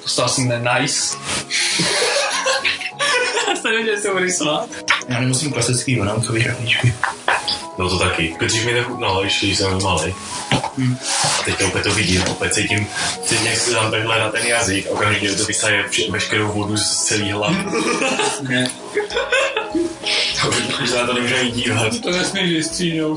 Dostal jsem ten nice. Já jsem nevěděl, že se budu smát. Já nemusím klasický banánkový hraničky. No to taky. Dřív mi nechutnalo, když jsem malej. A teďka opět to vidím, opět cítím, jak se tam takhle na ten jazyk a okamžitě to vysaje veškerou vodu z celý hlavy. Už se na to nemůžu ani dívat. To nesmíš vystříhnout.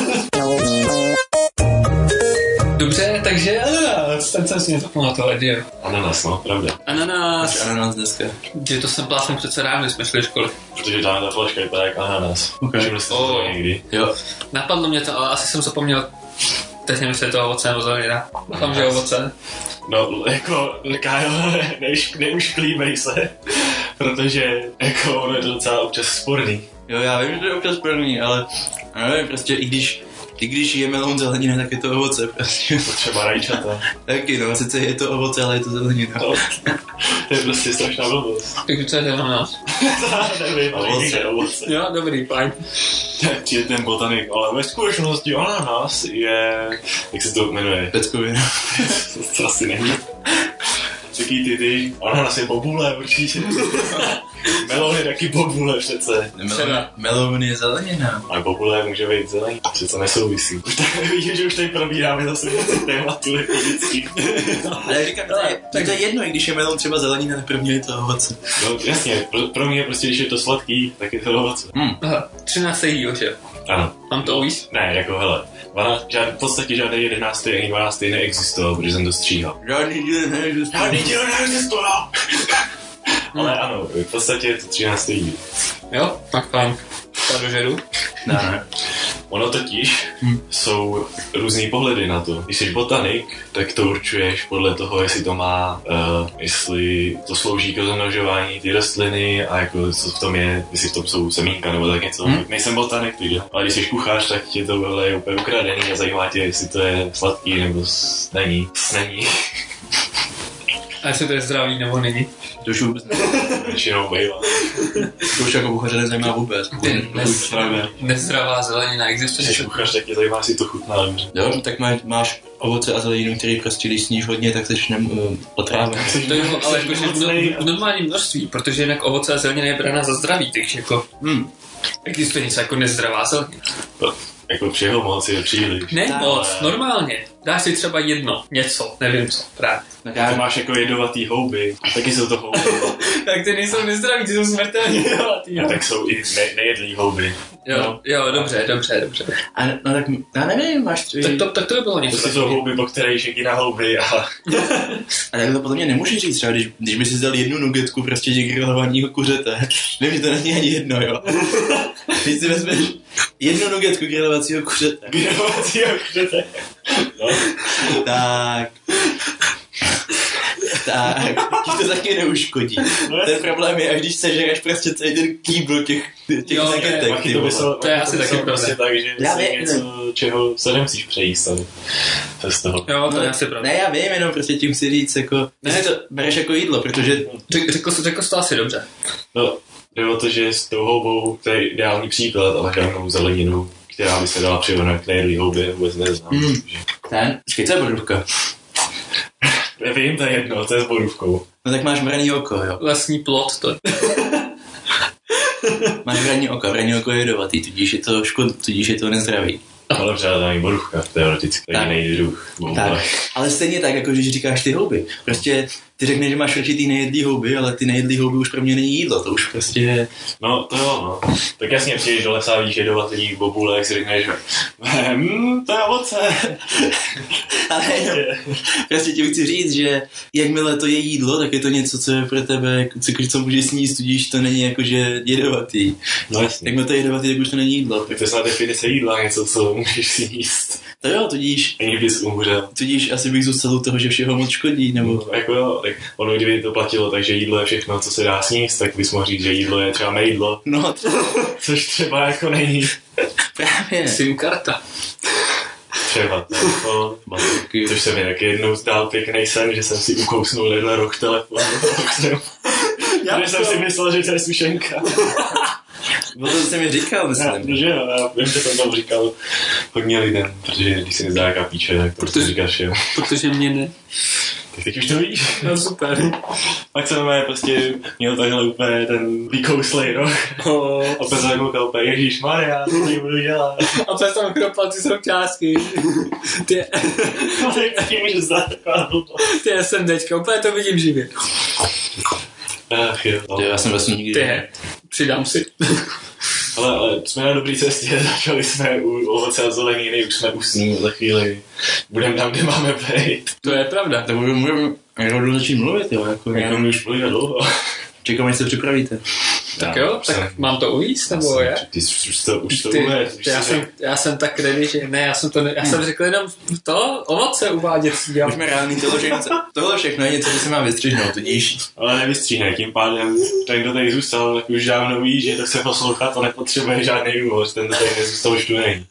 Dobře, takže ananas. Ten jsem si něco pamatoval, že jo. Ananas, no, pravda. Ananas. Ananas dneska. Že to jsem plásnul přece ráno, když jsme šli do školy. Protože ta flaška je tak ananas. Všimli jste to někdy? Jo. Napadlo mě to, ale asi jsem zapomněl. Teď nevím, jestli je to ovoce nebo zelenina. Doufám, že je ovoce. No, jako, Kyle, neušklíbej se. Protože, jako, ono je to docela občas sporný. Jo, já vím, že to je občas první, ale nevím, prostě i když je meloun zelenina, tak je to ovoce prostě. To třeba rajčata. Taky no, sice je to ovoce, ale je to zelenina. To je prostě strašná blbost. Takže co je to ananas? Nevím, ovoce. Jo, dobrý, fajn. Tak je ten botanik, ale ve skutečnosti ananas je, jak se to jmenuje? Peckovina. To asi není. Taký ty, ananas je bobule určitě. Melon je taky bobule přece. Meloun je zelenina. A bobule může být zelený, přece nesouvisí. Už tak vidím, že už tady probíráme zase tématu jako vždycky. Ale já říkám, to je jedno, i když je meloun třeba zelenina, tak pro mě je to ovoce. No jasně, pro mě prostě, když je to sladký, tak je to ovoce. Aha, 13. díl, že? Ano. Mám to uvíc? Ne, jako hele. V podstatě žádný 11. ani 12. neexistoval, protože jsem to stříhal. Žádný díl neexistoval. Ale ano, v podstatě je to 13. díl. Jo, tak fajn. Já dožeru. Ne. Ono totiž jsou různý pohledy na to. Když jsi botanik, tak to určuješ podle toho, jestli to má, jestli to slouží k rozmnožování ty rostliny a jako co v tom je, jestli v tom jsou semínka nebo tak něco. Nejsem botanik, takže. Ale když jsi kuchař, tak ti to je úplně ukradený a zajímá tě, jestli to je sladký nebo není. A jestli to je zdravý nebo není? To už vůbec většinou bývá. To už jako kuchaře nezajímá vůbec. Nezdravá zelenina existuje. Když jsi kuchař, tak tě zajímá, jestli to chutná dobře. Jo, tak máš ovoce a zeleninu, který prostě, když sníš hodně, tak seš otráven. To je ale jakože v normálním množství, protože jinak ovoce a zelenina je braná za zdraví, takže jako existuje něco jako nezdravá zelenina. Jako všeho moc je příliš. Ne moc, normálně. Dáš si třeba jedno, něco, nevím co, právě. To máš jako jedovatý houby, taky jsou to houby. Tak ty nejsou nezdraví, ty jsou smrtelně jedovatý. A tak jsou i nejedlý houby. Jo, dobře. A no tak, já nevím, máš tři. Tak to by bylo něco. To jsou houby, bakterijšek i na houby a... A tak to podle mě nemůžeš říct třeba, když by si vzal jednu nugetku prostě grilovanýho kuřete. Vím, že to není ani jedno, jo. Když si vezmeš jednu nugetku grilovacího kuřete. No. Tak ti to taky neuškodí. Ten problém je, až když sežereš prostě celý ten kýbl těch nugetek. To je asi taky prostě tak, že je něco, čeho se nemusíš přejíst z toho. Jo, to je asi pravda. Ne, já vím, jenom prostě tím si říct, jako, ty si to bereš jako jídlo, protože... Řekl jsi to asi dobře. No, jde o to, že s tou houbou, to je ideální příklad, ale žádnou zeleninu, která by se dala přirovnat k nejedlý houbě, vůbec neznám. Počkej, co je borůvka? Nevím, to je jedno, to je s borůvkou. No tak máš mraní oko, jo. Lesní plot to. Máš mraní oko je jedovatý, tudíž je to nezdravý. Ale přátelný borůvka, teoreticky, jiný druh. Tak, ale stejně tak, jako když říkáš ty houby. Prostě ty řekneš, že máš určitý nejedlý houby, ale ty nejedlý houby už pro mě není jídlo, to už prostě je... No, to jo, no. Tak jasně přijdeš do lesa, víš jedovatý bobule, jak si řekneš, to je ovoce. Ale prostě ti chci říct, že jakmile to je jídlo, tak je to něco, co je pro tebe, co můžeš sníst, tudíž to není jakože jedovatý. No jasně. Jakmile to je jedovatý, tak už to není jídlo. Tak to je snad definice jídla, něco, co můžeš sníst. To jo, tudíž... Ani bys umřel. Tudíž asi bych zůstal u toho, že všeho moc škodí, nebo... No, jako jo, tak ono, kdyby to platilo, takže jídlo je všechno, co se dá sníst, tak bys mohl říct, že jídlo je třeba nejídlo. No, což třeba jako není. Právě. SIM karta. Třeba telefon, baterky, což se mi taky jednou zdál pěkný sen, že jsem si ukousnul jeden roh telefonu. Že jsem si myslel, že to je sušenka. Bo to jsem mi říkal, myslím. Že jo, já vím, že jsem tam říkal hodně lidem, protože když si nezdá jaká píče, tak to říkáš, jo. Protože mě ne. Tak teď už to víš. No super. Pak jsem prostě měl takhle úplně ten vykouslej roh. A pak jsem koukal úplně, ježišmarja, co tady budu dělat. A pak tam kropal ty součástky. Ty SMDčka, úplně to vidím živě. Ach jo. Já jsem vlastně nikdy... Přidám si. Ale jsme na dobré cestě, začali jsme u ovoce a zeleniny, už jsme usní za chvíli. Budeme tam, kde máme být. To je pravda. Tak můžeme začít mluvit, jo. Jako my už mluvíme dlouho. Čekám, až se připravíte. Tak jo, tak mám to ujíst, nebo je? Ty už to uvést. Já jsem tak ready, že ne, já jsem řekl jenom to, ovoce uvádět. Můžeme reálný tohle všechno je něco, co se má vystřihnout, tudíž. Ale nevystříhne, tím pádem ten, kdo tady zůstal, tak už dávno ví, že to chce poslouchat a nepotřebuje žádný důvod, ten, kdo tady nezůstal, už tu není.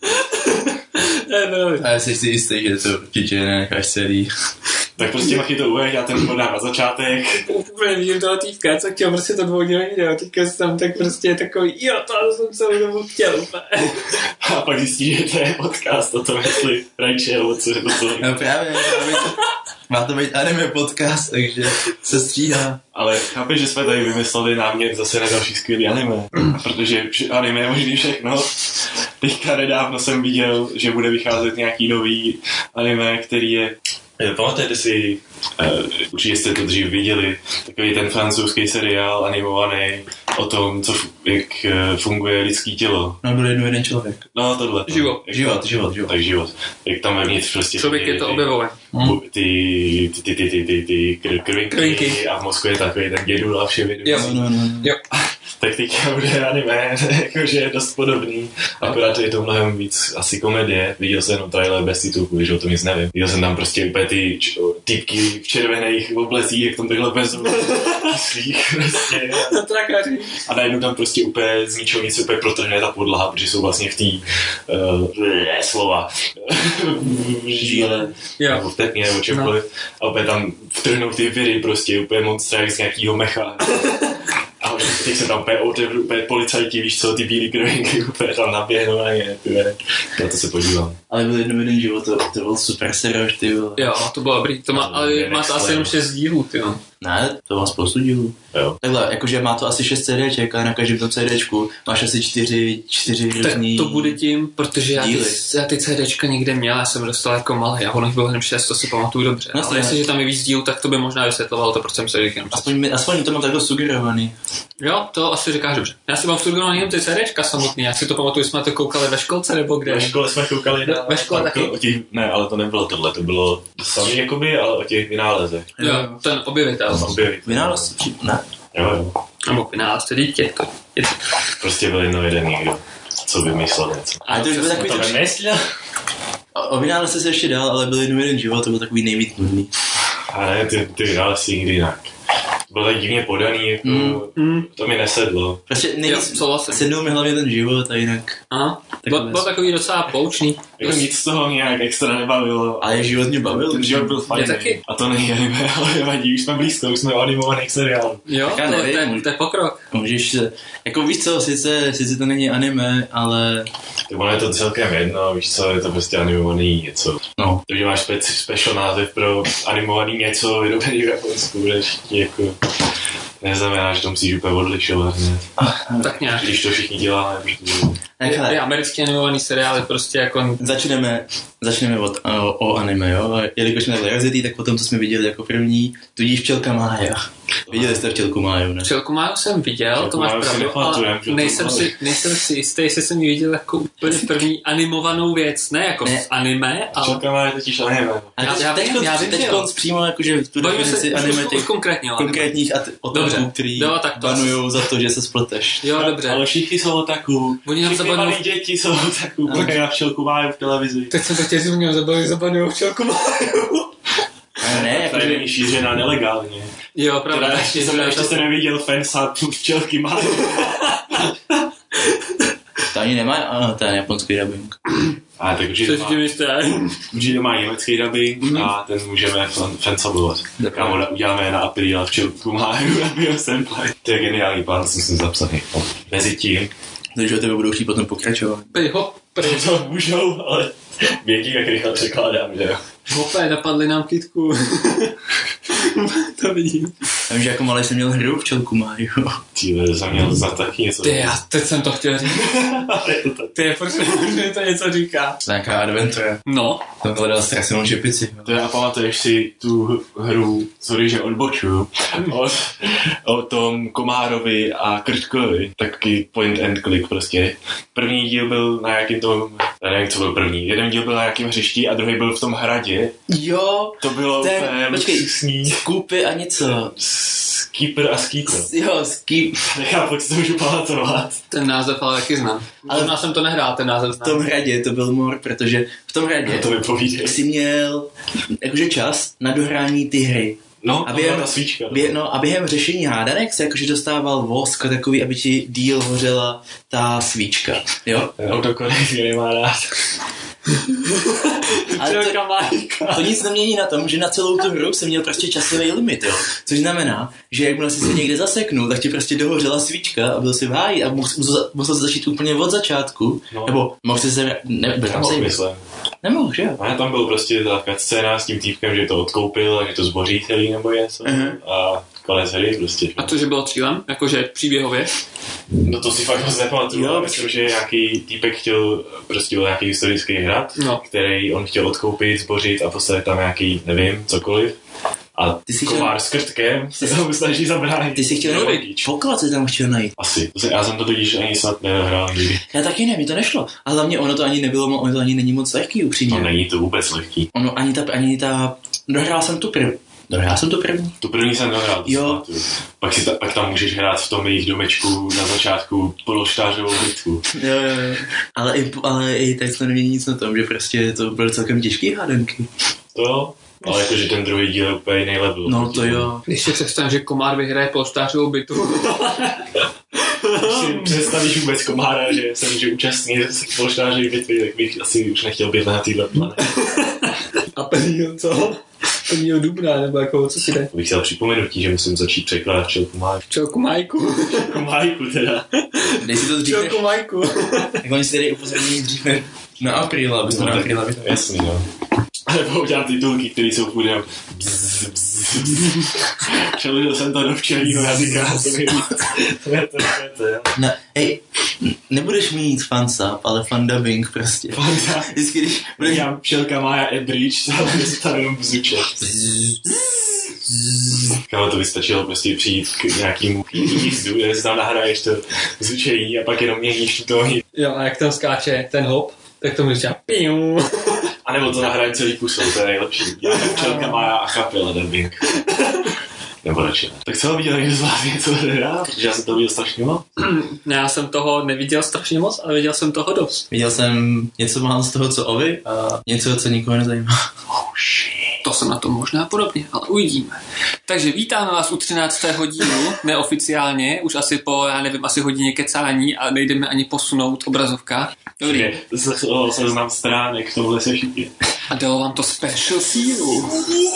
A já si jistý, že to určitě nenecháš celý. Tak prostě Machy to uveď, já ten podám na začátek. Úplně vidím toho týpka, co chtěl prostě to dvoudělé video, teďka jsem tam tak prostě takový, jo, to jsem celou dobu chtěl úplně. A pak zjistí, že to je podcast o tom, jestli rajče, nebo co je to celé. No právě, má to být anime podcast, takže se střídá. Ale chápeš, že jsme tady vymysleli námět zase na další skvělý anime, protože anime je možný všechno. Teďka nedávno jsem viděl, že bude vycházet nějaký nový anime, který je... Pamatujete si, určitě jste to dřív viděli, takový ten francouzský seriál animovaný o tom, jak funguje lidský tělo. No, byl jeden člověk. No, tohle. Život. Tak život. Jak tam vevnitř prostě... Člověk je to objevové. Ty krvinky a v mozku je takový ten dědul a vše vědomí. Jo. Tak teďka bude anime, jakože je dost podobný. Akorát je to mnohem víc asi komedie. Viděl jsem jenom trailer bez titulku, když o tom nic nevím. Viděl jsem tam prostě úplně ty týpky v červených oblezích, jak tam takhle bezou kyslých prostě. A najednou tam prostě úplně z ničeho nic úplně protrhne ta podlaha, protože jsou vlastně v té slova v žíle, nebo v tepně, nebo čemkoliv. A úplně tam vtrhnou ty viry prostě úplně monstra, jak z nějakýho mecha. A teď se tam úplně otevřu, úplně policajti, víš co, ty bílý krvinky úplně tam naběhnou a je, na to se podívám. Ale byl jeden život, to byl super seriál, ty vole. Jo, to bylo dobrý, to má, ale má to asi jenom 6 dílů, ty jo. Ne, to má spoustu dílů. Jo. Takhle, jakože má to asi 6 CDček a na každém tom CDčku máš asi 4 různý. Tak to bude tím, protože já ty CDčka někde měl, já jsem dostal jako malý a ono bylo jenom 6, to si pamatuju dobře. No, ale jestliže tam je víc dílů, tak to by možná vysvětlovalo to, proč jsem se jenom aspoň to mám takhle sugerovaný. Jo, to asi říkáš dobře. Já si mám sugerovaný jenom ty CDčka samotný, já si to pamatuju, jsme to koukali ve školce nebo kde. Ve škole jsme koukali ve škole taky. Ne, ale to nebylo tohle, to bylo samý jakoby, ale o těch vynálezech. Jo, ten objevitel. Vynález? Ne. Jo. Nebo vynález, to dítě. Prostě byl jeden někdo, co vymyslel něco. A to už byl takový... To vymyslel? O vynález se ještě dál, ale byl jeden život, to byl takový nejvíc nudný. A ne, ty vynález si nikdy jinak. Bylo tak divně podaný, jako to mi nesedlo. Prostě nejvíc sednul mi hlavně ten život a jinak... Aha, byl takový docela poučný. Jako nic z toho nějak extra nebavilo. Ale život mě bavil. Ten život byl fajn. A to není anime, ale nevadí, už jsme blízko, už jsme o animovaných seriálů. Jo, to je pokrok. Můžeš se... Jako víš co, sice to není anime, ale... Tak ono je to celkem jedno, víš co, je to prostě animovaný něco. No. To, že máš special název pro animovaný něco vyrobený v Japonsku, budeš jako... Neznamená, že to musíš úplně odlišovat, ne? Tak nějak. Když to všichni děláme, Ty americký animovaný seriály prostě jako... Začneme o anime, jo? Jelikož jsme byli rozjetý, tak potom, co jsme viděli jako první, tudíž Včelka Mája. Viděli jste Včelku Máju, ne? Včelku Máju jsem viděl, to máš pravdu, ale nejsem si jistý, jestli jsem ji viděl jako úplně první animovanou věc, ne jako z anime, ale... Včelka Mája je totiž anime. Já vím, teď přímo jakože v tu definici anime těch konkrétních otaků, který banujou za to, že se spleteš. Jo, dobře. Ale všichni jsou otaků. Všichni malí děti jsou otaků, protože na Včelku Máju v televizi. Teď jsem to chtěl říct, mě zabanují Včelku Máju. Ne, jakože není šířená nelegálně. Jo, pravda. Ještě jsem neviděl fansat Včelky Máju. To ani nemá, to je japonský dubbing. A tak určitě má německý dubbing a ten můžeme fansabovat. Kámo, uděláme na apríla Včelku Máju na Biosenplay. To je geniální plán, jsem si zapsaný. Mezi tím. Takže o tebe budou chtít potom pokračovat. To můžou, ale vědí, jak rychle překládám, že jo. Opět napadli nám kytku. To vidím. Já vím, že jako malý jsem měl hru Včelku Máju. Tíle, jsem měl za taky něco. Ty, já teď jsem to chtěl říct. Ty, proč mi to něco říká? To je nějaká adventure. No. To hledal strašnou čepici. To já pamatuješ si tu hru, sorry, že odbočuju, o tom Komárovi a Krčkovi, taky point and click prostě. První díl byl na jakým tom, já nevím, co byl první. Jeden díl byl na jakým hřišti a druhý byl v tom hradě. Jo. To bylo úplně luxusní. Skupy a něco. Skipper a Skýtl. Jo, Skip. Nechápu, co to můžu pamatovat. Ten název ale taky znám. Ale možná jsem to nehrál, ten název znám. V tom hradě to byl mor, protože v tom hradě to vypovídej. jsi měl jakože čas na dohrání ty hry. No, a během, ta svíčka. A během řešení hádanek se jakože dostával vosk takový, aby ti díl hořela ta svíčka. Jo? Autokorekt nemá rád. Ale to nic nemění na tom, že na celou tu hru jsem měl prostě časový limit, jo. Což znamená, že jakmile jsi se někde zaseknul, tak ti prostě dohořela svíčka a byl si v háji a musel začít úplně od začátku. No. Nebo mohl jsi se... Nemohl, že jo? A tam byl prostě taková scéna s tím týpkem, že to odkoupil a že to zboří celý nebo něco. A konec hry prostě. A to, že bylo cílem? Jakože příběhově? No to si fakt moc nepamatuju. Myslím, že nějaký týpek chtěl, prostě byl nějaký historický hrad, který on chtěl odkoupit, zbořit a postavit tam nějaký, nevím, cokoliv. A Komár s Krtkem se tam snaží zabránit. Ty jsi chtěl poklad, co tam chtěl najít. Asi. Já jsem to totiž ani snad nehrál nikdy. Já taky ne, mi to nešlo. A hlavně ono to ani nebylo, ono to ani není moc lehký, upřímně. No není to vůbec lehký. Ono ani ta... Dohrál jsem tu první. Tu první jsem dohrál. Jo. Pak tam můžeš hrát v tom jejich domečku na začátku polštářovou bitvu. Jo. Ale i tak se nemění nic na tom, že prostě to byly celkem těžký hádanky. To jo. Ale jakože ten druhý díl je úplně jiný level. No to jo. Když si představím, že Komár vyhraje polštářovou bitvu. Když si představíš vůbec Komára, že se může účastnit polštářové bitvy, tak bych asi už nechtěl být na téhle planetě. A prvního co? Prvního dubna, nebo jako, co si jde? Bych chtěl připomenutí, že musím začít překládat Včelku Májku. Včelku Majku. Včelku Májku teda. Dej si to dřív. Včelku Majku. Tak oni si tady upozornění dřív na apríla, aby to na apríla. Jasný, no. Nebo udělám titulky, které jsou furt jenom přeložil jsem to do včelího jazyka. To je no, hej, nebudeš mít fansub, ale fandubbing prostě. Fansub? Vždycky, když budeš... Já Včelka Mája Ebridge, ale se tam jenom bzučet. Kámo, to by stačilo prostě přijít k nějakému jízdu, kde se tam nahraješ to bzučení a pak jenom měníš tu tóny. Jo, a jak tam skáče ten hop, tak to mi říká piu. A nebo to nahrajem celý pusou, to je nejlepší. Já Včelka Mája a Chapela dubbing. Nebo radši ne. Tak co viděl někdo z vás něco hrát? Protože já jsem to viděl strašně moc. Já jsem toho neviděl strašně moc, ale viděl jsem toho dost. Viděl jsem něco málo z toho, co Ovi a něco, co nikoho nezajímá. Oh shit. To jsem na tom možná podobně, ale uvidíme. Takže vítáme vás u 13. dílu, neoficiálně, už asi po, já nevím, asi hodině kecání a nejdeme ani posunout obrazovka. Dobrý. Seznam stránek, tohle se všichni. A dalo vám to special sílu.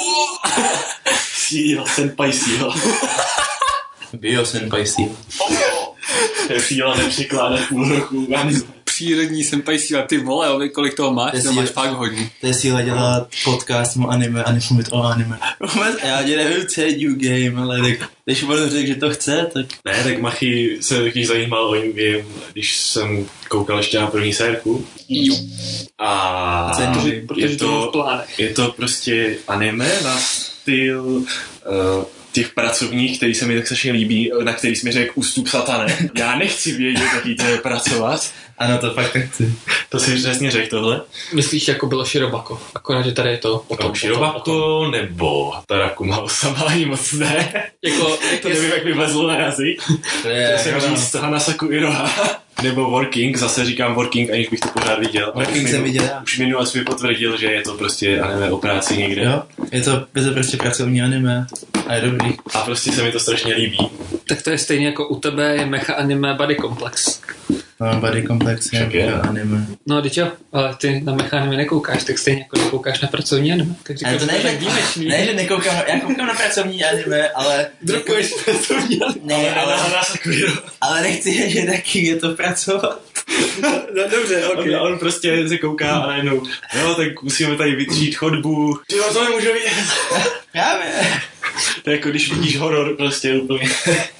Síla, senpai síla. Bio senpai síla. To je síla nepřekládat půl roku. Přírodní senpai síla, ty vole, kolik toho máš? To máš fakt hodně. To je síla dělat podcast o anime a nefumit o anime. Já ani nevím, co je New Game, ale tak, když on řekl, že to chce, tak... Ne, tak Machy se taky zajímal o jim, když jsem koukal ještě na první sérku. Jo. A je to prostě anime na styl... těch pracovních, který se mi tak strašně líbí, na který jsi mi řekl ústup satane. Já nechci vědět, jaký to je pracovat. Ano, to fakt nechci. To jsi přesně řekl tohle? Myslíš, jako bylo Shirobako? Akorát, že tady je to o tom. Shirobako nebo Tarakumo sama ani moc ne. To nevím, jak mi vlezlo na jazyk. To jsem říct Hanasaku Iroha. Nebo Working, zase říkám Working, aniž bych to pořád viděl. Working jsem viděl. Už minule jsi mi potvrdil, že je to prostě anime o práci někde. Jo, je to prostě pracovní anime a je dobrý. A prostě se mi to strašně líbí. Tak to je stejně jako u tebe je mecha anime Body Complex. No, Body Complex je anime. No, teď jo, ale ty na mecha anime nekoukáš, tak stejně jako nekoukáš na pracovní anime. Tak říkám, ale to ne, tak výjimečný. Ne, že nekoukám, já koukám na pracovní anime, ale... Drukuješ pracovní anime. Ne, ale nechci vědět, jaký je to pracovat. Dobře, okay. On prostě se kouká a najednou, jo, tak musíme tady vytřít chodbu. Ty to nemůžu vidět. Právě. To je jako když vidíš horor prostě úplně.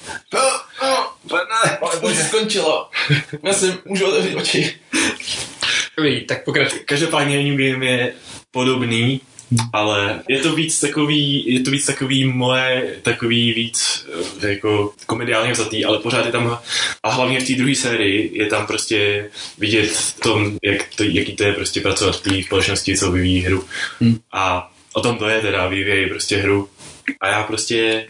Ale to už skončilo. Já si můžu otevřít oči. Tak pokračuj. Každopádně New Game je podobný, ale je to víc takový moje, takový víc jako komediálně vzatý, ale pořád je tam, a hlavně v té druhé sérii je tam prostě vidět v tom, jaký to je prostě pracovat v té společnosti, co vyvíjí hru. A o tom to je teda, vyvíjí prostě hru. A já prostě...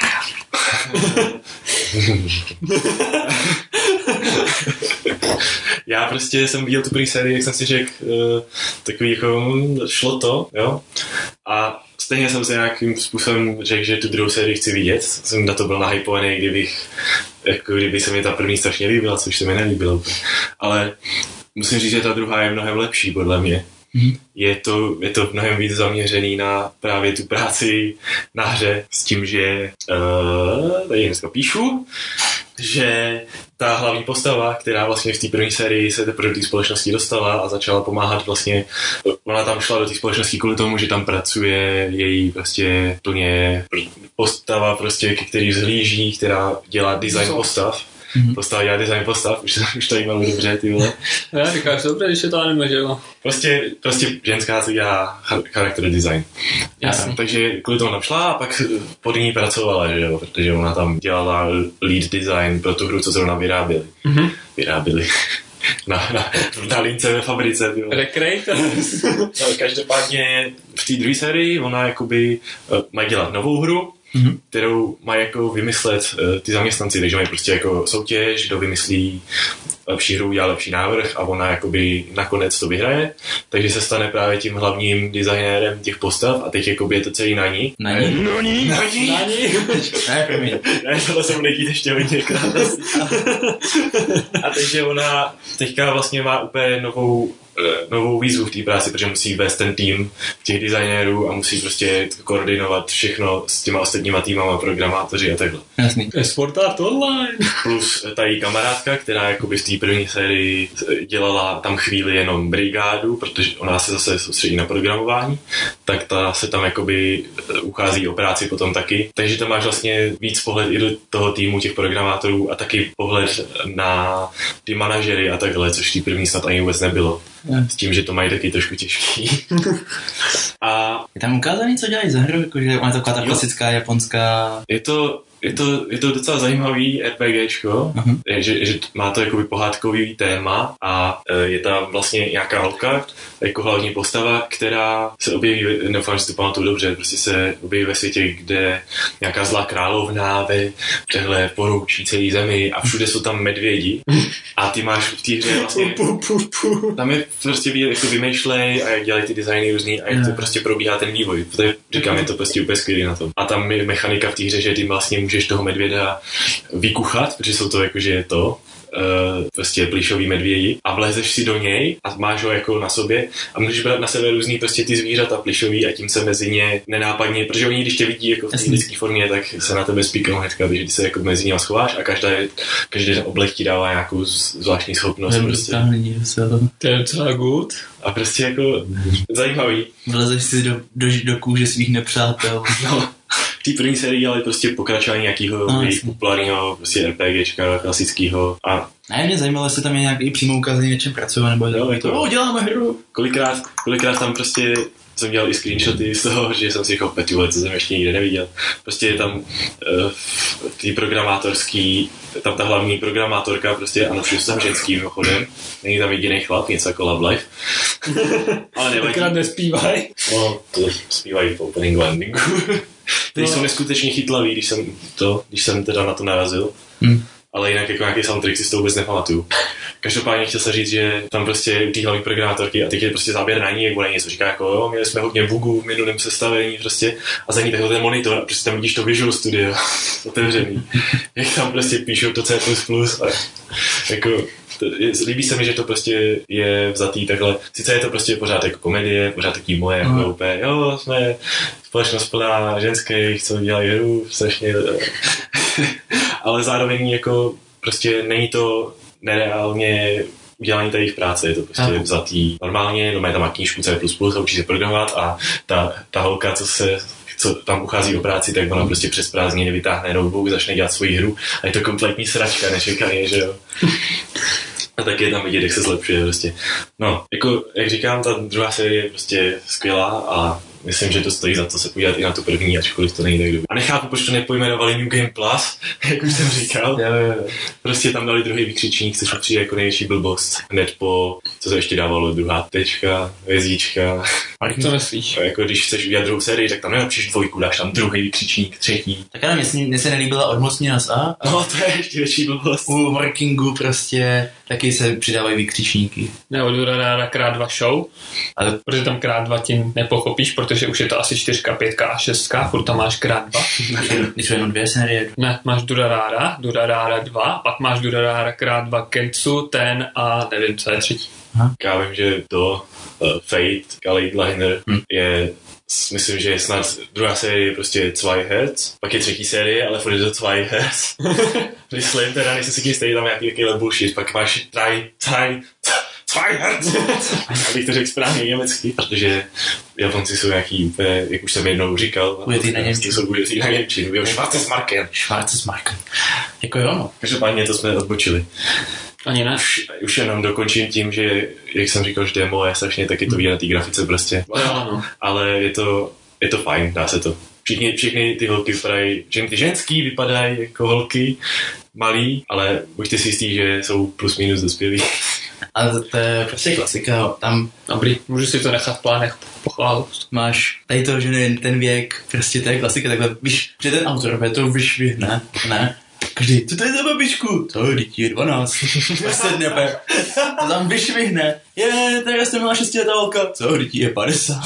Já prostě jsem viděl tu první sérii, jak jsem si řekl, takový jako šlo to, jo. A stejně jsem se nějakým způsobem řekl, že tu druhou sérii chci vidět. Jsem na to byl nahypovaný, kdyby se mi ta první strašně líbila, což se mi nelíbilo. Ale musím říct, že ta druhá je mnohem lepší, podle mě. Je to mnohem víc zaměřený na právě tu práci na hře s tím, že tady dneska píšu, že ta hlavní postava, která vlastně v té první sérii se teprve do té společnosti dostala a začala pomáhat vlastně, ona tam šla do té společnosti kvůli tomu, že tam pracuje její prostě plně postava prostě, ke který vzhlíží, která dělá design postav. Postava dělá design postav, už to jméno dobře, ty vole. Já říkáš, dobře, když je to anime, že jo? Prostě ženská to dělá charakter design. Jasně. Takže kvůli tomu tam šla a pak pod ní pracovala, že jo, protože ona tam dělala lead design pro tu hru, co zrovna vyráběli. Vyráběli. Na lince ve fabrice. Recreators. No, každopádně v té druhé sérii ona jakoby má dělat novou hru, kterou mají jako vymyslet ty zaměstnanci, takže mají prostě jako soutěž, kdo vymyslí lepší hru, udělá lepší návrh a ona jakoby nakonec to vyhraje, takže se stane právě tím hlavním designérem těch postav a teď jakoby je to celý na ní. Na ní? Ne, tohle jsem nedít ještě hodněkrát. A takže ona teďka vlastně má úplně novou výzvu v té práci, protože musí vést ten tým těch designérů a musí prostě koordinovat všechno s těma ostatníma týmama, programátoři a takhle. Jasný. Sport Art Online. Plus ta její kamarádka, která jakoby v té první sérii dělala tam chvíli jenom brigádu, protože ona se zase soustředí na programování, tak ta se tam jakoby uchází o práci potom taky. Takže tam máš vlastně víc pohled i do toho týmu těch programátorů a taky pohled na ty manažery a takhle, což v té první snad ani vůbec nebylo. S tím, že to mají taky trošku těžký. A je tam ukázaný, co dělají za hru? Jakože ona je taková ta klasická japonská... Je to docela zajímavý RPGčko, že má to jakoby pohádkový téma a je tam vlastně nějaká holka, jako hlavní postava, která se objeví, neufám, že to pamatuju dobře, prostě se objeví ve světě, kde nějaká zlá královna přehle poroučí celý zemi a všude jsou tam medvědi a ty máš v té hře vlastně, tam je prostě vidět, jak to vymýšlej a jak dělají ty designy různý a jak to prostě probíhá ten vývoj. Říkám, je to prostě úplně skvělý na tom. A tam je mechanika v té hře, že ty vlastně můžeš toho medvěda vykuchat, protože jsou to jakože prostě plišový medvědi a vlezeš si do něj a máš ho jako na sobě a můžeš brát na sebe různý prostě ty zvířata plišový a tím se mezi ně nenápadně, protože oni když tě vidí jako v té lidské formě, tak se na tebe spíknou hnedka, takže ty se jako mezi ně schováš a každý oblek ti dává nějakou zvláštní schopnost. Prostě. To je docela good. A prostě jako zajímavý. Vlezeš si do kůže svých nepřátel. No. V té první sérii dělali prostě pokračování nějakého populárního prostě RPGčka klasického a ne, mě zajímalo, jestli tam je nějaký přímo ukázání, něčem pracuje, nebo děláme hru. Kolikrát tam prostě jsem dělal i screenshoty z toho, že jsem si říkal, co jsem ještě nikde neviděl. Prostě je tam v té programátorský, tam ta hlavní programátorka prostě, ano, všude tam ženským chodem, není tam jediný chlap, něco jako Love Life. Ale nevadí. Takrát nespívaj. No, to zpívají v openingu a endingu. Teď jsou neskutečně chytlaví, když jsem teda na to narazil. Ale jinak jako nějaký soundtrack si to vůbec nepamatuju. Každopádně chtěl se říct, že tam prostě u té hlavní programátorky a teď je prostě záběr na ní, jak bude něco říká jako jo, měli jsme hodně bugů v minulém sestavení prostě a za ní takhle ten monitor a prostě tam vidíš to Visual Studio otevřený. Jak tam prostě píšou to C++ a jako líbí se mi, že to prostě je vzatý takhle. Sice je to prostě pořád jako komedie, pořád taký moje, jako úplně, jo, jsme společnost plná ženských, co dělají hru, strašně, ale zároveň jako prostě není to nereálně udělání tady v práci, je to prostě vzatý normálně, no tam má knížku C++ a učí se programovat a ta holka, co tam uchází o práci, tak ona prostě přes prázdniny vytáhne notebook, začne dělat svoji hru a je to kompletní sračka, nečekaně, že jo. A tak je tam vidět, jak se zlepšuje prostě. No, jako, jak říkám, ta druhá série je prostě skvělá a myslím, že to stojí za to se podívat i na tu první, ačkoliv to není tak dobrý. A nechápu, proč to nepojmenovali New Game Plus, jak už jsem říkal. Prostě tam dali druhý vykřičník, což přijde jako největší blbost. Hned po, co se ještě dávalo, druhá tečka, hvězdička. A jak to myslíš? A jako když chceš udělat druhou sérii, tak tam nenapíšeš dvojku, dáš tam druhý vykřičník, třetí. Tak ano, mně se nelíbila odmocněnost A. No, to je ještě větší blbost. U workingu prostě taky se přidávají vykřičníky. Nebo Durarara x2 show, ale protože tam x2 tím nepochopíš, protože už je to asi 4, 5 a 6, furt tam máš x2. Jsou jenom 2 série. Ne, máš Durarara 2, pak máš Durarara x2 Kensu, ten a nevím, co je třetí. Já vím, že to Fate, Khalid Liner je, myslím, že je snad druhá série prostě 2 Hertz, pak je třetí série, ale furt je to 2 Hertz. Myslím teda, nejsem si jistý, tam nějaký takovýhle bullshit, pak máš 2 Hertz. Abych to řekl správně německy, protože Japonci jsou nějaký úplně, jak už jsem jednou říkal, ujetý na Němčinu. Jsou ujetý na Němčinu, Schwarzesmarken. Jako jo, no. Každopádně to jsme odbočili. Ani ne. Už jenom dokončím tím, že, jak jsem říkal, že demo je strašně taky to vidět na té grafice prostě. No. Ale je to fajn, dá se to. Všechny ty holky vypadají, ty ženský vypadají jako holky, malý, ale buďte si jistí, že jsou plus minus dospělí. Ale to je prostě klasika, tam... Dobrý, můžu si to nechat v plánech pochválit. Máš tady to, že ten věk, prostě to je klasika, takhle, víš, že ten autor to vyšvihne, ne? Každý, co to je za babičku? To dítě je 12. Sedne, to tam vyšvihne. Tady jsem měla 6letá holka. Co dítě je 50.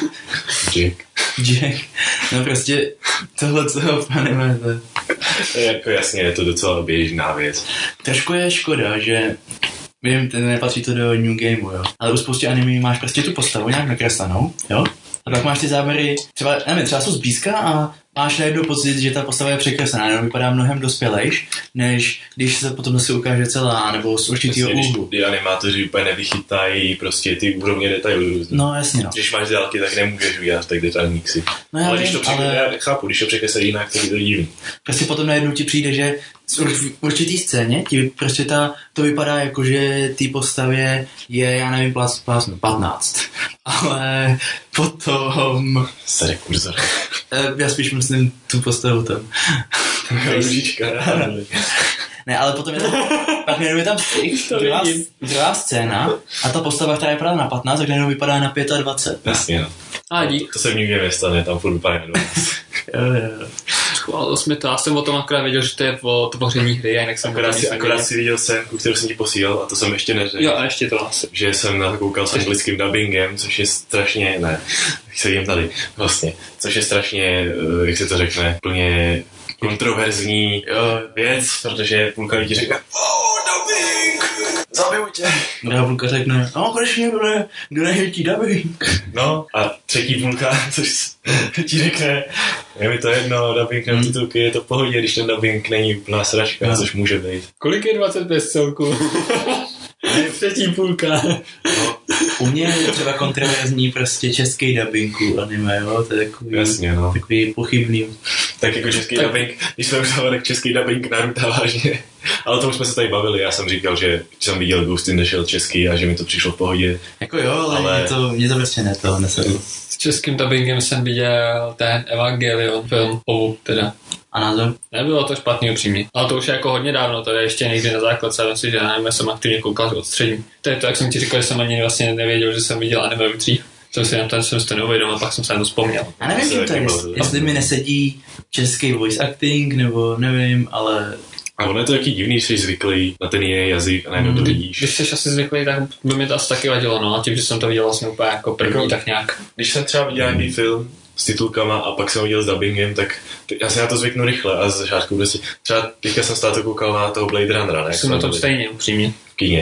Jack. No prostě tohle, co paneme, to je jako jasně, je to docela běžná věc. Trošku je škoda, že vím, nepatří to do New Gameu, jo. Ale u spoustě animí máš prostě tu postavu nějak nakreslenou, jo. A pak máš ty záběry, třeba jsou zblízka a máš najednou pocit, že ta postava je překreslená, nebo vypadá mnohem dospělejš, než když se potom zase ukáže celá, nebo z určitýho úhlu. Když animátoři úplně nevychytají prostě ty úrovně detailů. No jasně, no. Když máš dálky, tak nemůžeš udělat tak detailní ksy. No, ale když to chápu, když to překreslí jinak, tak je to divný. Prostě potom najednou ti přijde, že v určitý scéně ti prostě to vypadá jako, že té postavě je, já nevím, plásnu 15. Ale potom... Sere kurzor. Já spíš myslím tu postavu tam. Ružička. Ne, ale potom je tam, pak najednou je tam druhá scéna a ta postava, která vypadá na 15, tak najednou vypadá na 25. Jasně, no. A dík. To se v New Game stane, tam furt vypadá na 20. Jo. Schválil jsme to, já jsem o tom akorát věděl, že to je o tvoření hry, a jinak jsem akorát si viděl scénku, kterou jsem ti posílal, a to jsem ještě neřekl. Jo, a ještě to asi. Že jsem na to koukal s anglickým dubbingem, což je strašně, sedím tady, vlastně, což je strašně, jak se to řekne, plně kontroverzní věc, protože půlka lidí řekne dubbing, zabiju tě. Druhá půlka řekne, konečně kdo nehejtí dubbing. No a třetí půlka, což ti řekne, je mi to jedno, dubbing nebo titulky, je to v pohodě, když ten dubbing není úplná sračka, což může být. Kolik je 25 celku? Třetí půlka. No. U mě je třeba kontroverzní prostě český dubbing u anime, jo, to je takový, jasně, no. Takový pochybný. Tak jako český dubbing, když jsme už dávali český dubbing Naruto vážně. Ale o tom jsme se tady bavili, já jsem říkal, že jsem viděl Ghost in the Shell český a že mi to přišlo v pohodě. Jako jo, ale mě to prostě nesedlo. S českým dubbingem jsem viděl ten Evangelion film, teda. A názor? Nebylo to špatný upřímně. Ale to už je jako hodně dávno, to je ještě někdy na základce, ale si, že anime jsem aktivně koukal od střední. To je to, jak jsem ti říkal, že jsem ani vlastně nevěděl, že jsem viděl anime dřív. Jsem si to neuvědomil, a pak jsem se na to vzpomněl. A nevím, čím to je, jestli mi nesedí český voice acting, nebo nevím, ale... A ono je to taky divný, že jsi zvyklý na ten jiný jazyk a najednou to vidíš. Když jsi asi zvyklý, tak by mi to asi taky vadilo, no, a tím, že jsem to viděl vlastně úplně jako první, tak nějak. Když jsem třeba viděl nějaký film s titulkama a pak jsem ho viděl s dubbingem, tak já se na to zvyknu rychle a z začátku prostě, třeba teďka jsem stále koukal na toho Blade Runnera, ne? Jsem na tom stejně, upřímně. V kyně.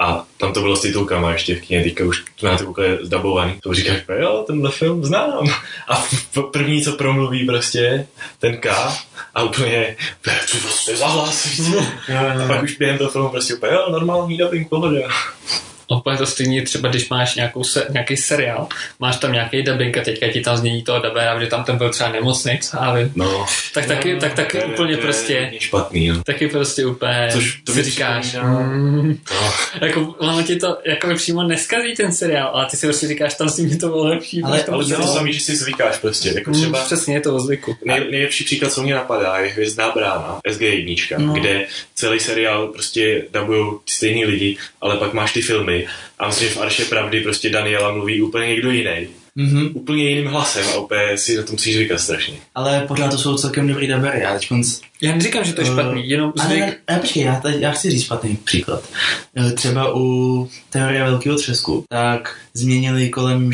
A tam to bylo s titulkama ještě v kině, teďka už to na to koukali zdabovaný. To říkáš, jo, tenhle film znám. A první, co promluví prostě, ten K, a úplně, co to je za hlas? A pak už během toho filmu prostě úplně, jo, normální dubbing, pohoda. Úplně to stejně třeba, když máš nějaký seriál, máš tam nějaký dubbing a teďka ti tam změní toho dubbera, protože tam ten byl třeba nemocný, no. tak taky úplně prostě špatný, no. Taky prostě úplně což to si říkáš jako ono ti to jako přímo neskazí ten seriál, ale ty si prostě říkáš, tam si mi to bylo lepší. Ale to samý, že si zvykáš prostě, jako třeba přesně je to o zvyku. Nejlepší příklad, co mě napadá, je Hvězdná brána, SG1, kde celý seriál prostě dabujou stejný lidi, ale pak máš ty filmy a myslím, že v Arše pravdy prostě Daniela mluví úplně někdo jiný. Úplně jiným hlasem a úplně si na tom musíš říkat strašně. Ale pořád to jsou celkem dobrý dabery. Já neříkám, že to je špatný, jenom zvyk. Počkej, já chci říct špatný příklad. Třeba u Teorie velkého třesku, tak změnili kolem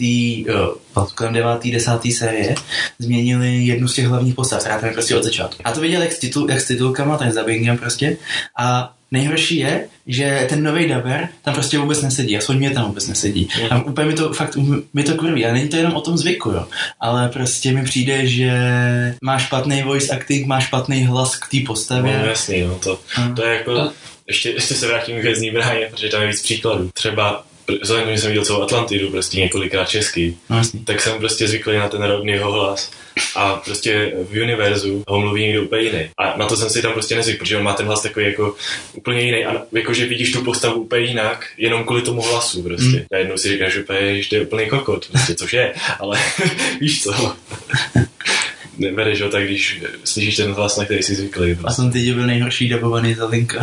9. 10. série, změnili jednu z těch hlavních postav, která tam je prostě od začátku. A to viděl jak s titulkama, tak s dubbingem prostě. A nejhorší je, že ten nový daber tam prostě vůbec nesedí, aspoň mě tam vůbec nesedí. A úplně mi to kurví, a není to jenom o tom zvyku, jo. Ale prostě mi přijde, že má špatný voice acting, má špatný hlas k té postavě. No jasný, no to je jako, ještě se vrátím k Hvězdný bráně, protože tam je víc příkladů. Třeba vzhledem, že jsem viděl celou Atlantidu prostě několikrát česky, tak jsem prostě zvyklý na ten rodnýho hlas. A prostě v univerzu ho mluví někdo úplně jiný. A na to jsem si tam prostě nezvyk, protože on má ten hlas takový jako úplně jiný. A jakože vidíš tu postavu úplně jinak, jenom kvůli tomu hlasu prostě. A jednou si říkáš úplně, že to je úplný kokot, prostě, což je, ale víš co. Nebereš ho tak, když slyšíš ten hlas, na který jsi zvyklý. Prostě. A jsem teď byl nejhorší dabovaný za Linka.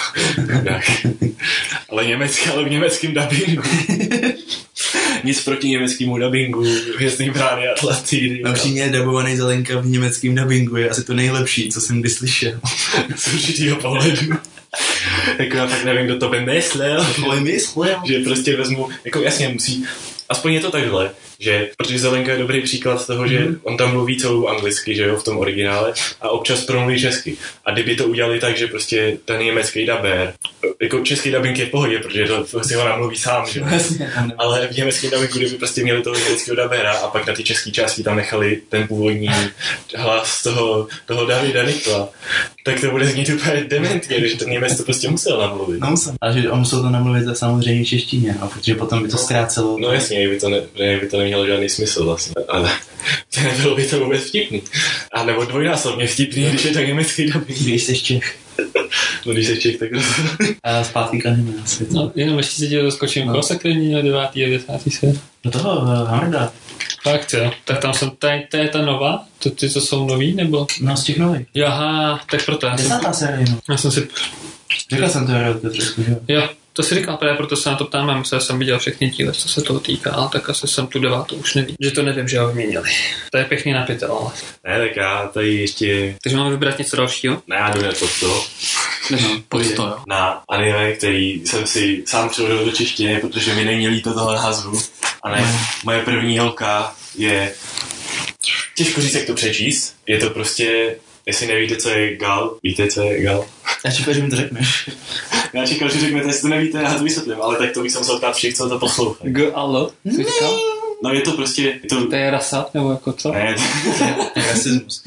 Ale v německém dabingu. Nic proti německému dabingu, Hvězdný brány Atlantidy. Například dabovaný Zelenka v německém dabingu je asi to nejlepší, co jsem kdy slyšel. Z určitýho pohledu. Jako já tak nevím, kdo to by myslel. Že prostě vezmu, jako jasně musí, aspoň je to takhle, že, protože Zelenka je dobrý příklad toho, že on tam mluví celou anglicky, že jo, v tom originále a občas promluví česky. A kdyby to udělali tak, že prostě ten německý dabér, jako český dabing je v pohodě, protože to si ho namluví sám, že jo. Ale v německém dabingu, kdyby prostě měli toho německého dabéra a pak na ty české části tam nechali ten původní hlas toho Davida Nikla, tak to bude znít úplně dementně, že ten Němec to prostě musel namluvit. No musel. A že on musel to namluvit za samozřejmě češtině, no, protože potom by to zkrácelo. No jasně, by to nemělo žádný smysl vlastně, ale nebylo by to vůbec vtipný. A nebo dvojnásobně vtipný, když je to německý dubbing. Když jsi Čech. No když jsi Čech, tak a zpátky k anime asi. No, jenom ještě si tě doskočím, koho se klidní na 9. a 10. svět? Do toho Hamrda. Fakt jo, tak tam jsem, to je ta nová? Ty, co jsou nový, nebo? No z těch nových. Jaha, tak proto. 10. série, no. Já jsem si... Říkal jsem to trošku, že jo. To si říkal, právě proto se na to ptám, a myslel jsem viděl všechny díly, co se toho týká, ale tak asi jsem tu 9. už neví. Že to nevím, že ho vyměnili. To je pěkný napitel, ale... Ne, tak já tady ještě... Takže máme vybrat něco dalšího? Ne, já jdu hned pod to. Pojď to, jo. Na anime, který jsem si sám přeložil do češtiny, protože mi není líto toho názvu. A ne, moje první holka je... Těžko říct, jak to přečíst. Je to prostě... Jestli nevíte, co je Gal, víte, co je Gal? Já čekal, že mi to řekneš. Já čekal, že řeknete, jestli to nevíte, já to vysvětlím, ale tak to bych se musel ptát všech, co to poslouchají. G-alo? Co jsi říkal? No je to prostě... To je rasa, nebo jako co? Ne, rasismus.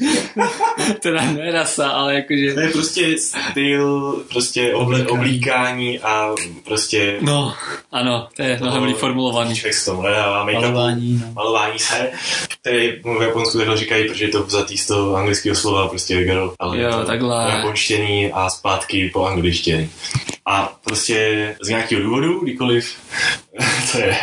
Teda ne rasa, ale jakože... To je prostě styl, prostě oblíkání a prostě... No, ano, to je mnohem líp formulovaný. Člověk s tomu nedává malování se, který v Japonsku takhle říkají, protože je to vzatý z toho anglického slova, prostě girl, ale jo, takhle. japonštění a zpátky po angličtění. A prostě z nějakého důvodu, kdykoliv, co je...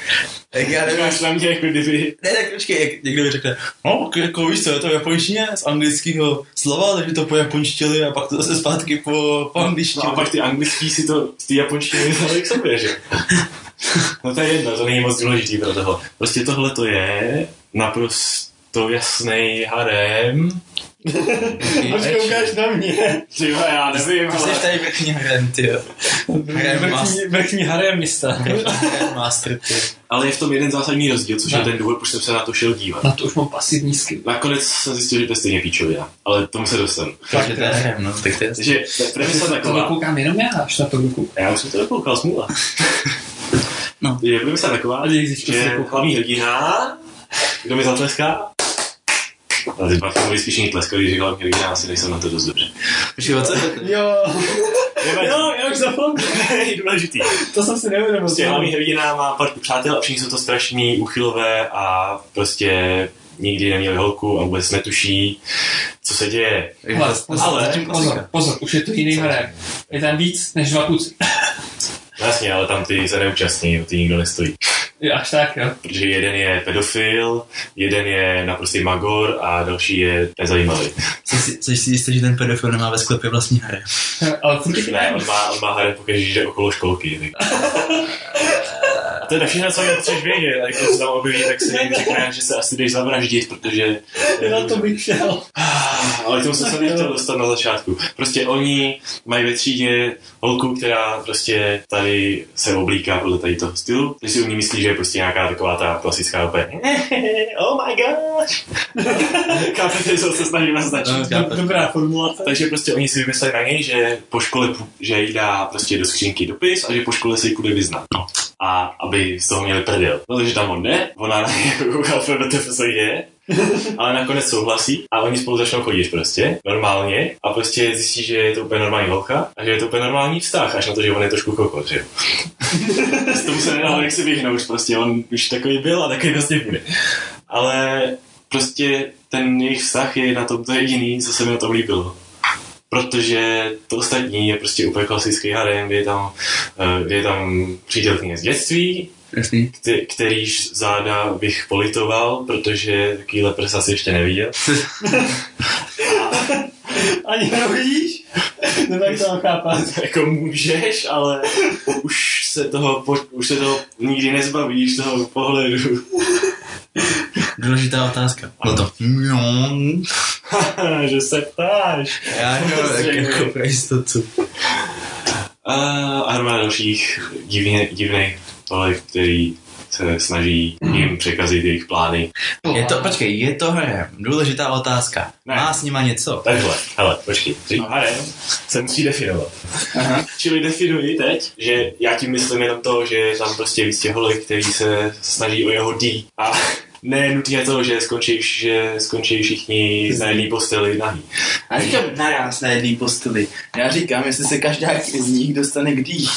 Tak já nevím, na mě, jako kdyby... Ne, tak počkej, jak někdo mi řekne, no, jako víš co, je to v japonštině z anglického slova, takže to po japonštili a pak to zase zpátky po angličtině. No a pak ty anglický si to z té japonštiny vzali k sobě, že? No to je jedno, to není moc důležitý pro toho. Prostě tohle to je naprosto jasný harem, Proč koukáš na mě? Tyhle, já nevím, Ty jsi tady vrchní harem, tyjo. Vrchní harem města. Harem master, ty. ale je v tom jeden zásadní rozdíl, což je ten důvod, proč jsem se na to šel dívat. Na to už mám pasivní skill. Nakonec jsem zjistil, že to je stejně píčovina, ale tomu se dostanu. Takže to je harem, no, tak to je. Takže premisa To taková. dokoukám jenom já, až na to dokoukám. Já už jsem to dokoukal, smůla. No. Je premisa taková, že hlavní hrdina, kdo mi zatleská? Ale ty pak mohli spíš mít tleskali, že hlavní hrdina asi nejsem na to dost dobře. Počkej, o co? Jo, já už zapomněl. Je důležitý. To jsem si neuvědomil. Prostě hlavní hrdina má partu přátel a všichni jsou to strašní uchylové a prostě nikdy neměli holku a vůbec netuší, co se děje. Pozor, už je to jiný harem. Je tam víc než 2 kluci. Jasně, ale tam ty se neúčastní, ty nikdo nestojí. Jo, až tak, jo. Protože jeden je pedofil, jeden je naprostý magor a další je nezajímavý. Jsi si jistý, že ten pedofil nemá ve sklepě vlastní harem? Ale furt Ne, on má harem, pokud jde okolo školky. A to je všechno, co chceš vědět. A když se tam objeví, tak si řekne, že se asi jdeš zavraždit, protože... na to bych šel. Ale k tomu jsem se nechtěl dostat na začátku. Prostě oni mají ve třídě holku, která prostě tady se oblíká podle tady toho stylu. Když si u ní myslí, že je prostě nějaká taková ta klasická úplně oh my gosh. Chápete, co se snažím naznačit. Dobrá formulace. Takže prostě oni si vymysleli na něj, že po škole, že jí dá prostě do skřínky dopis a že po škole se jí půjde vyznat. No. A aby z toho měli prdel. No, takže tam on jde, ona na něj kouká, co je, ale nakonec souhlasí a oni spolu začnou chodit prostě, normálně a prostě zjistí, že je to úplně normální holka a že je to úplně normální vztah, až na to, že on je trošku kokot, že jo. Z tomu se nedá jak si vyhnout, prostě on už takový byl a takový vlastně bude. Ale prostě ten jejich vztah je na tom to jediný, co se mi na tom líbilo. Protože to ostatní je prostě úplně klasický harem, kde je tam přítelkyně z dětství, kterýž záda bych politoval, protože takovýhle prsa si ještě neviděl. Ani neuvidíš? Nebo jak to chápat? Jako můžeš, ale už se toho nikdy nezbavíš, toho pohledu. Důležitá otázka. No to. Že se ptáš. Já jo, tak jako pro jistotu. A má dalších divných tohle, který se snaží jim překazit jejich plány. Je to harem. Důležitá otázka. Ne. Má s nima něco? Takhle, hele, počkej. Harem se musí definovat. Aha. Čili definuji teď, že já tím myslím jenom to, že je tam prostě víc těch holek, který se snaží o jeho dí. A ne nutně to, že skončí všichni na jedné posteli nahý. Já říkám naraz na jedné posteli. Já říkám, jestli se každá z nich dostane k dí.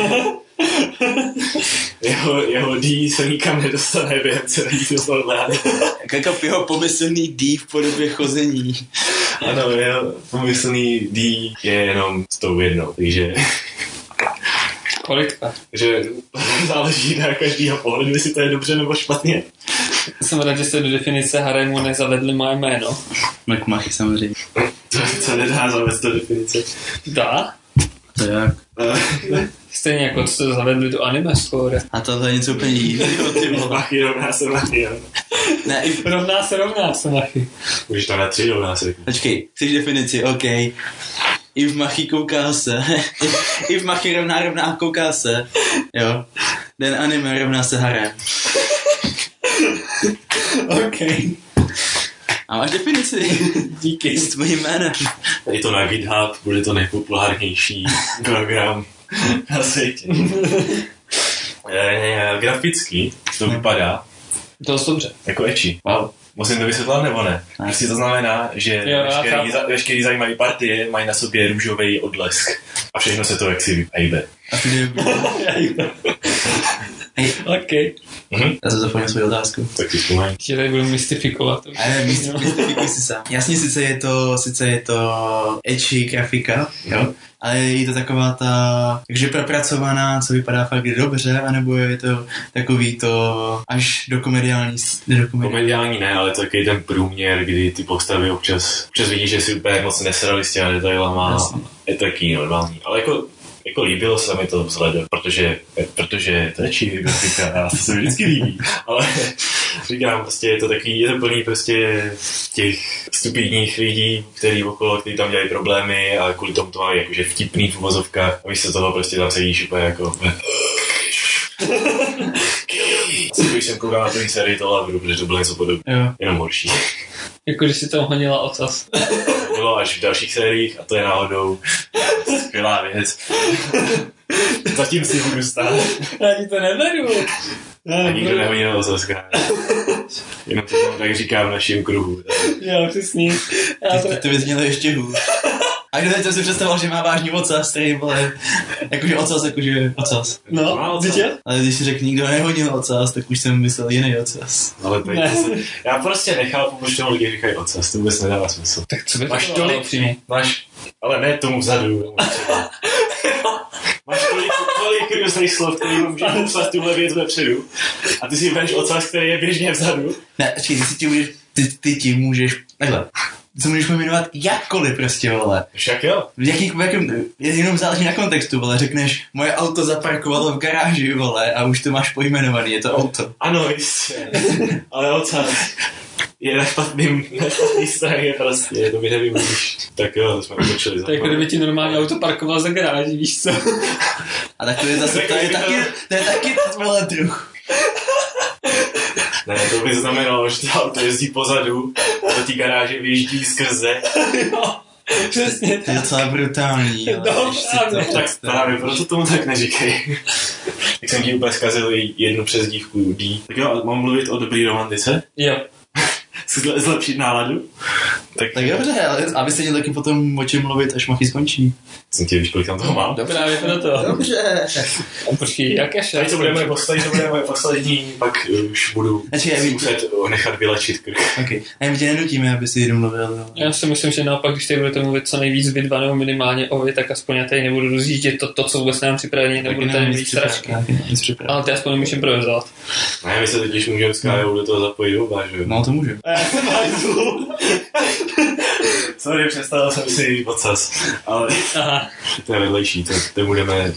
Jeho dí se nikam nedostane během celý tohle. Jako jeho pomyslný dí v podobě chození. Ano, jeho pomyslný dí je jenom s tou jednou, takže... Kolika? že záleží na každýho pohledu, jestli to je dobře nebo špatně. Jsem rád, že jste do definice haremu nezavedli moje jméno. McMachy samozřejmě. To se nedá zavést do definice. Dá? To jak? Stejně jako jste to zavedli do anime skóre. A tohle je něco úplně jiného, ty vole. Machy rovná se machy, jo. Ne, Rovná se machy. Můžeš to na 3 rovná se. počkej, chceš definici, OK. I v machy kouká se. I v machy rovná kouká se. Jo. Den anime rovná se harem. OK. A máš definici? Díky. S tvojím jménem. Je to na GitHub, bude to nejpopulárnější program na světě. Graficky to vypadá Dost dobře. jako ecchi. Wow. Musím to vysvětlat nebo ne? Prostě to znamená, že veškerý zajímavý partie mají na sobě růžový odlesk. A všechno se to jaksi hejbe. A ty OK. Já jsem zapomněl svou otázku. Tak ti vzpomeň. Že tady budu mystifikovat. Ale mystifikuj si sám. Jasně, sice je to ecchi grafika, jo? Ale je to taková ta, takže propracovaná, co vypadá fakt dobře, anebo je to takový to až do komediální. Komediální ne, ale takový ten průměr, kdy ty postavy občas vidíš, že si úplně moc nesrali s těma detailama. Je taky normální. Ale jako jako líbilo se mi to vzhledem, protože to je čí grafika a to se mi vždycky líbí, ale říkám, prostě je to plný prostě těch stupidních lidí, který tam dělají problémy a kvůli tomu to mají jakože vtipný v uvozovkách a víš se toho prostě tam sedíš úplně jako asi když jsem koukal na první sérii tohle, protože to bylo něco podobného, jenom horší. Jako když si tam honila ocas. Bylo až v dalších sériích a to je náhodou skvělá věc. Zatím si budu stát. Já ti to neberu. A nikdo nehoní na ocas. Jenom to tam tak říkám v našem kruhu. Jo, přesně. To by znělo ještě hůř. A kdo teď jsem si představoval, že má vážný ocas, který vole, jakože ocas. No, viděl? Ale když si řekl, nikdo nehodil ocas, tak už jsem myslel jiný ocas. Ale tady já prostě nechápu, proč tomu lidi říkají ocas, to vůbec nedává smysl. Tak co by máš tolik, ale ne tomu vzadu. Máš tolik různých slov, který můžeš popsat tuhle věc vepředu a ty si vybereš ocas, který je běžně vzadu. Ne, ty ti můžeš, takhle. Co můžeš pojmenovat jakkoliv prostě, vole. Však jo. Jenom záleží na kontextu, vole. Řekneš, moje auto zaparkovalo v garáži, vole, a už to máš pojmenovaný, je to auto. Ano, jistě. Ale ocas je na špatný straně prostě, to mi nevymůžeš. Tak jo, to jsme utočili za. To je jako kdyby ti normálně auto parkoval za garáži, víš co? A tak to je zase, to je taky vole druh. Ne, to by znamenalo, že to auto jezdí pozadu a do té garáže vyjíždí skrze. Jo, přesně tak. To je docela brutální. Tak právě, proto tomu tak neříkej. Tak jsem ti úplně zkazil jednu přezdívku D. Tak jo, mám mluvit o dobrý romantice? Jo. Zlepšit náladu? Tak dobře, ale abyste měli taky potom o čem mluvit, až machy skončí. Jsem ti víš, kolik tam toho mám? Dobrá, je to to. Dobře. Počkej, jaké šest? To bude moje poslední, pak už budu muset nechat vylečit krk. Okay. A my tě nenutíme, aby si jenom mluvil. Já si myslím, že naopak, když tady budete mluvit co nejvíc vy dva nebo minimálně o vy, tak aspoň já tady nebudu rozjíždět to, co vůbec nám připravení, nebudu tady mít strašky. Ale ty aspoň nemůžem provizovat. Ne, my se totiž můžeme s Kájou do toho zapojit oba, že jo? No, to můžeme. Sorry, představil jsem si ocas, ale to je vedlejší, to nebudeme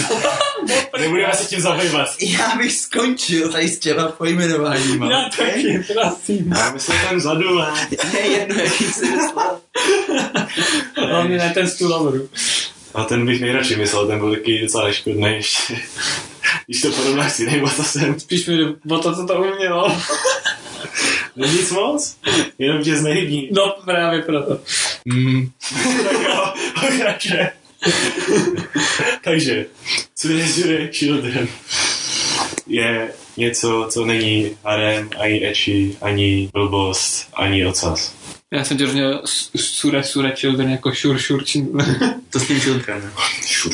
se tím zabývat. Já bych skončil tady s těma pojmenováníma. Já taky, prosím. Já myslím ten vzadu, ne? Je jedno, jaký si myslel. Hlavně ne ten stůl nahoru. A ten bych nejradši myslel, ten byl taky docela neškodný ještě. Když to porovnáš s jiným ocasem. Spíš mi o to, co to umělo. Nic moc? Jenom tě znehybní. No právě proto. Tak jo, pokračuje. Takže, Tsundere Children je něco, co není harem, ani ecchi, ani blbost, ani ocas. Já jsem tě rozuměl Sure Children jako šur To s tím children. Šur.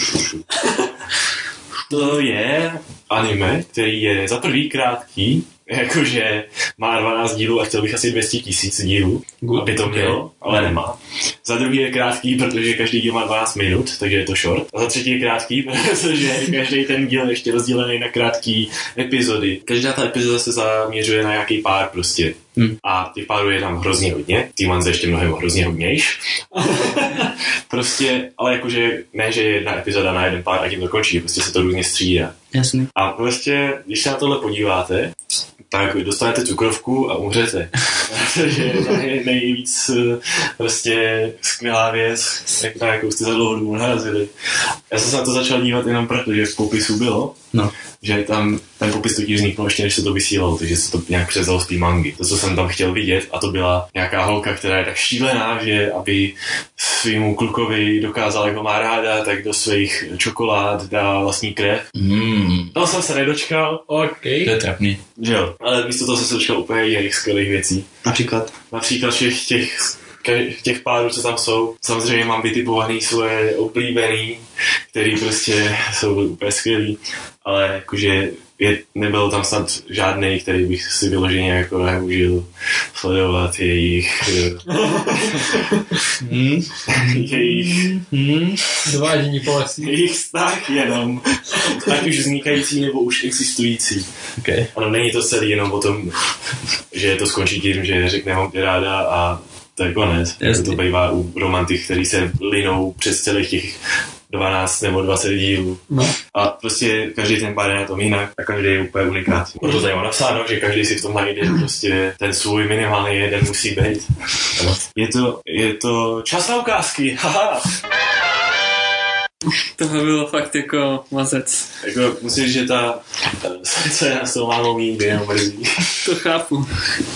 To je anime, který je za prvý krátký, jakože má 12 dílů a chtěl bych asi 200 000 dílů, aby to mělo, ale nemá. Za druhý je krátký, protože každý díl má 12 minut, takže je to short. A za třetí je krátký, protože každý ten díl je ještě rozdělený na krátké epizody. Každá ta epizoda se zaměřuje na nějaký pár prostě. A těch párů je tam hrozně hodně. Týmanze ještě mnohem hrozně hodnějš. Prostě, ale jakože ne, že je jedna epizoda na jeden pár a tím to končí, prostě se to různě střídá. Jasný. A prostě, když se na tohle podíváte, tak dostanete cukrovku a umřete. Protože to je nejvíc prostě skvělá věc, jakou jste za dlouho dobu narazili. Já jsem se na to začal dívat jenom proto, že v popisu bylo, že tam ten popis totiž vzniknul ještě, než se to vysílalo, takže se to nějak převzalo z té mangy. To, co jsem tam chtěl vidět, a to byla nějaká holka, která je tak šílená, že aby svýmu klukovi dokázala, jak ho má ráda, tak do svých čokolád dá vlastní krev. Toho jsem se nedočkal. Okay. To je trapný. Jo, ale místo toho jsem se dočkal úplně jiných skvělých věcí. Například všech těch párů, co tam jsou. Samozřejmě mám vytipovaný svoje oblíbený, který prostě jsou úplně skvělý, ale jakože nebyl tam snad žádnej, který bych si vyloženě jako neužil sledovat jejich dovádění po lesích. Jejich vztah jenom, ať už vznikající nebo už existující. Okay. Ano, není to celý jenom o tom, že to skončí tím, že řekne mám tě ráda a to je konec. To bývá u romantik, který se linou přes celých těch 12 nebo 20 dílů. No. A prostě každý ten pár je na tom jinak a každý je úplně unikátní. Proto tady mám napsáno, že každý si v tom najde prostě ten svůj minimálně jeden musí být. Je to čas na ukázky, haha. Tohle bylo fakt jako mazec. Jako musím říct, že ta scéna s tou mámou jí jenom mrzí. To chápu.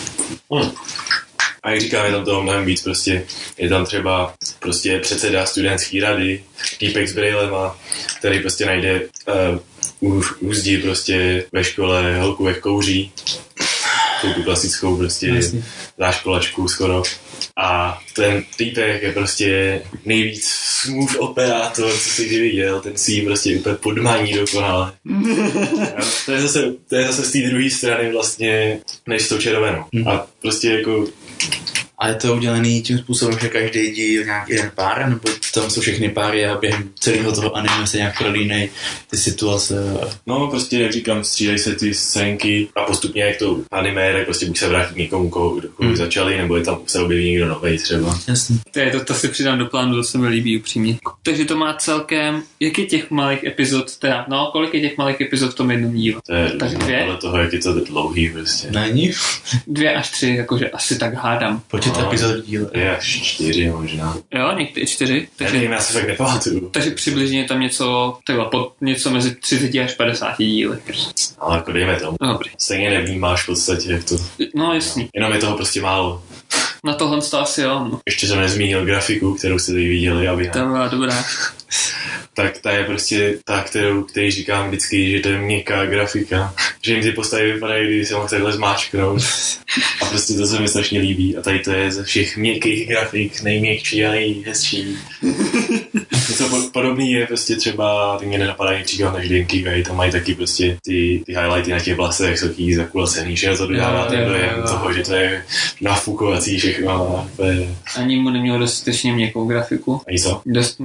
A jak říkám, je tam toho mnohem víc, prostě je tam třeba prostě předseda studentské rady, týpek s brejlema, který prostě najde u zdi prostě ve škole holku, jak kouří, tu klasickou prostě záškolačku skoro. A ten týpek je prostě nejvíc smooth operátor, co si kdy viděl, ten si prostě úplně podmaní dokonale. To je zase z té druhé strany vlastně než s tou červenou. A prostě jako... A je to udělaný tím způsobem, že každý díl nějaký jeden pár, nebo tam jsou všechny páry a během celého toho anime se nějak prolínej ty situace? No prostě, jak říkám, střídají se ty scénky a postupně jak to anime, tak prostě buď se vrátí k někomu, koho začali, nebo je tam se objeví někdo novej třeba. Jasně. To si přidám do plánu, to se mi líbí upřímně. Takže to má celkem, jak je těch malých epizod, kolik je těch malých epizod v tom jednom dílu? To je tak 2? podle toho, jak je to dlouhý prostě. Není? 2 až 3, jakože asi tak hádám. Počet epizod díl. 2 až 4 možná. Jo, někdy 4. Nevím, já si fakt nepamatuju. Takže přibližně tam něco mezi 30 až 50 díly. Ale jako dejme tomu. Dobrý. Stejně nevnímáš v podstatě, jak to... No jasný. Jenom je toho prostě málo. Na tohle to asi jo. No. Ještě jsem nezmínil grafiku, kterou jste tady viděli, aby... To byla dobrá. Tak ta je prostě ta, který říkám vždycky, že to je měkká grafika. Že jim ty postavy vypadají, když se mohl takhle zmáčknout. A prostě to se mi strašně líbí. A tady to je ze všech měkkých grafik nejměkčí a nejhezčí. Něco podobný je prostě třeba, ty mě nenapadají příklad než Dinky, tam mají taky prostě ty highlighty na těch vlasech, jsou taky zakulacený, že to dodává ten dojem toho, že to je nafukovací všechno. Ani mu nemělo dostatečně měkkou grafiku. Ani co?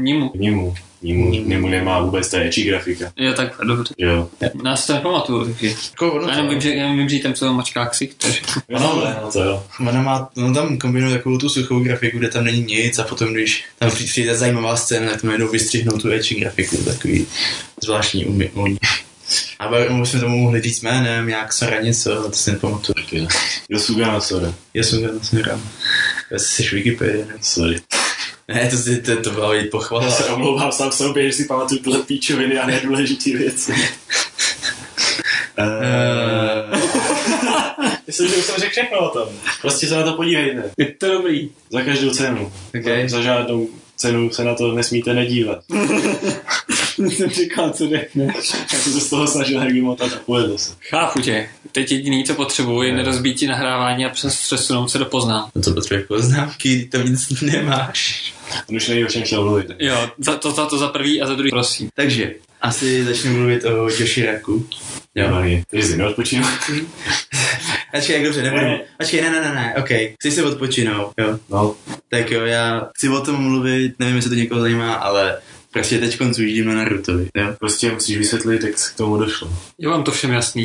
Nimu nemá vůbec ta ječí grafika. Jo, tak dobře. Jo. Nás to nepamatuju, takže. Já vím, že tam jsou mačká ksich, takže. No, to jo. Ono tam kombinuje takovou tu suchou grafiku, kde tam není nic a potom, když tam přijde zajímavá scéna, tak tam jednou vystřihnou tu ečí grafiku, takový zvláštní umění. Ale my jsme tomu mohli říct jménem, nějak Sora něco, to si nepamatuju. Yosugana Sora. Já jsi Wikipedia. Sorry. Ne, to byla jít pochvala. Já se omlouvám sám sobě, že si pamatuju tyhle píčoviny a nedůležitý věci. Myslím, že už jsem řekl všechno o tom. Prostě se na to podívejte. Je to dobrý. Za každou cenu. Okay. Za žádnou cenu se na to nesmíte nedívat. Jsem říkal, co řekneš. Já jsem se z toho snažil vymotat a pojede se. Chápu tě. Teď jediný, co potřebuji, je nerozbítí nahrávání a přesunout se do poznám. No to potřebuje poznámky, to nic nemáš. On už neví, o čem chtěl mluvit. Jo, to za prvý a za druhý, prosím. Takže, asi začnu mluvit o Yoshiraku. Jo. Ty jsi neodpočinu. Ačkej, jak dobře, nebudu. Ačkej, ne, okej. Chci si odpočinout, jo. No. Tak jo, já chci o tom mluvit, nevím, jestli to někoho zajímá, ale prostě teď koncujíždím na Narutovi, jo. Prostě musíš vysvětlit, jak k tomu došlo. Jo, vám to všem jasný.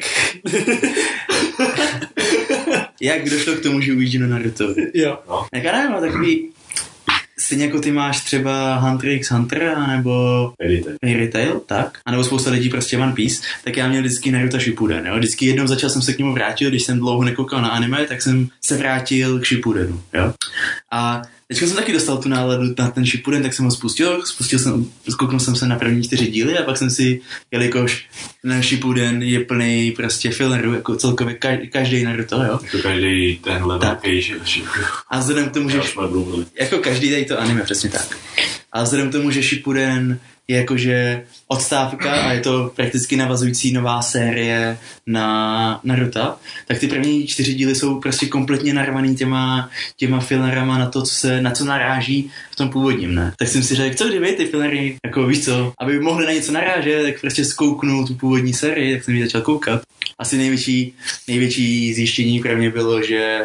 Jak došlo k tomu, že ujíždím na Narutovi? Jo. No. Tak já nevím, takový... Stejně jako ty máš třeba Hunter x Hunter, nebo Fairy Tail, tak, a nebo spousta lidí prostě One Piece, tak já měl vždycky Naruto Shippuden, jo. Vždycky jednou začal jsem se k němu vrátil, když jsem dlouho nekoukal na anime, tak jsem se vrátil k Shippudenu, jo. A teďka jsem taky dostal tu náladu na ten Shippuden, tak jsem ho kouknul jsem se na první 4 díly a pak jsem si, jelikož ten Shippuden je plný prostě fillerů, jako celkově každý Naruto, jo. Jako každý ten level page. A vzhledem k tomu, že jako každý tady to anime, přesně tak. A vzhledem k tomu, že Shippuden je jakože odstávka a je to prakticky navazující nová série na Naruto, tak ty první 4 díly jsou prostě kompletně narvaný těma fillerama na to, na co naráží v tom původním, ne? Tak jsem si řekl, co kdyby ty fillery, jako víš co, aby mohli na něco narážet, tak prostě zkouknu tu původní sérii, tak jsem ji začal koukat. Asi největší zjištění pro mě bylo, že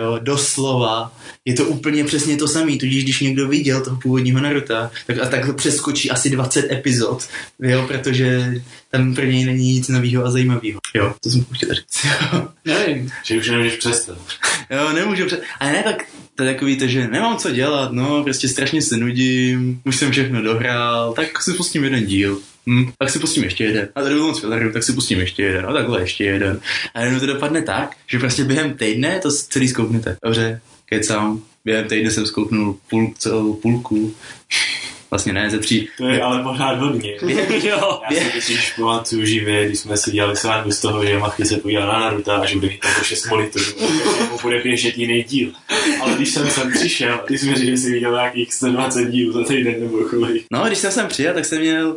doslova je to úplně přesně to samé, tudíž když někdo viděl toho původního Naruta, tak přeskočí asi 20 epizod, jo, protože tam pro něj není nic novýho a zajímavého. Jo, to jsem chtěl říct. Nevím. Že už nemůžeš přestat. Jo, nemůžu přestat. Ale ne, tak to je takový to, že nemám co dělat, no, prostě strašně se nudím, už jsem všechno dohrál, tak si pustím jeden díl. Tak si pustím ještě jeden. A tady moc fileru, tak si pustím ještě jeden. A takhle ještě jeden. A jenom to dopadne tak, že prostě během týdne to celý zkouknete. Dobře, kecám. Během týdne jsem zkouknul celou půlku. Vlastně ne, ze 3. To je ale pořád hodně. Jo. Já si totiž pamatuju živě, když jsme si dělali srandu z toho, že Machy se podíval na Naruto a že bude mít jako 6 monitorů, takže mu bude běžet jiný díl. Ale když jsem sem přišel, ty jsi mi říkal, že jsi viděl nějakých 120 dílů za týden nebo kolik. No, když jsem přijel, tak jsem měl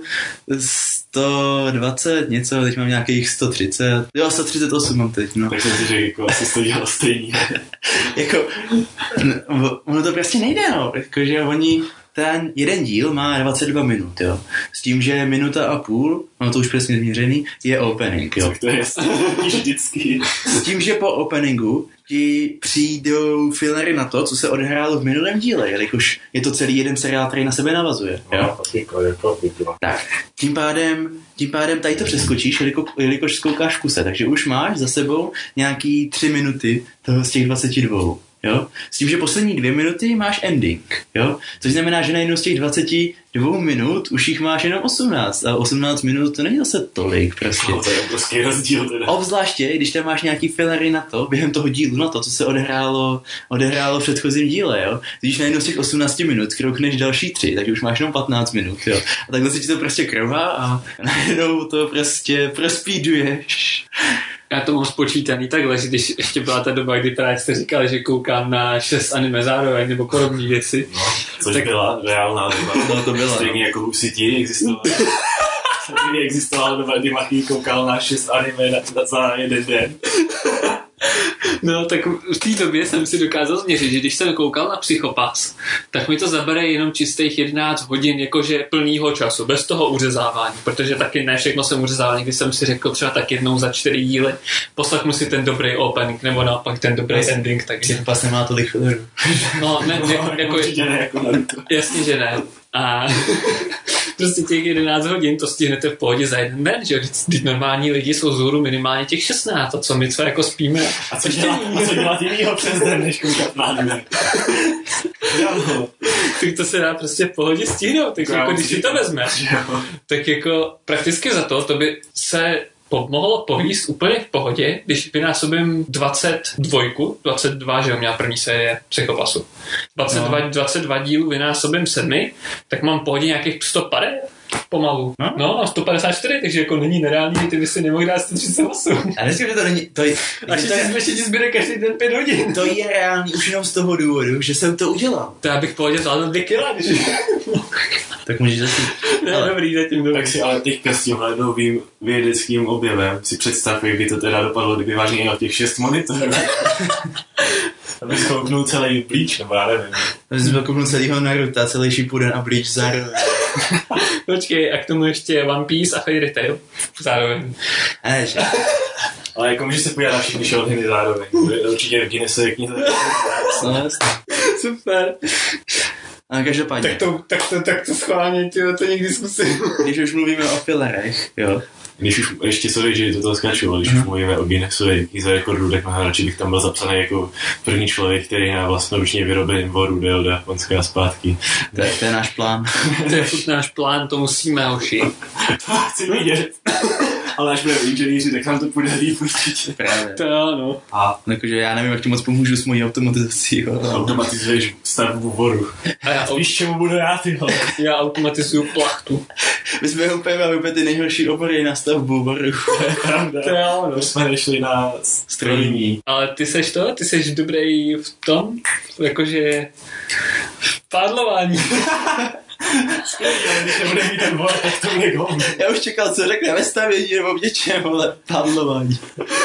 120 něco, teď mám nějakých 130. Jo, 138 mám teď, no. Tak jsem si řekl, jako asi to dělal stejně. Jako, ono to prostě nejde, no. Jakože oni ten jeden díl má 22 minut, jo. S tím, že minuta a půl, no to už přesně změřený, je opening, jo. Tak to je vždycky. S tím, že po openingu ti přijdou fillery na to, co se odehrálo v minulém díle, jelikož je to celý jeden seriál, který na sebe navazuje, jo. Tak, tím pádem tady to přeskočíš, jelikož zkoukáš v kuse, takže už máš za sebou nějaký 3 minuty toho z těch 22. Jo? S tím, že poslední 2 minuty máš ending, jo? Což znamená, že najednou z těch 22 minut už jich máš jenom 18 a 18 minut to není zase tolik prostě. No, to je obrovský rozdíl teda. Obzvláště, když tam máš nějaký fillery na to, během toho dílu na to, co se odehrálo v předchozím díle, jo? Když najednou z těch 18 minut kroukneš další 3, takže už máš jenom 15 minut, jo? A takhle se ti to prostě krvá a najednou to prostě prospíduješ. Já to mám spočítaný takhle, že když ještě byla ta doba, kdy právě jste říkali, že koukám na 6 anime zároveň nebo podobné věci. No, což tak byla reálná doba. No, to byla. Stejně jako u City existovala doba, kdy Machy koukal na 6 anime za jeden den. No, tak v té době jsem si dokázal změřit, že když jsem koukal na Psychopass, tak mi to zabere jenom čistých 11 hodin jakože plnýho času, bez toho uřezávání, protože taky ne všechno jsem uřezával, když jsem si řekl třeba tak jednou za 4 díly, poslechnu si ten dobrý opening, nebo naopak ten dobrý ending, takže... Psychopass nemá tolik fillerů. No, ne, jako... Určitě ne, jako Naruto. Jasně, že ne. A prostě těch 11 hodin to stihnete v pohodě za jeden den, že teď normální lidi jsou vzhůru minimálně těch 16, a co my co jako spíme. A co dělat jinýho přes den, než koukat na anime? Tak to se dá prostě v pohodě stihnout, takže jako když si to vezmeš, tak jako prakticky za to by se mohlo povíst úplně v pohodě, když vynásobím 22, že jo, měla první série Psychopassu. 22 dílů vynásobím 7, tak mám v pohodě nějakých 150 pomalu. No, 154, takže jako není nereálný, že ty by si nemohl dát 138. A dneska, že to není... A že ti zbyde každý den 5 hodin. To je reálný už jenom z toho důvodu, že jsem to udělal. To já bych v pohodě zvládl 2 kila, když... Tak můžeš začít. Ne, dobrý, zatím dobrý. Tak si ale teďka s tímhle novým vědeckým objevem si představ, jak by to teda dopadlo, kdyby vážně měl těch 6 monitorů. Aby skouknul celý Bleach, nebo já nevím. Aby jsem kouknul celýho Naruto, celý Shippuden a Bleach zároveň. Počkej, a k tomu ještě One Piece a Fairy Tail zároveň. Ne, že? Ale jako můžeš se podívat na všechny shorthiny zároveň. Určitě v Guinnessové knize. No, jasně. Super. A každopádně. Tak to schválně, to někdy zkusím. Když už mluvíme o fillerech, jo. Když už, ještě sorry, že to toho skáču, ale když už mluvíme o Guinnessové knize rekordu, tak mnohem radši bych tam byl zapsaný jako první člověk, který má vlastnoručně vyrobený vodu do Japonska a zpátky. To je náš plán. To je furt náš plán, to musíme, hoši. To chci vidět. Ale až budeme inženýři, tak nám to půjde líp určitě. Právě. To ano. A takže já nevím, jak ti moc pomůžu s mojí automatizací. automatizuješ stavbu vodu. A já Víš, čemu budu já, tyhle? Já automatizuju plachtu. My jsme úplně ty nejhorší obory na stavbu vodu. To je pravda. To je ano. Už jsme nešli na strojní. Ale ty seš dobrý v tom, jakože v pádlování. Když nebude mít ten vor, tak to bude gol. Já už čekal, co řekne ve stavění nebo v něčem, ale pádlování.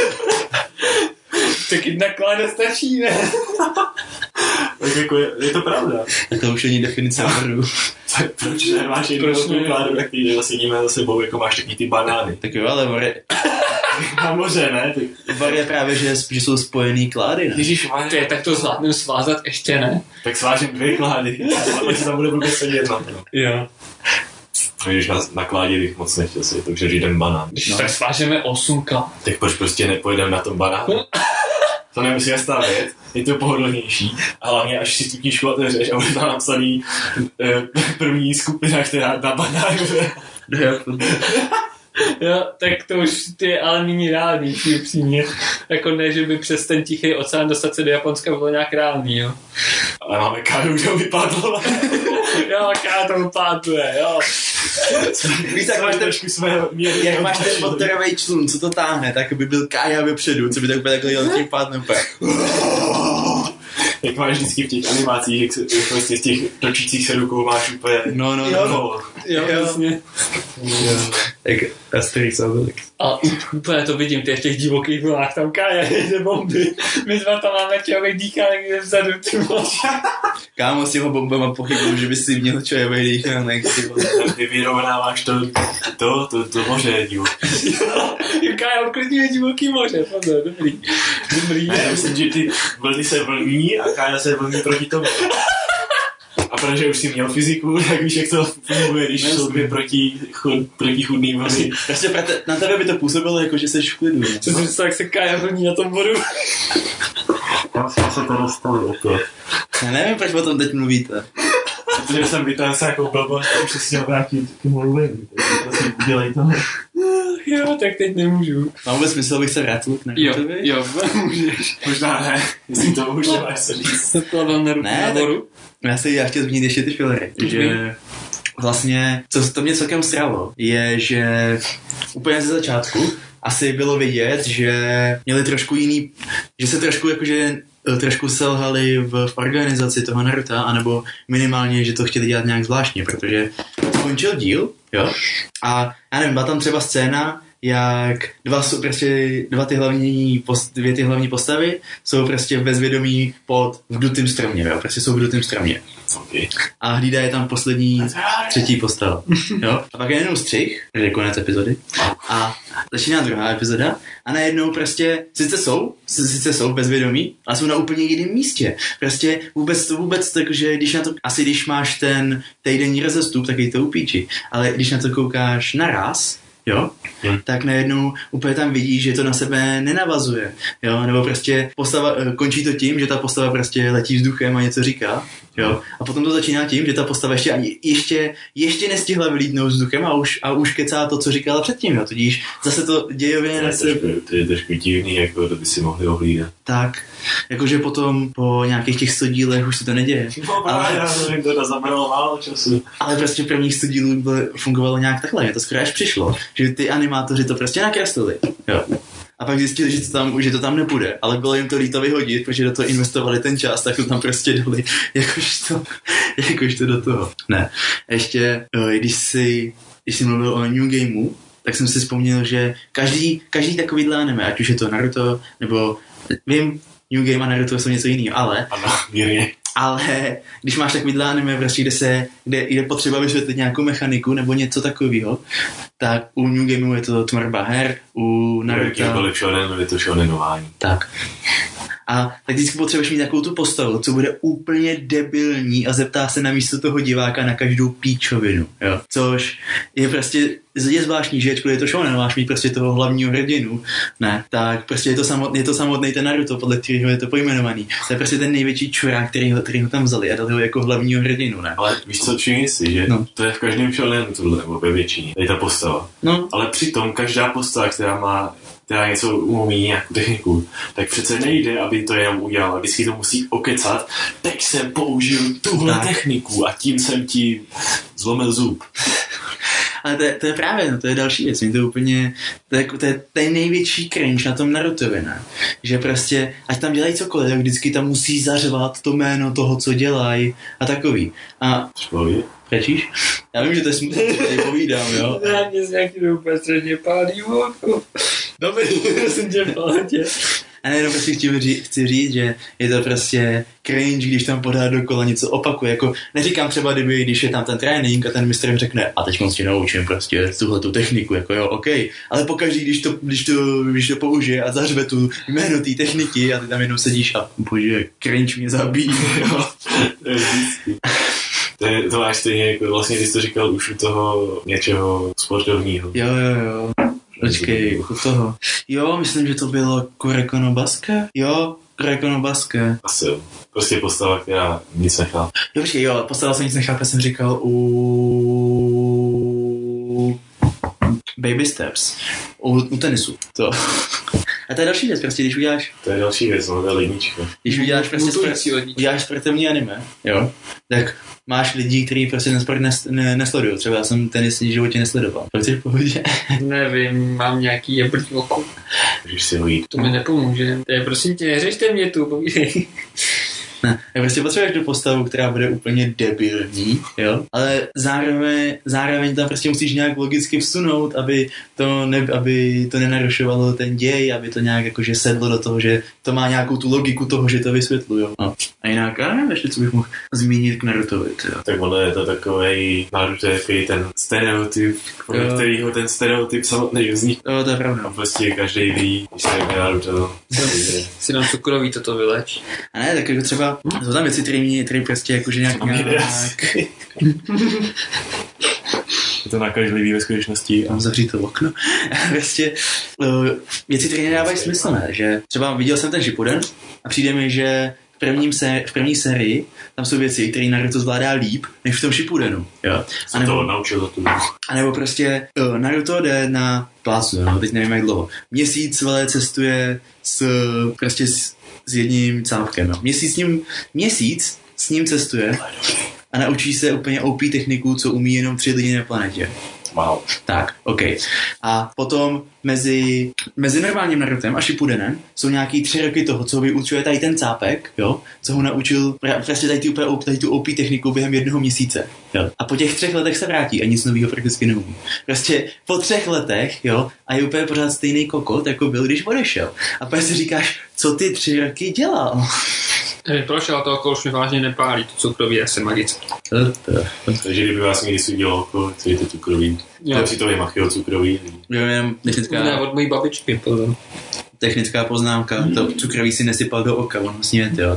Tak jedna kláda stačí, ne? Tak jako je to pravda. Tak to už není definice voru. Proč nemáš jednu kládu, tak ty zase vidíme za sebou, jako máš taky ty banány. Tak jo, ale vor je... Na moře, ne? Vor je právě, že jsou spojený klády, ne? Ježišmarja, tak to zvládnem svázat ještě ne? Tak svážím 2 klády, ale se tam bude vůbec sedět na to. Jo. Když na kládě bych moc nechtěl si to přežít ten banán. Když tak svážeme 8 kg. Tak proč prostě nepojedeme na tom banánu? To nemusíme stavět, je to pohodlnější. A hlavně, až si tu knížku otevřeš a bude tam napsaný první skupina, která na banánu. Jo, tak to už je ale nyní reálnější upřímně. Jako ne, že by přes ten tichý oceán dostat se do Japonska bylo nějak reálný, jo. Ale máme Káju, kdo vypadl. Jo, Kája to vypadluje, jo. Víš, jak máš ten motorový člun, co to táhne, tak by byl Kája vepředu, co by tak úplně takhle jel tím pádem. Jak máš vždycky v těch animacích, jak prostě z těch točících se rukou máš úplně... Jo, jasně. Tak Asterix a Obelix. A úplně to vidím, ty v těch divokých vlnách, tam Kája jede bomby. My dva tam máme člověk dýchá někde vzadu, ty vole. Kámo, s těma bombama pochybuju, že by si měl člověk dýchanek. Ty vyrovnáváš to moře, divu. Kája uklidňuje divoký moře, pozor, dobrý. Ne, já myslím, že ty vlny se vlní a Kája se vlní proti tomu. A protože už jsi měl fyziku, tak víš, jak to funguje, když jsou dvě protichůdný vlny. Prostě na tebe by to působilo jako, že jsi v klidu. Co si představ, jak se Kája vlní na tom vodu. Kam jsme se to dostali opět? Já nevím, proč o tom teď mluvíte. Protože jsem vytáhl se jako blbost a už se chtěl vrátit k mluvení. Prosím, udělej to. Jo, tak teď nemůžu. Mám vůbec smysl, abych se vrátil k Narutovi? Jo, můžeš. Možná ne, jestli to už nemáš co říct. Se plaval na vodu. Já chtěl zmínit ještě ty fillery, že vlastně, co to mě celkem sralo, je, že úplně ze začátku asi bylo vidět, že měli trošku jiný, že se trošku jakože trošku selhali v organizaci toho Naruta, anebo minimálně, že to chtěli dělat nějak zvláštně, protože skončil díl, jo, a já nevím, byla tam třeba scéna, jak dvě ty hlavní postavy jsou prostě bezvědomí v dutým stromě, jo, prostě jsou v dutým stromě. Okay. A hlídá je tam poslední třetí postava, jo. A pak je jenom střih, takže je konec epizody, a začíná druhá epizoda a najednou prostě sice jsou bezvědomí, ale jsou na úplně jiném místě. Prostě vůbec takže když máš ten týdenní rozestup, tak je to upíči, ale když na to koukáš naraz, jo, tak najednou úplně tam vidíš, že to na sebe nenavazuje, jo, nebo prostě končí to tím, že ta postava prostě letí vzduchem a něco říká, jo, a potom to začíná tím, že ta postava ještě nestihla vylítnout vzduchem a už kecá to, co říkala předtím, jo, tudíž zase to dějově na sebe. To je trošku divný, jako to by si mohli ohlídat. Tak, jakože potom po nějakých těch 100 dílech už se to neděje. To zabralo málo času. Ale prostě prvních 100 dílů fungovalo nějak takhle, mě to skoro až přišlo, že ty animátoři to prostě nakreslili, jo. A pak zjistili, že to tam nepůjde, ale bylo jim to líto vyhodit, protože do toho investovali ten čas, tak to tam prostě dali, jakož to do toho. Ne, ještě, když jsi mluvil o New Gameu, tak jsem si vzpomněl, že každý takovýhle anime, ať už je to Naruto, nebo vím, New Game a Naruto jsou něco jiného, ale... Ano, mírně. Ale když máš takovýhle anime, prostě, kde je potřeba vysvětlit nějakou mechaniku nebo něco takového, tak u New Gameu je to tvorba her, u Naruto... Je to shonenování. Tak. A tak vždycky potřebuješ mít takovou tu postavu, co bude úplně debilní a zeptá se na místo toho diváka na každou píčovinu, jo. Což je prostě je zvláštní, že je to shonen, máš mít prostě toho hlavního hrdinu, ne, tak prostě je to samotný ten Naruto, podle kterého je to pojmenovaný. To je prostě ten největší čurák, který ho tam vzali a dali ho jako hlavního hrdinu, ne. Ale víš co, všimni si, že to je v každém shonenu tohle, nebo ve většině, tady ta postava. No. Ale přitom každá postava, která něco umí, nějakou techniku, tak přece nejde, aby to jenom udělal. Vždycky to musí okecat, tak jsem použil tuhle techniku a tím jsem ti zlomil zub. Ale to je právě, to je další věc. To je ten největší cringe na tom Narutovi, ne? Že prostě, ať tam dělají cokoliv, tak vždycky tam musí zařvat to jméno toho, co dělají a takový. A... Řečíš? Já vím, že to je smutné, že tady povídám, jo? Já mě z nějaký úplně středně pálí oko. Dobrý, jsem tě v pohodě. A nejenom prostě chci říct, že je to prostě cringe, když tam podá dokola něco opakuje. Jako neříkám třeba, když je tam ten trénink a ten mistr řekne a teď moc tě naučím prostě tuhletu techniku, jako jo, OK. Ale pokaždý, když to použije a zařve tu jméno té techniky a ty tam jenom sedíš a bože, cringe mě zabíjí, jo. To máš stejně, jako vlastně ty jsi to říkal už u toho něčeho sportovního. Jo. Počkej, u toho. Jo, myslím, že to bylo Kuroko no Basuke. Jo, Kuroko no Basuke. Asi jo. Prostě postava, která nic nechápe. Jo, počkej, jo, postava jsem nic nechápe, jsem říkal u Baby Steps. U tenisu. To. A to je další věc, prostě když uděláš... To je další věc, no, to je lednička. Když uděláš prostě uděláš sportovní anime, jo, tak máš lidi, kteří prostě ten sport nesledují. Třeba já jsem tenis v životě nesledoval. Proč jsi v pohodě? Nevím, mám nějaký jeblý oko. Můžeš si ho jít. To mi nepomůže. Prosím tě, neřešte mě tu, povídej. Ne, já prostě potřebuješ tu postavu, která bude úplně debilní, jo, ale zároveň tam prostě musíš nějak logicky vsunout, aby to nenarušovalo ten děj, aby to nějak jakože sedlo do toho, že to má nějakou tu logiku toho, že to vysvětluje. No. A jinak, já nevím ještě, co bych mohl zmínit k Narutovi, jo. Tak ono je to takovej Naruto je takový ten stereotyp, podle kterýho ten stereotyp samotný vznik. Jo, to je pravda. A prostě každý ví, když se řekne Naruto. Si nám cukroví toto vyleč. A ne, tak jako třeba jsou tam věci, které prostě jakože nějak... Je to nákažlivý ve skutečnosti. Mám zavřít to okno. Prostě věci, které nedávají smysl, ne? Že třeba viděl jsem ten Shippuden a přijde mi, že v první sérii tam jsou věci, které Naruto zvládá líp, než v tom Shippudenu. Jo. Jsem to naučil za tu. A nebo prostě Naruto jde na plácu, no, teď nevím jak dlouho. Měsíc cestuje s jedním cápkem. No. Měsíc s ním cestuje a naučí se úplně OP techniku, co umí jenom 3 lidi na planetě. Wow. Tak, OK. A potom mezi normálním Narutem a Shippudenem jsou nějaký 3 roky toho, co vyučuje tady ten cápek, jo, co ho naučil prostě tady tu OP techniku během 1 měsíce. Jo. A po těch 3 letech se vrátí a nic nového prakticky neumí. Prostě po 3 letech, jo, a je úplně pořád stejný kokot, jako byl, když odešel. A pak si říkáš, co ty 3 roky dělal? Prošel to oko už mi vážně nepálí, to cukroví asi magické. Takže kdyby vás někdy si udělal oko, co je to cukroví. Lepší to je Machio cukroví. Jo, jenom technická... Ne, od mojí babičky, pozor. Technická poznámka, to cukroví si nesypal do oka, on vlastně jo.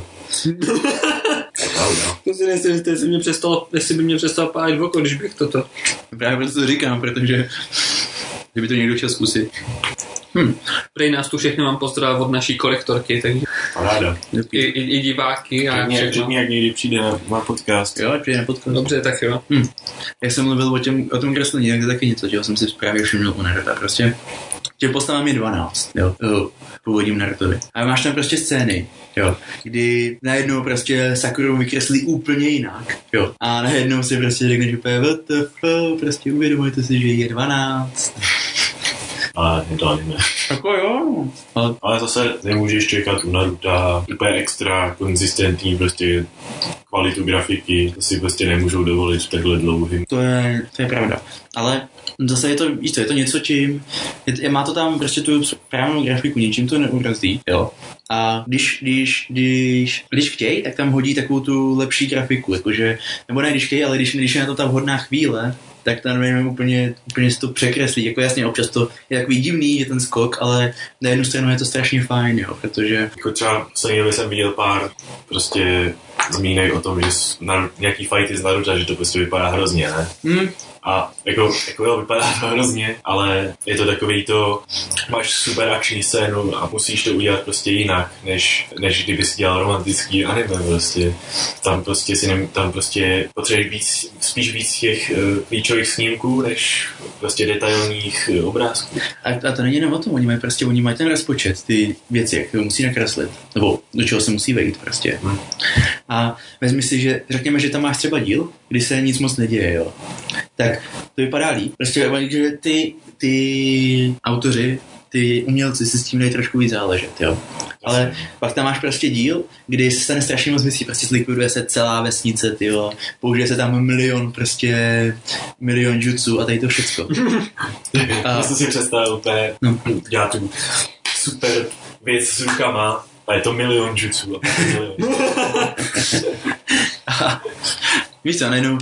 To si nejsem, jestli by mě přestalo pálit v oko, když bych toto. Právě proto to říkám, protože kdyby to někdo chtěl zkusit. Prej nás tu všechny mám pozdravit od naší korektorky, takže paráda. I diváky a všechno. Řekni, jak někdy přijde na podcast. Jo, přijde na podcast. Dobře, tak jo. Jak jsem mluvil o tom kreslení, tak to taky něco, čeho jsem si právě všiml u Naruta. Prostě tě postavám je 12, jo, původním Narutovi. A máš tam prostě scény, jo, kdy najednou prostě Sakuru vykreslí úplně jinak, jo. A najednou si prostě řekneš úplně WTF, prostě uvědomujete si, že je 12. Ale je to anime. Jako jo. Ale zase nemůžeš čekat u Naruta úplně extra konzistentní prostě kvalitu grafiky. To si prostě nemůžou dovolit takhle dlouhým. To je pravda. Ale zase je to něco, čím... Má to tam prostě tu správnou grafiku, ničím to neurazí, jo. A když chtějí, tak tam hodí takovou tu lepší grafiku, jakože... Nebo ne když chtějí, ale když je na to ta vhodná chvíle, tak tam nevím, úplně si to překreslí. Jako jasně, občas to je takový divný, je ten skok, ale na jednu stranu je to strašně fajn, jo, protože... Jako třeba jsem viděl pár prostě zmínek o tom, že nějaký fighty z Naruta, že to prostě vypadá hrozně, ne? A jako jo, vypadá to hrozně, ale je to takový to, máš super akční scénu a musíš to udělat prostě jinak, než kdyby si dělal romantický anime prostě. Tam prostě potřebuješ spíš víc těch klíčových snímků, než prostě detailních obrázků. A to není jenom o tom, oni mají ten rozpočet, ty věci, jak to musí nakreslit, nebo do čeho se musí vejít prostě. A vezmi si, že řekněme, že tam máš třeba díl, kdy se nic moc neděje, jo. Tak to vypadá líp. Prostě, že ty autoři, ty umělci si s tím dají trošku víc záležet, jo. Ale pak tam máš prostě díl, kdy se stane strašně moc věcí, prostě zlikviduje se celá vesnice, tyjo. Použije se tam milion jutsu a tady to všecko. Já jsem si představil, dělá tu super věc s rukama a je to milion jutsu. Víš co, najednou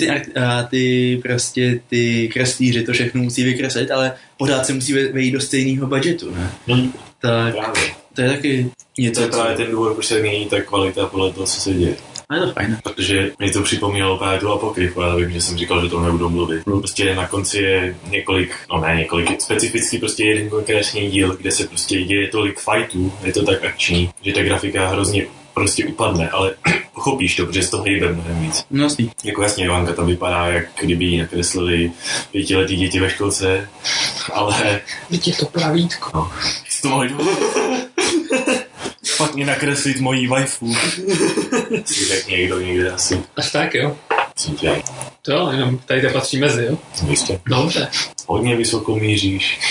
prostě ty kreslíři to všechno musí vykreslit, ale pořád se musí vejít do stejného budgetu, ne? Tak právě. To je taky něco. To je právě ten důvod, proč se mění ta kvalita podle toho, co se děje. A je to fajn. Protože mě to připomínalo právě tu apokryfu, ale vím, že jsem říkal, že to nebudu mluvit. Prostě na konci je několik, specificky prostě jeden konkrétní díl, kde se prostě děje tolik fightů, je to tak akční, že ta grafika hrozně prostě upadne, ale pochopíš to, protože z toho hejbe mnohem víc. No jasný. Jako jasně, Ivanka tam vypadá, jak kdyby ji nakreslili 5letý děti ve školce, ale... Teď je to pravítko. No, jsi to mohli špatně nakreslit mojí waifu. Si řekl někde asi. Až tak, jo? Jsem tě. To jo, jenom tady to patří mezi, jo? Jistě. Dobře. Hodně vysoko míříš.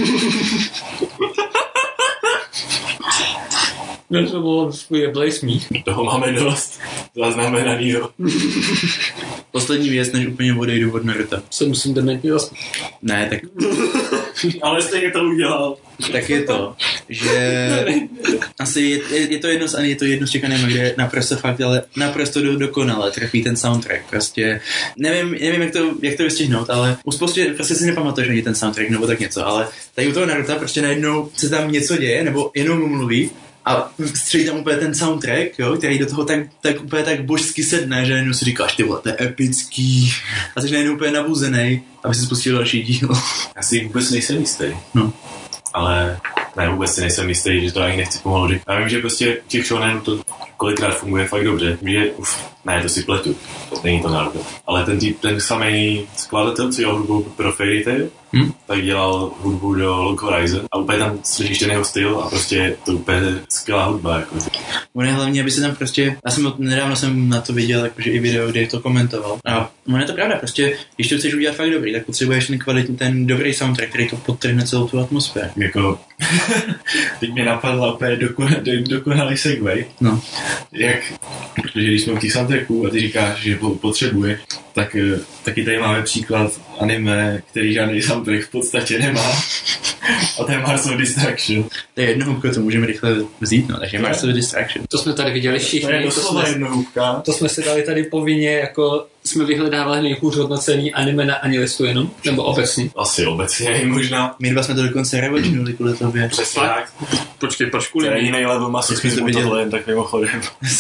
No to bylo svůj blejsmích. Toho máme dost. Zaznamenanýho. Poslední věc, než úplně odejdu od Naruta. Se musím dementně zasnít. Ne, tak... Ale stejně to udělal. Tak je to, že asi je to jedno z těch anime, kde naprosto fakt, ale naprosto dokonale trefí ten soundtrack. Prostě nevím jak to vystihnout, ale prostě si nepamatuješ ani ten soundtrack nebo tak něco, ale tady u toho Naruta prostě najednou se tam něco děje, nebo jenom mluví a střelí tam úplně ten soundtrack, jo, který do toho tak úplně tak božsky sedne, že najednou si říkáš, ty vole, to je epický. A jsi najednou úplně nabuzenej, aby si spustil další díl. Já si vůbec nejsem jistý. No. Ale ne, vůbec si nejsem jistý, že to ani nechci pomalu říct. Já vím, že prostě těch shonen to kolikrát funguje fakt dobře. Že, ne, to si pletu. Není to Naruto. Ale ten samý skladatel, co dělal hudbu pro Fairy Tail, tak dělal hudbu do Log Horizon a úplně tam slyšíš ten jeho styl a prostě to úplně skvělá hudba. Jako. On je hlavně, aby se tam prostě, nedávno jsem na to viděl, jakože i video, kde to komentoval. A on je to pravda, prostě, když to chceš udělat fakt dobrý, tak potřebuješ ten dobrý soundtrack, který to podtrhne celou tu atmosféru. Jako, teď mě napadla úplně dokonalý segway. No. Protože když jsme u těch soundtracků a ty říkáš, že potřebuje, tak taky tady máme příklad anime, který žádný soundtrack v podstatě nemá. A to je Mars of Distraction. To je jednohubka, to můžeme rychle vzít, no, takže Mars of Distraction. To jsme tady viděli všichni. To je doslova jednohubka. To jsme si dali tady povinně, jako jsme vyhledávali nejhůř hodnocený anime na Anilistu jenom, nebo obecně. Asi obecně, možná. My dva jsme to dokonce revočnuli kvůli tobě. Přesně tak. Počkej, proč kvůli? To je jiný level masochismu, tohle jen tak mimochodem.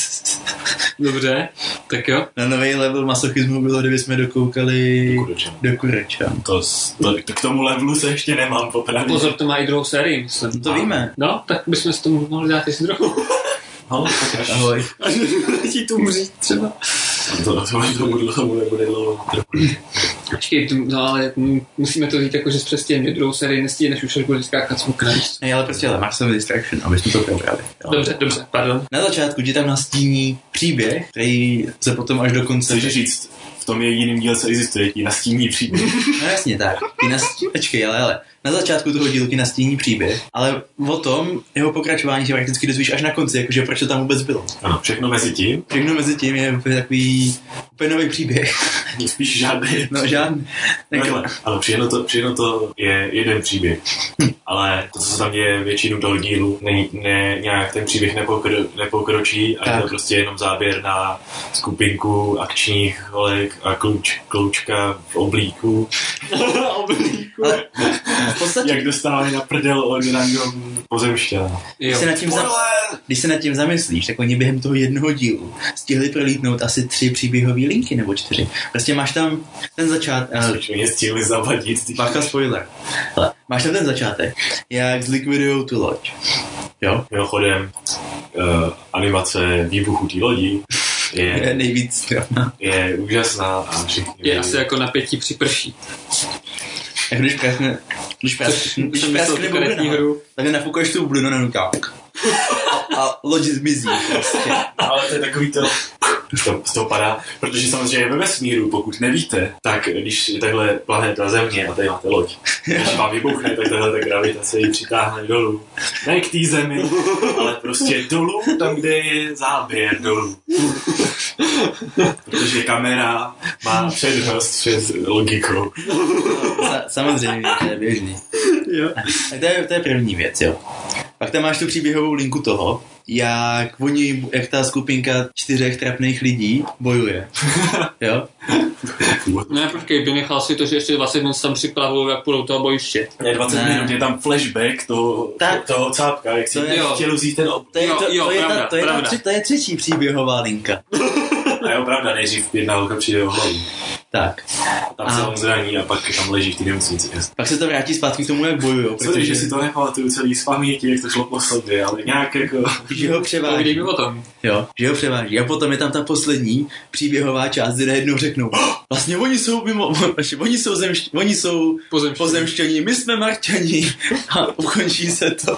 Dobře, tak jo. Na nový level masochismu bylo, kdyby jsme dokoukali do Kureča. To k tomu levelu se ještě nemám popravdě. Pozor, to má i druhou sérii, myslím. To víme. No, tak bychom si to mohli dát jestli druhou. No, ahoj. Až ti tu umřít třeba. Tomu nebude dlouho. Počkej, no ale musíme to říct jako, že přestěhně druhou sérii nestihneš už až bude skákat svou krajišť. Ne, ale prostě Mars of Distraction, aby jsme to probrali. Dobře, pardon. Na začátku ti tam nastíní příběh, který se potom až do konce... Chceš říct, v tom jediném díle, co existuje, ti nastíní příběh. No jasně tak. Počkej, ale. Na začátku toho dílu ti nastíní příběh, ale o tom jeho pokračování se prakticky dozvíš až na konci, jakože proč to tam vůbec bylo. Ano, všechno mezi tím. Všechno mezi tím je takový úplně nový příběh. Spíš žádný. No žádný. Ale všechno to je jeden příběh. Ale to, co se tam děje většinu toho dílu, nějak ten příběh nepokročí a je to prostě jenom záběr na skupinku akčních holek a kloučka v oblíku. Ale v podstatě... Jak dostávají na prdel od random pozemšťana. Když se nad tím zamyslíš, tak oni během toho jednoho dílu stihli prolítnout asi 3 příběhové linky nebo 4. Prostě máš tam ten začátek... Mě stihli zavadit. Bacha spoiler. Ale máš tam ten začátek, jak zlikvidujou tu loď. Jo? Mimochodem, animace výbuchu té lodi je nejvíc strana. Je úžasná a všichni... Je asi jako napětí při prší. Jak když praskne bublina, tak nafukáš tu bublinu na nuták. A loď zmizí. Prostě. Ale to je takový to... Z toho padá, protože samozřejmě ve vesmíru, pokud nevíte, tak když je takhle planeta Země a tady máte loď, když vám vybuchne, tak tahle ta gravitace ji přitáhne dolů. Ne k té Zemi, ale prostě dolů, tam, kde je záběr dolů. Protože kamera má přednost před logikou. Samozřejmě, to je běžný. Jo. To je první věc, jo. Pak tam máš tu příběhovou linku toho, jak ta skupinka 4 trapných lidí bojuje. Jo? Ne, počkej, vynechal si to, že ještě 20 minut tam připravují, jak půjdou toho bojiště. Ne, 20 minut je tam flashback toho cápka, jak si chtěl vzít ten... To je třetí příběhová linka. jako pravda, nejdřív jedna holka přijde o hlavu. Tak. Tam se on zraní a pak tam leží v té nemocnici. Pak se to vrátí zpátky k tomu, jak bojujou. Protože že si to nepamatuju celý z paměti, jak to šlo po sobě, ale nějak jako... Že ho převáží. o tom. Jo, že ho převáží. A potom je tam ta poslední příběhová část, kde najednou řeknou, vlastně oni jsou mimo, oni jsou pozemštění, my jsme Marťani. A ukončí se to.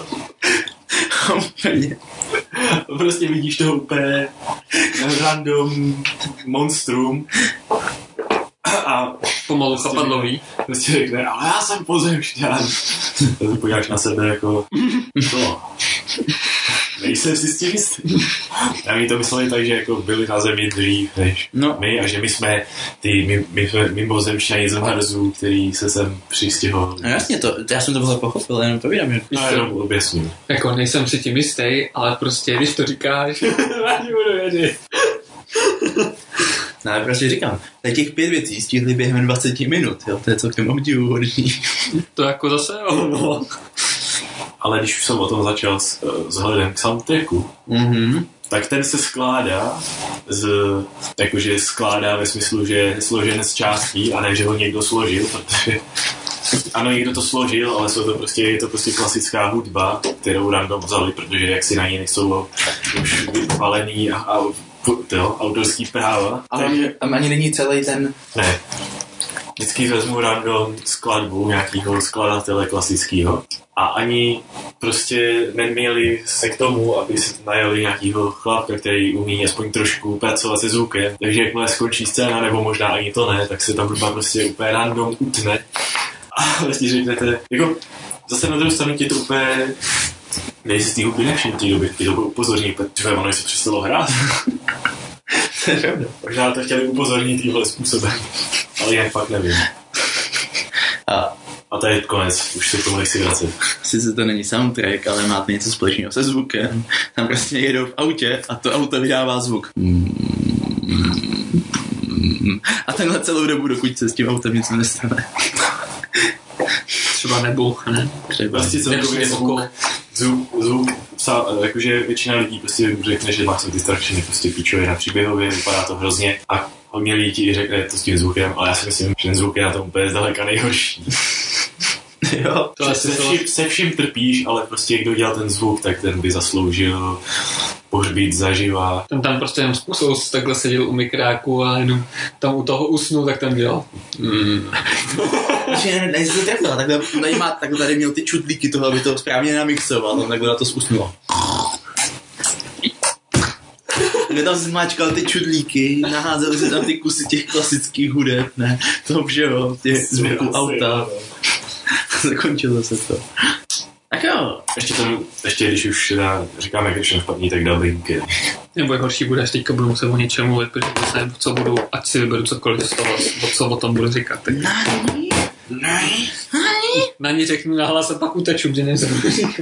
Prostě vidíš toho úplně random monstrum a pomalu chapadlový. Prostě řekne, ale já jsem pozemšťan. A ty podíváš na sebe jako to. Nejsem si s tím jistý. A my to mysleli tak, že jako byli na zemi dřív než my a že my jsme ty mimozemšťani z Marsu, který se sem přistěhovali. No jasně, já jsem to bylo pochopil, jenom povídám. No jenom objasním. Jako nejsem si tím jistý, ale prostě když to říkáš, ani budu vědět. No ale prostě říkám, těch 5 věcí stihli během 20 minut, jo, to je co k tomu obdivuhodný. To jako zase no. Ale když už jsem o tom začal vzhledem k soundtracku, tak ten se skládá jakože skládá ve smyslu, že je složen z částí a ne, že ho někdo složil, protože ano, někdo to složil, ale je to prostě klasická hudba, kterou random vzali, protože jak si na ní nejsou už vyvalený a autorský práva. Ale ani není celý ten... Ne. Vždycky vezmu random skladbu nějakého skladatele klasického a ani prostě neměli se k tomu, aby se najeli nějakýho chlapka, který umí aspoň trošku pracovat se zvukem. Takže jakmile skončí scéna, nebo možná ani to ne, tak se ta hudba prostě úplně random utne. A vlastně řeknete, jako zase na druhou stranu ti to úplně nejsi z té hudby nevšim té doby, ti to bylo upozorní, protože ono se přestalo hrát. To je pravda. Možná to chtěli upozornit tímhle způsobem, ale jak fakt nevím. A to je konec, už se k tomu nechci vracet. Sice to není soundtrack, ale máte něco společného se zvukem. Tam prostě jedou v autě a to auto vydává zvuk. A tenhle celou dobu, dokud se s tím autem nic nestane. Třeba nebouchne. Třeba. Prostě celkově zvuk, jakože většina lidí prostě řekne, že Max of Destruction je prostě píčově na příběhově, vypadá to hrozně a hodně lidí ti řekne to s tím zvukem, ale já si myslím, že ten zvuk je na tom úplně zdaleka nejhorší. Jo, se vším trpíš, ale prostě kdo dělal ten zvuk, tak ten by zasloužil pohřbít zaživa. Ten tam prostě jen způsob takhle seděl u mikráku a jenom tam u toho usnul, tak ten dělal. Nejsi to trefila, takhle tady měl ty čudlíky toho, aby to správně namixoval, a takhle na to usnul. Kde tam zmáčkal ty čudlíky, naházeli se tam ty kusy těch klasických hudeb, ne, toho všeho, těch zvuků auta. Zakončilo se to. Tak jo. Ještě když už říkáme, jak všechno špatný, tak dubbing. Nebo je horší bude, až teďka budu muset o něčem mluvit, protože nevím, co budu, ať si vyberu cokoliv z toho, co o tom budu říkat. Tak... Na ní řeknu nahlas a pak uteču, že nevím, co budu říkat.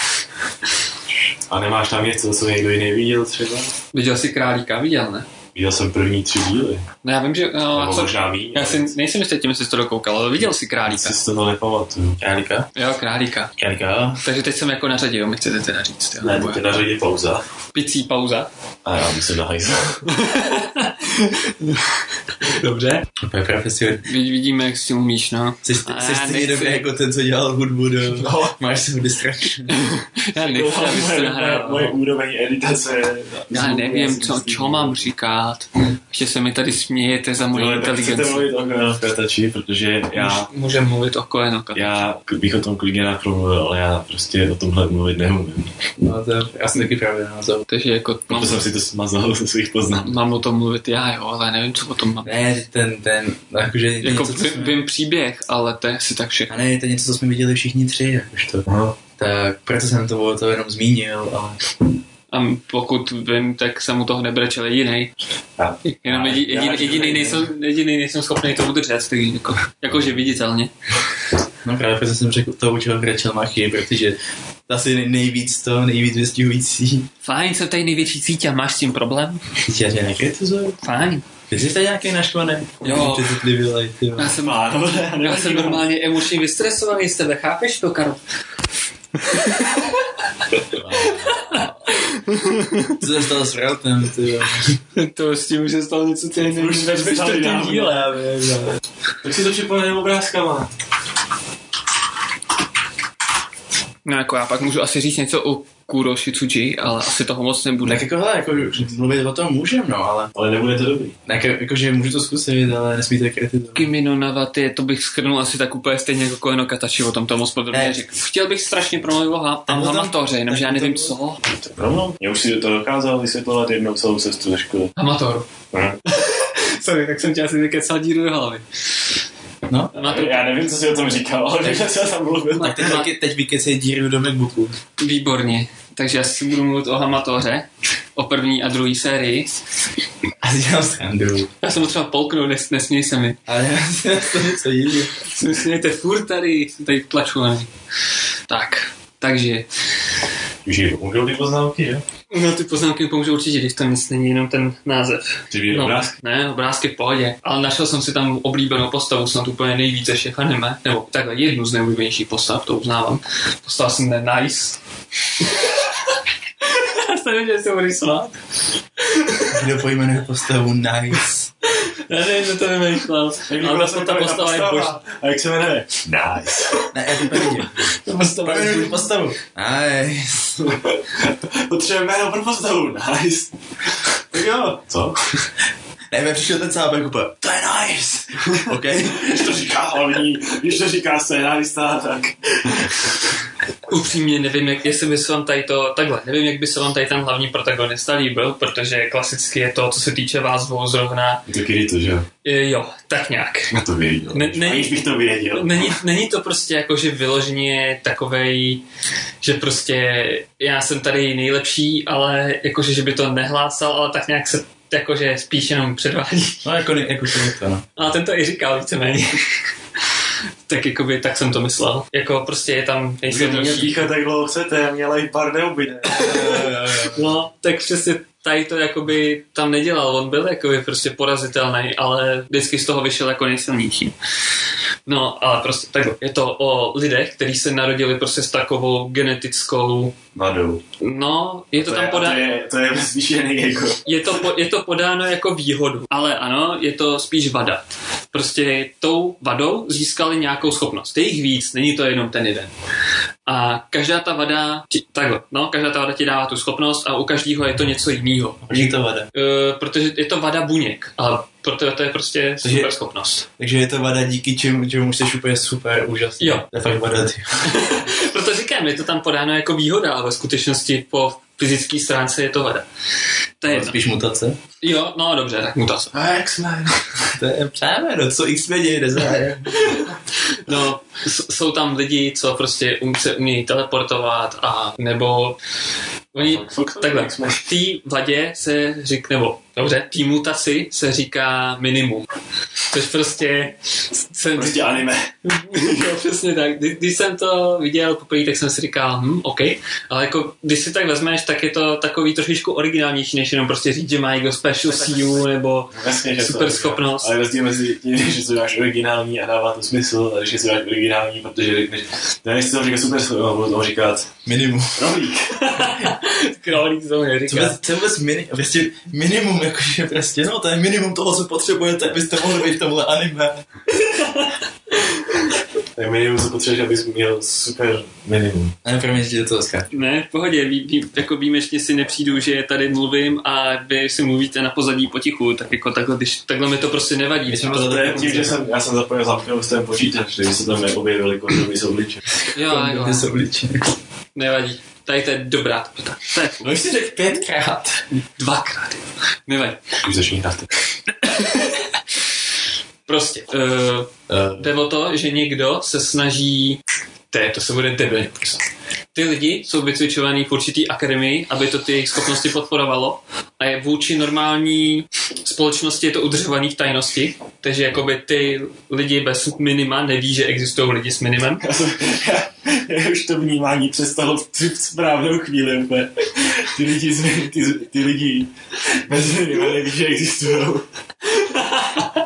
A nemáš tam něco, co někdo jiný viděl třeba? Viděl jsi Králíka, viděl, ne? Viděl jsem první 3 díly. No já vím, že... No, možná víc. Já si nejsem jistý tím, jestli jsi to dokoukal, ale viděl jsi Králíka. Já si to nepamatuju. Králíka? Jo, Králíka. Takže teď jsem jako na řadě, jo, mi chcete teda říct. Jo? Ne, teď je na řadě pauza. Picí pauza. A já musím na hajzl. Dobře. Úplně profesionální. Vidíme, jak s tím umíš, no. Jsi stejně dobrý jako ten, co dělal hudbu do Máš se Destruction. Já nechci, abys to nahrál. Moje úroveň editace. Já nevím, co mám říkat. Ještě se mi tady smějete za moji inteligenci. Chcete mluvit o Koenokatači, protože já... Můžeme mluvit o Koenokatači. Já bych o tom klidně napromluvil, ale já prostě o tomhle mluvit neumím. No to já jsem taky právě názor. Takže jako... Proto jsem si to smazal ze svých poznámek. Mám o tom mluvit já, jo, ale nevím, co o tom mám. Ne, jakože... Jako vím příběh, ale to je si tak všechno. A ne, to je něco, co jsme viděli všichni 3, jakožto. Tak proto jsem to jenom zmínil, ale... A pokud vím, tak jsem u toho nebrečel jedinej. Jenom jediný nejsem schopný to udržet, takže jakože viditelně. No právě proto jsem řekl to, u čeho brečel Machy, protože asi nejvíc vystihující. Fajn, jsem tady největší cítě a máš s tím problém? Já tě nekritizuju. Fajn. Ty jsi tady nějaký naštvaný? Jo. Já jsem normálně emočně vystresovaný z tebe, chápeš to, Karol? Co se stalo s Rautem, ty jo? To s tím už se stalo něco celý Už jsme ve čtvrtém díle. Tak si to připomeneme obrázkama. No jako já pak můžu asi říct něco o Kuro Shitsuji, ale asi toho moc nebude. Tak jako hele, jako mluvit o tom můžem, no, ale... Ale nebude to dobrý. Tak jakože můžu to zkusit, ale nesmíte kritizovat. Kimi no Nawaty, to bych shrnul asi tak úplně stejně jako Koe no Katachi, o tom to moc podrobně řekl. Chtěl bych strašně promluvit o Hamatoře, jenomže já nevím co. Já už si to dokázal vysvětlovat jednou celou cestu ze školy. Hamatoru. Sorry, tak jsem tě asi vykecal díru do hlavy. No? Já nevím, co jsi o tom říkal, ale že jsem tam mluvil. Tak teď vykecej díru do MacBooku. Výborně. Takže já si budu mluvit o Hamatoře, o první a druhé sérii. A dělám srandu. Já jsem ho třeba polknul, nesměj se mi. Ale já to něco jiného. Smějte furt tady tlačovaný. Tak, takže... Už je pomůžou ty poznámky, že? No ty poznámky mi pomůžou určitě, když tam nic není, jenom ten název. Ty obrázky? Ne, obrázky v pohodě. Ale našel jsem si tam oblíbenou postavu, snad úplně nejvíce všech anime. Nebo takhle jednu z nejoblíbenějších postav, to uznávám. Postava se jmenuje Nice. Já jsem nevěděl, že se budeš smát. Kdo pojmenuje postavu Nice? Já nevím, že to nevymýšlel. Ale ta postava je boží. A jak se jmenuje? Nice. Ne, já to nevidím. Pojmenuji postavu. Nice. Potřebujeme jméno pro postavu. Nice. Tak jo. Co? Ne, mě přišel ten cápek úplně. To je nice. OK? Když to říká hlavní, když to říká scénárista, tak... Upřímně nevím, jestli by se vám tady to... Takhle, nevím, jak by se vám tady ten hlavní protagonista líbil, protože klasicky je to, co se týče vás dvou zrovna... Je to Kirito, že jo? Jo, tak nějak. Já to věděl. Aniž bych to věděl. Není to prostě jako, že vyloženě takovej, že prostě já jsem tady nejlepší, ale jakože, že by to nehlásal, ale tak nějak se jakože spíš jenom předvádí. No jako to, no. Ale ten to i říkal víceméně. Tak jakoby, tak jsem to myslel. Jako prostě je tam nejsilnější. Mě píchat tak dlouho chcete, měla i pár neubyde. No, tak přesně tady to jakoby tam nedělal. On byl jakoby prostě porazitelný, ale vždycky z toho vyšel jako nejsilnější. No, ale prostě takhle. Je to o lidech, kteří se narodili prostě s takovou genetickou vadou. No, je to tam podáno... To je zvýšený jako... Je to podáno jako výhodu, ale ano, je to spíš vada. Prostě tou vadou získali nějakou schopnost. Je jich víc, není to jenom ten jeden. A každá ta vada ti dává tu schopnost a u každého je to něco jiného. Proč je to vada? Protože je to vada buněk, ale protože to je prostě super schopnost. Takže je to vada díky čemu jsi úplně super úžasný. Jo. To je fakt vada, ty. Proto říkám, je to tam podáno jako výhoda, ale ve skutečnosti po fyzické stránce je to vada. To je spíš mutace? Jo, no dobře, tak mutace. A X-Men. To je přáme, co X-Men je, nezájem. No, jsou tam lidi, co prostě se umějí teleportovat a nebo oni, takhle, tý vadě se říká, nebo dobře, tý mutaci se říká minimum. Což prostě... Prostě anime. Jo, přesně tak. Když jsem to viděl poprvé, tak jsem si říkal, OK. Ale jako, když si tak vezmeš, tak je to takový trošičku originálnější, než jenom prostě říct, že má jako special sílu nebo jasně, super schopnost. Ale rozdíl mezi tím, že si dáš originální a dává to smysl, a když si dáš originální, protože řekneš, to nechci tomu říkat super schopnost, budu tomu říkat minimum. Rohlík. Rohlík to neříká. Co vůbec minimum, jakože prostě, no to je minimum toho, co potřebujete, abyste mohli být v tomhle anime. Tak minimum, co potřebuješ, abys měl super minimum. A nepromiň, že to skáču. Ne, v pohodě, jako výjimečně si nepřijdu, že tady mluvím a vy si mluvíte na pozadí potichu, tak jako takhle mi to prostě nevadí. To je tím, že já jsem zapojil zapnul ten počítač, takže se tam neobjevily kondomy s obličem. Jo. S obličem. Nevadí. Tady to je dobrá topota. No už si řekl 5krát. 2krát. Nevadí. Už začni hrát. Prostě. Jde o to, že někdo se snaží... To se bude debilně působit. Ty lidi jsou vycvičovaný v určitý akademii, aby to ty jejich schopnosti podporovalo a je vůči normální společnosti je to udržovaný v tajnosti, takže jakoby ty lidi bez minima neví, že existují lidi s minimem. Já už to vnímání přestalo v správnou chvíli úplně. Ty lidi bez minima neví, že existují.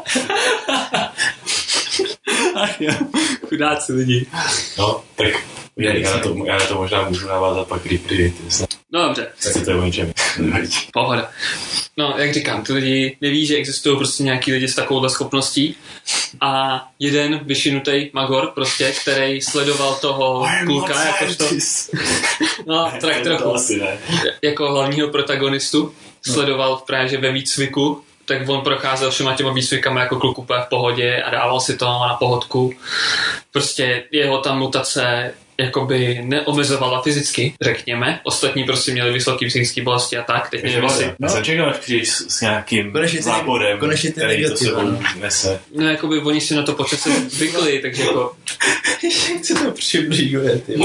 Ach jo, chudáci lidi. No, tak Já na to možná můžu navázat pak Reaper. No dobře. To je o ničem. Pohoda. No, jak říkám, ty lidi neví, že existují prostě nějaký lidi s takovouhle schopností a jeden vyšinutý magor prostě, který sledoval toho kluka jakožto, no, tak trochu, jako hlavního protagonistu, sledoval právě, že ve výcviku, tak on procházel všema těma výcvikama jako kluk úplně v pohodě a dával si to na pohodku. Prostě jeho tam mutace jakoby neomezovala fyzicky, řekněme. Ostatní prostě měli vysoké psychické bolesti a tak. Teď nevím, jestli... Já jsem čekal, až přijdeš s nějakým záporem, který to sebou nese. No, jakoby oni si na to po čase zvykli, takže jako... Jak se to přiblížuje, ty.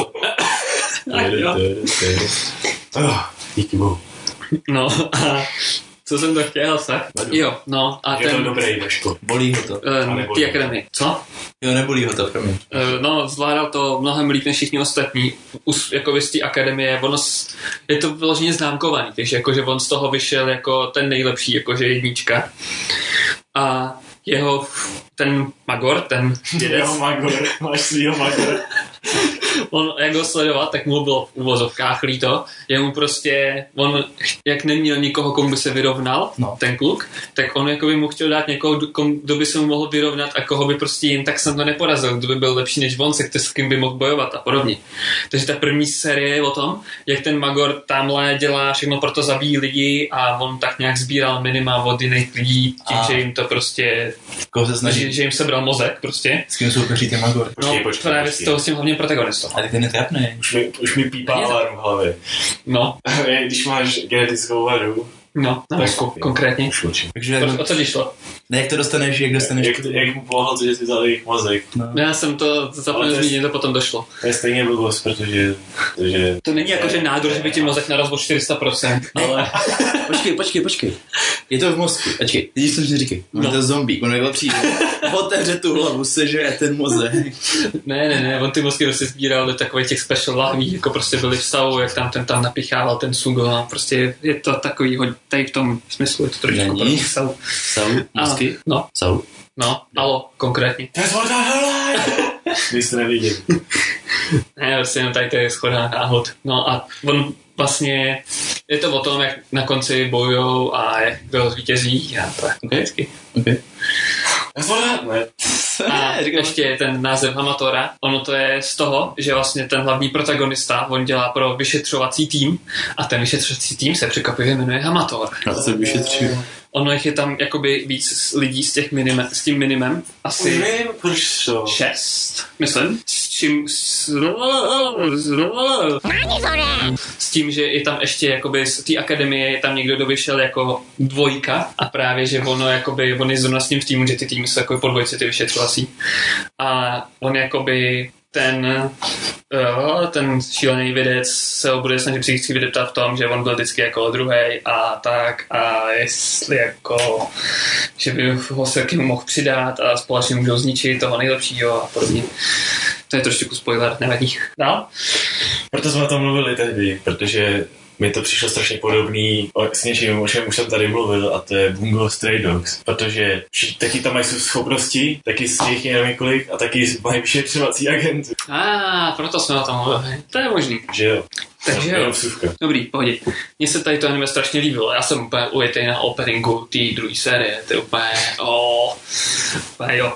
Díky bohu. No a... Co jsem to chtěl, se? Jo, no a je to dobrý, Vaško. Bolí ho to. Ty akademie. Co? Jo, nebolí ho to, promiň. No, zvládal to mnohem líp než všichni ostatní. Jako z té akademie, je to vyloženě známkovaný, takže jakože on z toho vyšel jako ten nejlepší, jakože jednička. A ten magor, ten dědec. Jeho magor, máš svýho magor. On, jak ho sledoval, tak mu bylo v uvozovkách líto. Jemu prostě, on, jak neměl nikoho, komu by se vyrovnal, ten kluk, tak on jako by mu chtěl dát někoho, kdo by se mu mohl vyrovnat a koho by prostě jen tak snadno neporazil, kdo by byl lepší než on, s kým by mohl bojovat a podobně. Takže ta první série je o tom, jak ten magor tamhle dělá všechno pro to zabíjí lidi a on tak nějak sbíral minima od jiných lidí tím, že jim to prostě... Že jim sebral mozek prostě. S kým soupeří ten magor? Počkej. Právě s toho s tím hlavně protagonistou. Ale ten je trapný. Už mi pípá alarm v hlavě. No. Když máš genetickou vadu. No, na mozku, konkrétně. Takže o co ti šlo? Ne, jak to dostaneš, jak mu pomohl, že jsi vzal jejich mozek. No. Já jsem to zapomněl zmínit, to potom došlo. To je stejně blbost, protože... To není jako, že nádor, že by ti mozek narazil 400%, ale... Počkej. Je to v mozku. Počkej, teď to říkej. On je to zombie, on jako přijde. Otevře tu hlavu, sežere ten mozek. Ne, on ty mozky prostě sbíral do takových těch special lahví, jako prostě byli v stavu, jak tam napichával ten sugo a prostě je to takový tady v tom smyslu, je to trošku proti stavu. Mozky? No. Stavu? No, alo, konkrétně. To je zvolená dole! Vy jste neviděli. Ne, prostě jenom tady to je shoda náhod. No a on vlastně, je to o tom, jak na konci bojujou a jak kdo zvítězí a to je vždycky. Okay. A ještě ten název Hamatora, ono to je z toho, že vlastně ten hlavní protagonista, on dělá pro vyšetřovací tým a ten vyšetřovací tým se překvapivě jmenuje Hamator. A to se vyšetří. Ono je tam jakoby víc lidí s tím minimem. Asi 6, myslím. S tím, že je tam ještě jakoby z té akademie je tam někdo, kdo vyšel jako dvojka a právě, že ono jakoby, on je zrovna s tím v týmu, že ty týmy jsou jako po dvojce ty vyšetřovací. A on jakoby ten šílený vědec se ho bude snažit psychicky vydeptat v tom, že on byl vždycky jako druhej a tak a jestli jako, že by ho se k němu mohl přidat a společně můžou zničit toho nejlepšího a podobně. To je trošku spoiler, nevadí. Dál? Proto jsme o tom mluvili tehdy, protože mi to přišlo strašně podobný s něčím, o čem už jsem tady mluvil, a to je Bungo Stray Dogs, protože taky tam mají schopnosti, taky z těch jenom několik a taky mají vyšetřovací agenty. Proto jsme o tom mluvili. To je možný. Že jo. Takže jo. Dobrý, pohodě. Mně se tady to anime strašně líbilo. Já jsem úplně ujetej na openingu té druhé série. To je úplně... jo.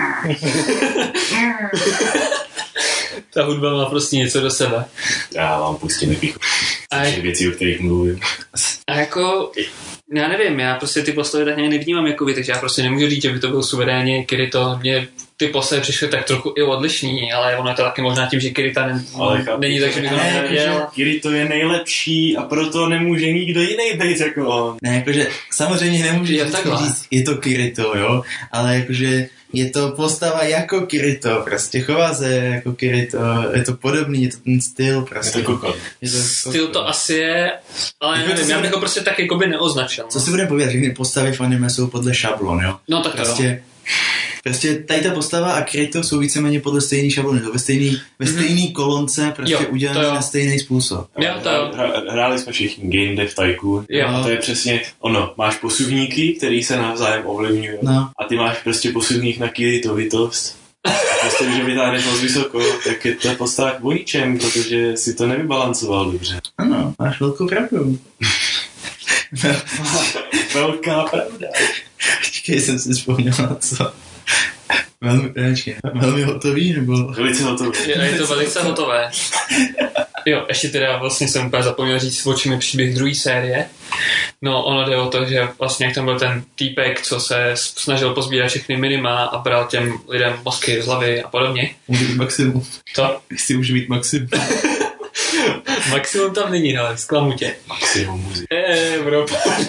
Ta hudba má prostě něco do sebe. Já vám pustím nepíchu. Věcí, o kterých mluvím. A jako... Já nevím, já prostě ty postavy tak nějak nevnímám jako vy, takže já prostě nemůžu říct, že by to byl suverénně Kirito. Mně ty postavy přišly tak trochu i odlišný, ale ono je to taky možná tím, že Kirita není tak, že by to nevěděl. Kirito je nejlepší a proto nemůže nikdo jiný být jako on. Ne, jakože samozřejmě nemůže říct, je to Kirito, jo, ale jakože je to postava jako Kirito, prostě chová se jako Kirito, je to podobný, je to ten styl, prostě. Je to kokot. Styl to asi je, ale nevím, já bych ho prostě tak jako by neoznačil. Co si budeme povědět, všechny postavy v anime jsou podle šablon, jo? No tak Prostě tady ta postava a Kirito jsou víceméně podle stejný šablony, ve stejný kolonce, prostě udělané na stejný způsob. Hráli jsme všichni Game Dev Tycoon a to je přesně ono. Máš posuvníky, který se navzájem ovlivňují a ty máš prostě posuvník na Kiritovitost. Prostě, že vytáhneš moc vysoko, tak je to postava o ničem, protože si to nevybalancoval dobře. Ano, máš velkou pravdu. Velká pravda. Počkej, jsem si vzpomněl na co. Velmi hotový, nebo? Velice hotový. Je to velice hotové. Jo, ještě teda vlastně jsem úplně zapomněl říct, o čem je příběh druhé série. No, ono jde o to, že vlastně jak tam byl ten týpek, co se snažil pozbírat všechny minima a bral těm lidem mozky z hlavy a podobně. Může být maximum. To? Jestli může být maximum. Maximum tam není, ale zklamu tě. Maximum muzik. Bro.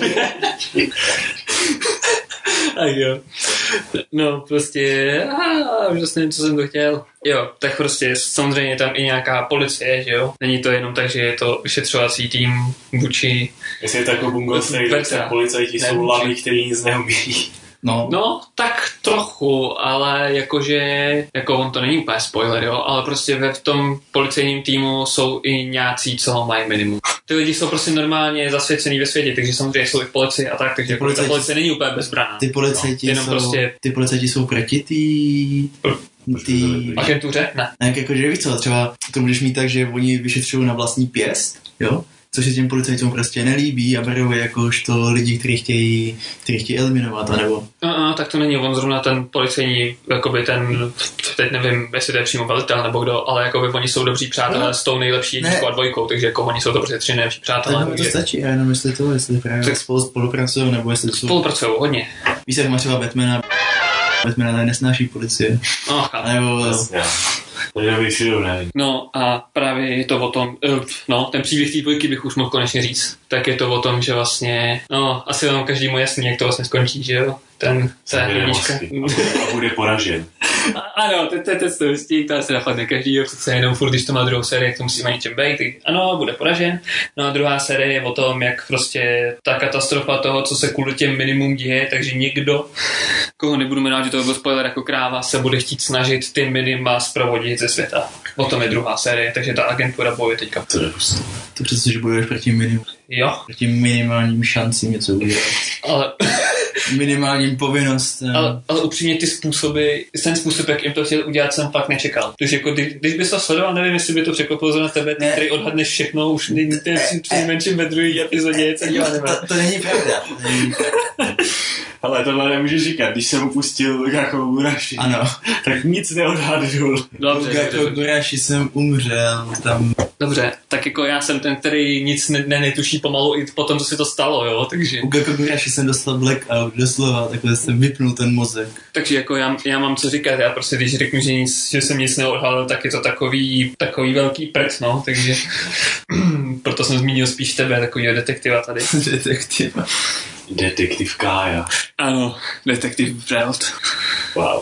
Ach jo. No, prostě, už vlastně nevím, co jsem to chtěl. Jo, tak prostě samozřejmě je tam i nějaká policie, že jo? Není to jenom tak, že je to vyšetřovací tým vůči... Jestli je to jako Bungo Stray, tak policajti jsou lavy, který nic neumí. No, tak trochu, ale jakože, jako on to není úplně spoiler, jo, ale prostě v tom policejním týmu jsou i nějací, co mají minimum. Ty lidi jsou prostě normálně zasvěcený ve světě, takže samozřejmě jsou i v policii a tak, takže jako ta policie není úplně bezbranná. Ty policajti jsou proti ty agentuře? Ne. Ne, jakože víš co, třeba to můžeš mít tak, že oni vyšetřují na vlastní pěst, jo? Což se těm policajtům prostě nelíbí a berou jakožto lidi, kteří chtějí eliminovat, anebo... Tak to není on zrovna ten policejní, jakoby ten, teď nevím, jestli to je přímo velitel nebo kdo, ale jakoby oni jsou dobří přátelé s tou nejlepší jedničkou a dvojkou, takže jako oni jsou to prostě 3 nejlepší přátelé. Tak to stačí, já jenom jestli právě spolupracují, nebo jestli jsou... Spolupracují hodně. Víš, jak má třeba Batmana tady nesnáší policie. Nebo... To je dobrý přirovnání. No a právě je to o tom, ten příběh té dvojky bych už mohl konečně říct. Tak je to o tom, že vlastně, asi vám každému jasný, jak to vlastně skončí, že jo? Ta jednička. A bude poražen. Ano, to je to hustí, to asi napadne každýho, přece jenom furt, když to má druhou sérii, jak to musí mít něčem být, ano, bude poražen. No a druhá série je o tom, jak prostě ta katastrofa toho, co se kvůli těm minimum děje, takže někdo, koho nebudu jmenovat, že to byl spoiler jako kráva, se bude chtít snažit ty minima zprovodit ze světa. O tom je druhá série, takže ta agentura bojuje teďka. To přece, že bojuješ proti minimum. Jo. Proti minimálním šancím něco udělat. Ale... minimálním povinnostem. Ale upřímně ten způsob, jak jim to chtěl udělat, jsem fakt nečekal. Takže jako, když bys to sledoval, nevím, jestli by to překvapilo na tebe, ty, který odhadneš všechno, už při menším ve druhé epizodě celý anime. To není pravda. Ale tohle nemůžeš říkat, když jsem upustil Gakkou Gurashi, ano, tak nic neodhadnul. Gakkou Gurashi jsem umřel tam. Dobře, tak jako já jsem ten, který nic netuší pomalu i potom, co se to stalo, jo, takže... U Gakkou Gurashi jsem dostal blackout, doslova, takhle jsem vypnul ten mozek. Takže jako já mám co říkat, já prostě když řeknu, že jsem nic neodhalil, tak je to takový velký prd, no, takže proto jsem zmínil spíš tebe, takovýho detektiva tady. Detektiva. Detektiv Kája. Ano, detektiv Brelt. Wow.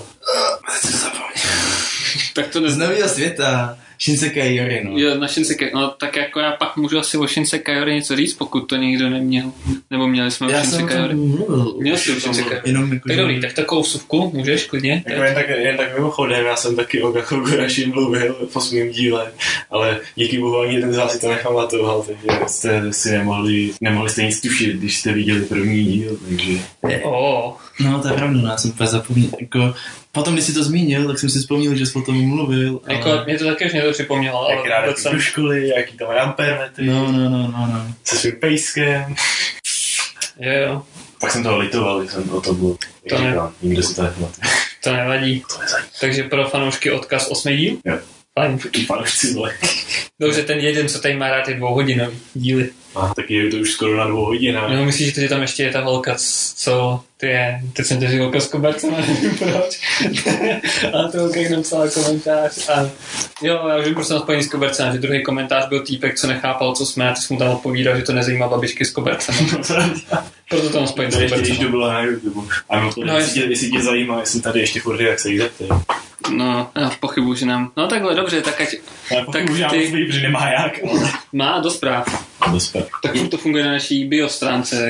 Tak to z nového světa. Shinsekai Yori, no. Jo, na Shinsekai, no tak jako já pak můžu asi o Shinsekai Yori něco říct, pokud to nikdo neměl. Nebo měli jsme o Shinsekai Yori. Měl jsi o Shinsekai. Tak dobrý, tak takovou vsuvku můžeš klidně. Jako jen tak mimochodem, já jsem taky o Gakkou Gurashi mluvil v 8. díle, ale díky bohu ani jeden z vás si to nepamatoval, takže jste si nemohli jste nic tušit, když jste viděli první díl, takže... No, to je pravda, já jsem úplně zapomněl, jako... Potom, když jsi to zmínil, tak jsem si vzpomněl, že jsi o tom mluvil. Ale... Jako, mě to taky už něco připomnělo, ale... Jak rád do školy, jaký to má ampermetry. No. Se svým pejskem. Jo. Pak jsem toho litoval, když jsem o tom byl. Nikdo si to nepamatuje. To nevadí. Takže pro fanoušky odkaz 8. díl? Jo. Fajn. Fanoušci vole. Dobře, ten jeden, co tady má rád, je 2hodinový díly. Tak je to už skoro na 2 hodinách. No, myslíš, že tam ještě je ta holka, co ty je, teď jsem teď holka s kobercem, nevím proč. Ale to holka jenom psala komentář. A jo, já už vím, proč jsem spojený s kobercem, že druhý komentář byl týpek, co nechápal, co jsme, a ty jsi mu tam odpovídal, že to nezajímá babičky s kobercem. Proto tam spojený s kobercem. Ještě to bylo na YouTube. Ano, jestli tě zajímá, jestli tady ještě furt je, jak se jí zeptej. No, já pochybuju, že nám... No takhle, dobře, tak ať... Já pochybuju, že nám to protože nemá jak. Má dost práv. Tak furt to funguje na naší biostránce.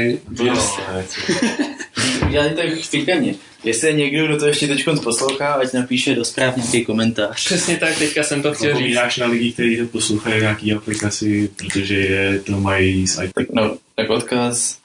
Já tak fíkaně. Jestli je někdo, kdo to ještě teďkon poslouchá, ať napíše do zpráv nějaký komentář. Přesně tak, teďka jsem to chtěl říct. Povídáš na lidi, kteří to poslouchají v nějaký aplikaci, protože to mají z iPad. Tak odkaz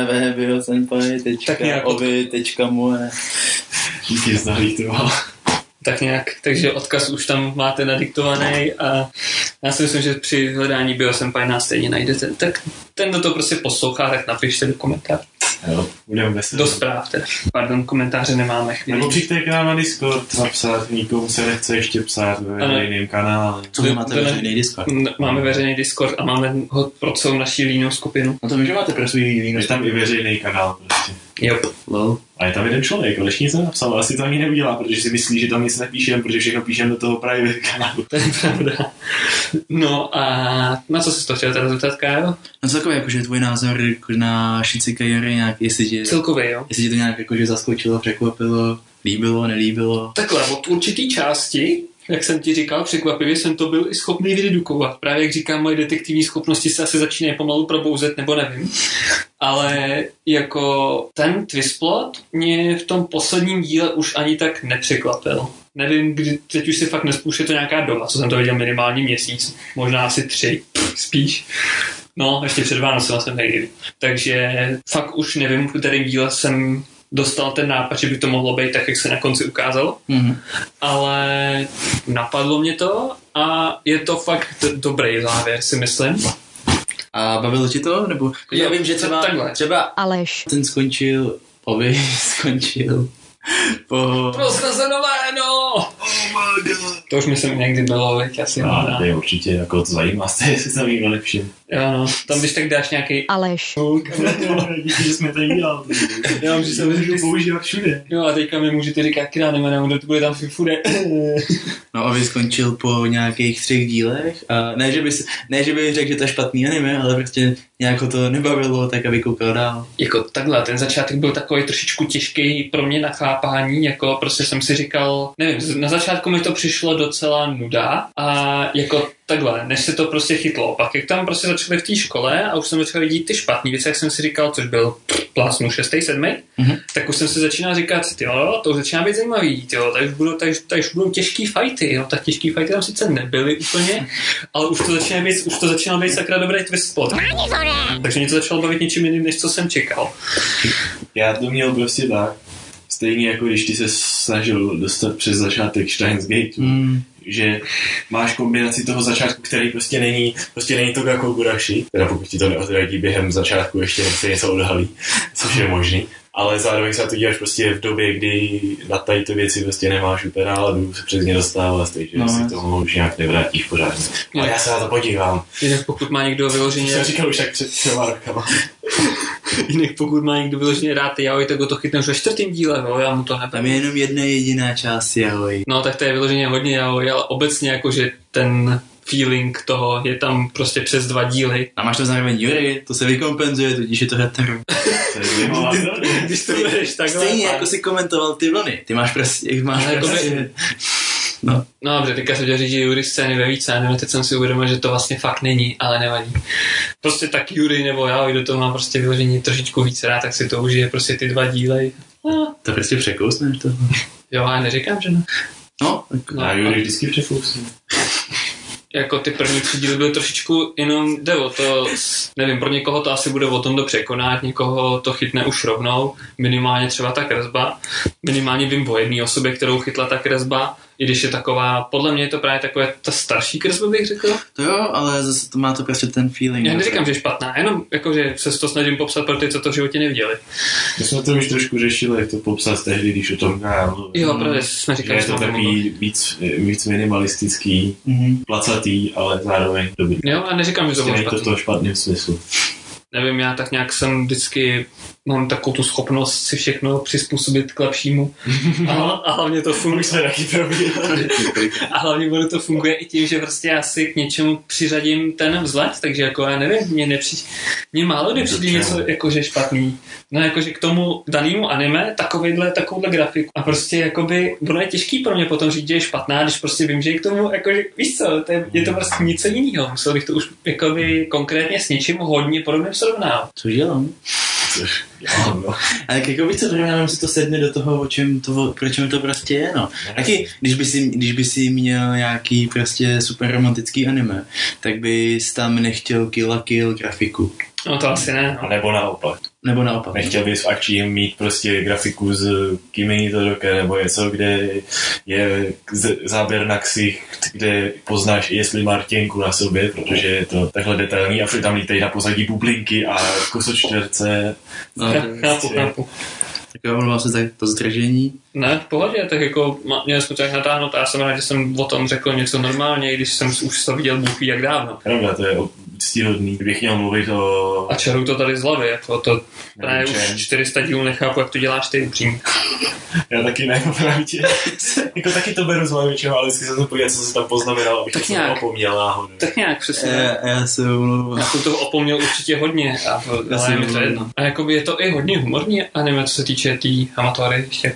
www.biosenpai.ovi.moe. Díky, znalý to. Tak nějak, takže odkaz už tam máte nadiktovaný a já si myslím, že při hledání BioSenpai stejně najdete. Tak ten, kdo to prostě poslouchá, tak napište do komentářů. Jo, budeme veselý. Do zpráv teda. Pardon, komentáře nemáme chvíli. Nebo přijďte k nám na Discord napsat, nikomu se nechce ještě psát ve veřejném kanále. Co vy máte veřejný Discord? Máme veřejný Discord a máme ho pro celou naší línou skupinu. No to vím, že máte pro svůj línou. Je tam i veřejný kanál prostě. Yep. Lol. A je tam jeden člověk, ale ještě nic nenapsal, ale asi to ani neudělá, protože si myslí, že tam nic nepíšem, protože všechno píšem do toho private kanálu. To je pravda. No a na co jsi to chtěl teda zeptat, Kájo? No co takové, jakože tvůj názor jako na Shichikaiori nějak, jestli Celkově, jo. tě to nějak jakože zaskočilo, překvapilo, líbilo, nelíbilo? Takhle, od určitý části, jak jsem ti říkal, překvapivě jsem to byl i schopný vydedukovat. Právě jak říkám, moje detektivní schopnosti se asi začínají pomalu probouzet, nebo nevím. Ale jako ten twistplot mě v tom posledním díle už ani tak nepřekvapil. Nevím, kdy, teď už si fakt nespůjš, je to nějaká doba, co jsem to viděl minimálně měsíc, možná asi 3, spíš. No, ještě před Vánocem jsem nejde. Takže fakt už nevím, v kterém díle jsem dostal ten nápad, že by to mohlo být tak, jak se na konci ukázalo. Mm-hmm. Ale napadlo mě to a je to fakt dobrý závěr, si myslím. A bavilo ti to? Nebo já vím, že třeba Aleš. Ten skončil po... Prosnazenoveno! To už myslím někdy bylo, veď asi. A to je určitě jako to zajímá, jestli jsem jim nelepší. Jo, no, tam když tak dáš nějaký Aleš. Díky, že jsme to dělali. Já že se můžu používat všude. Jo, a teďka mi můžete říkat, kdy nebo to bude tam všude. No a vy skončil po nějakých 3 dílech a ne, že bych řekl, že to je špatný anime, ale prostě nějak ho to nebavilo, tak aby koukal dál. Jako takhle, ten začátek byl takový trošičku těžký pro mě na chápání, jako prostě jsem si říkal, nevím, na začátku mi to přišlo docela nuda a jako takhle, než se to prostě chytlo. Pak jak tam prostě začali v té škole a už jsem začal vidět ty špatný věci, jak jsem si říkal, což byl plásnu 6., 7., tak už jsem si začínal říkat, jo, to už začíná být zajímavý, jo, tady už budou těžký fighty, jo, tak těžký fighty tam sice nebyly úplně, ale už to začínalo být sakra dobrý twist spot. Takže mě to začalo bavit něčím jiným, než co jsem čekal. Já to měl prostě tak, stejně jako když ty se snažil dostat přes začátek Steins Gateu, že máš kombinaci toho začátku, který prostě není to jako Gurashi, teda pokud ti to neodradí během začátku, ještě nechce něco odhalí, což je možný, ale zároveň se to díváš prostě v době, kdy na tady ty věci prostě nemáš úplně náladu se přes ně dostávat, takže si tomu už nějak nevrátíš pořádně. Ale já se na to podívám. Jinak pokud má někdo vyloženě... Jsem říkal už tak před 3 rokama. Jinak pokud má někdo vyloženě rád yaoi, tak ho to chytne už ve 4. díle, no, já mu to nepevím. Tam je jenom jedna jediná část yaoi. No tak to je vyloženě hodně yaoi, ale obecně jakože ten feeling toho je tam prostě přes 2 díly. A máš to zároveň Yuri, to se vykompenzuje, tudíž je to hetero. Když to budeš takhle. Stejně jako si komentoval ty vlny, ty máš prostě... No dobře, teďka jsem chtěl říct, že Yuri scény ve více, a teď jsem si uvědomil, že to vlastně fakt není, ale nevadí. Prostě tak Yuri nebo já, kdo to má prostě vyložení trošičku víc rád, tak si to užije prostě ty 2 díly. To prostě překousneš to. Jo, já neříkám, že ne. No, tak a Yuri vždycky překousne. Jako ty první 3 díly byly trošičku jenom jde o to, nevím, pro někoho to asi bude o tom to překonat, někoho to chytne už rovnou, minimálně třeba ta kresba, minimálně vím o jedné osobě, kterou chytla ta kresba, i když je taková, podle mě je to právě takové ta starší kresba, bych řekl. To jo, ale zase to má to prostě ten feeling. Já neříkám, že je špatná, jenom jako, že se to snažím popsat pro ty, co to v životě neviděli. My jsme to už trošku řešili, jak to popsat tehdy, když o tom mluvil. Jo, právě jsme říkali, že je to takový víc minimalistický, placatý, ale zároveň dobrý. Jo, a neříkám, že to bylo špatný. To v tom špatným smyslu. Nevím, já tak nějak jsem vždycky mám takovou tu schopnost si všechno přizpůsobit k lepšímu. A hlavně to funguje. A hlavně to funguje i tím, že prostě já si k něčemu přiřadím ten vzhled, takže jako já nevím, mě málo kdy přijde něco jakože špatný. No jakože k tomu danému anime takovouhle grafiku. A prostě jakoby bylo je těžký pro mě potom říct, že je špatná, když prostě vím, že je k tomu jakože, víš co, je to prostě něco jiného. Musel bych to už jakoby konkrétně s něčím hodně podobným srovnat. Což dělám. No. A tak jako víc co jenom si to sedne do toho, proč to prostě je, no. Taky, když by si měl nějaký prostě super romantický anime, tak bys tam nechtěl Kill la Kill grafiku. No to asi ne. A nebo naopak. Nebo naopak. Nechtěl bys v akčním mít prostě grafiku z Kimi Todoke nebo něco, kde je záběr na ksicht, kde poznáš, jestli má rtěnku na sobě, protože je to takhle detailní a všude tam lítají na pozadí bublinky a kosočtverce. No, Chápu. Tak jo, mluvám se tak to zdržení. Ne, v pohodě, tak jako měli jsme to jak natáhnout a já jsem rád, že jsem o tom řekl něco normálně, i když jsem už to viděl bůh ví jak dávno. Pravda, to je ctihodný. Kdybych měl mluvit o... A čaruju to tady z hlavy, jako to ne, Nevím, už 400 dílů nechápu, jak to děláš ty upřímně. Já taky ne, opravdě. Jako taky to beru z hlavy něčeho, ale vždycky jsem to podívat, co se tam poznamenal, abych Tak to nějak. opomněl náhodou. Tak nějak, přesně. Já se omlouvám. Já jsem toho opomněl určitě hodně, ale je mi to jedno. A jakoby je to i hodně humorní anime, co se týče tý Hamatory. Ještě.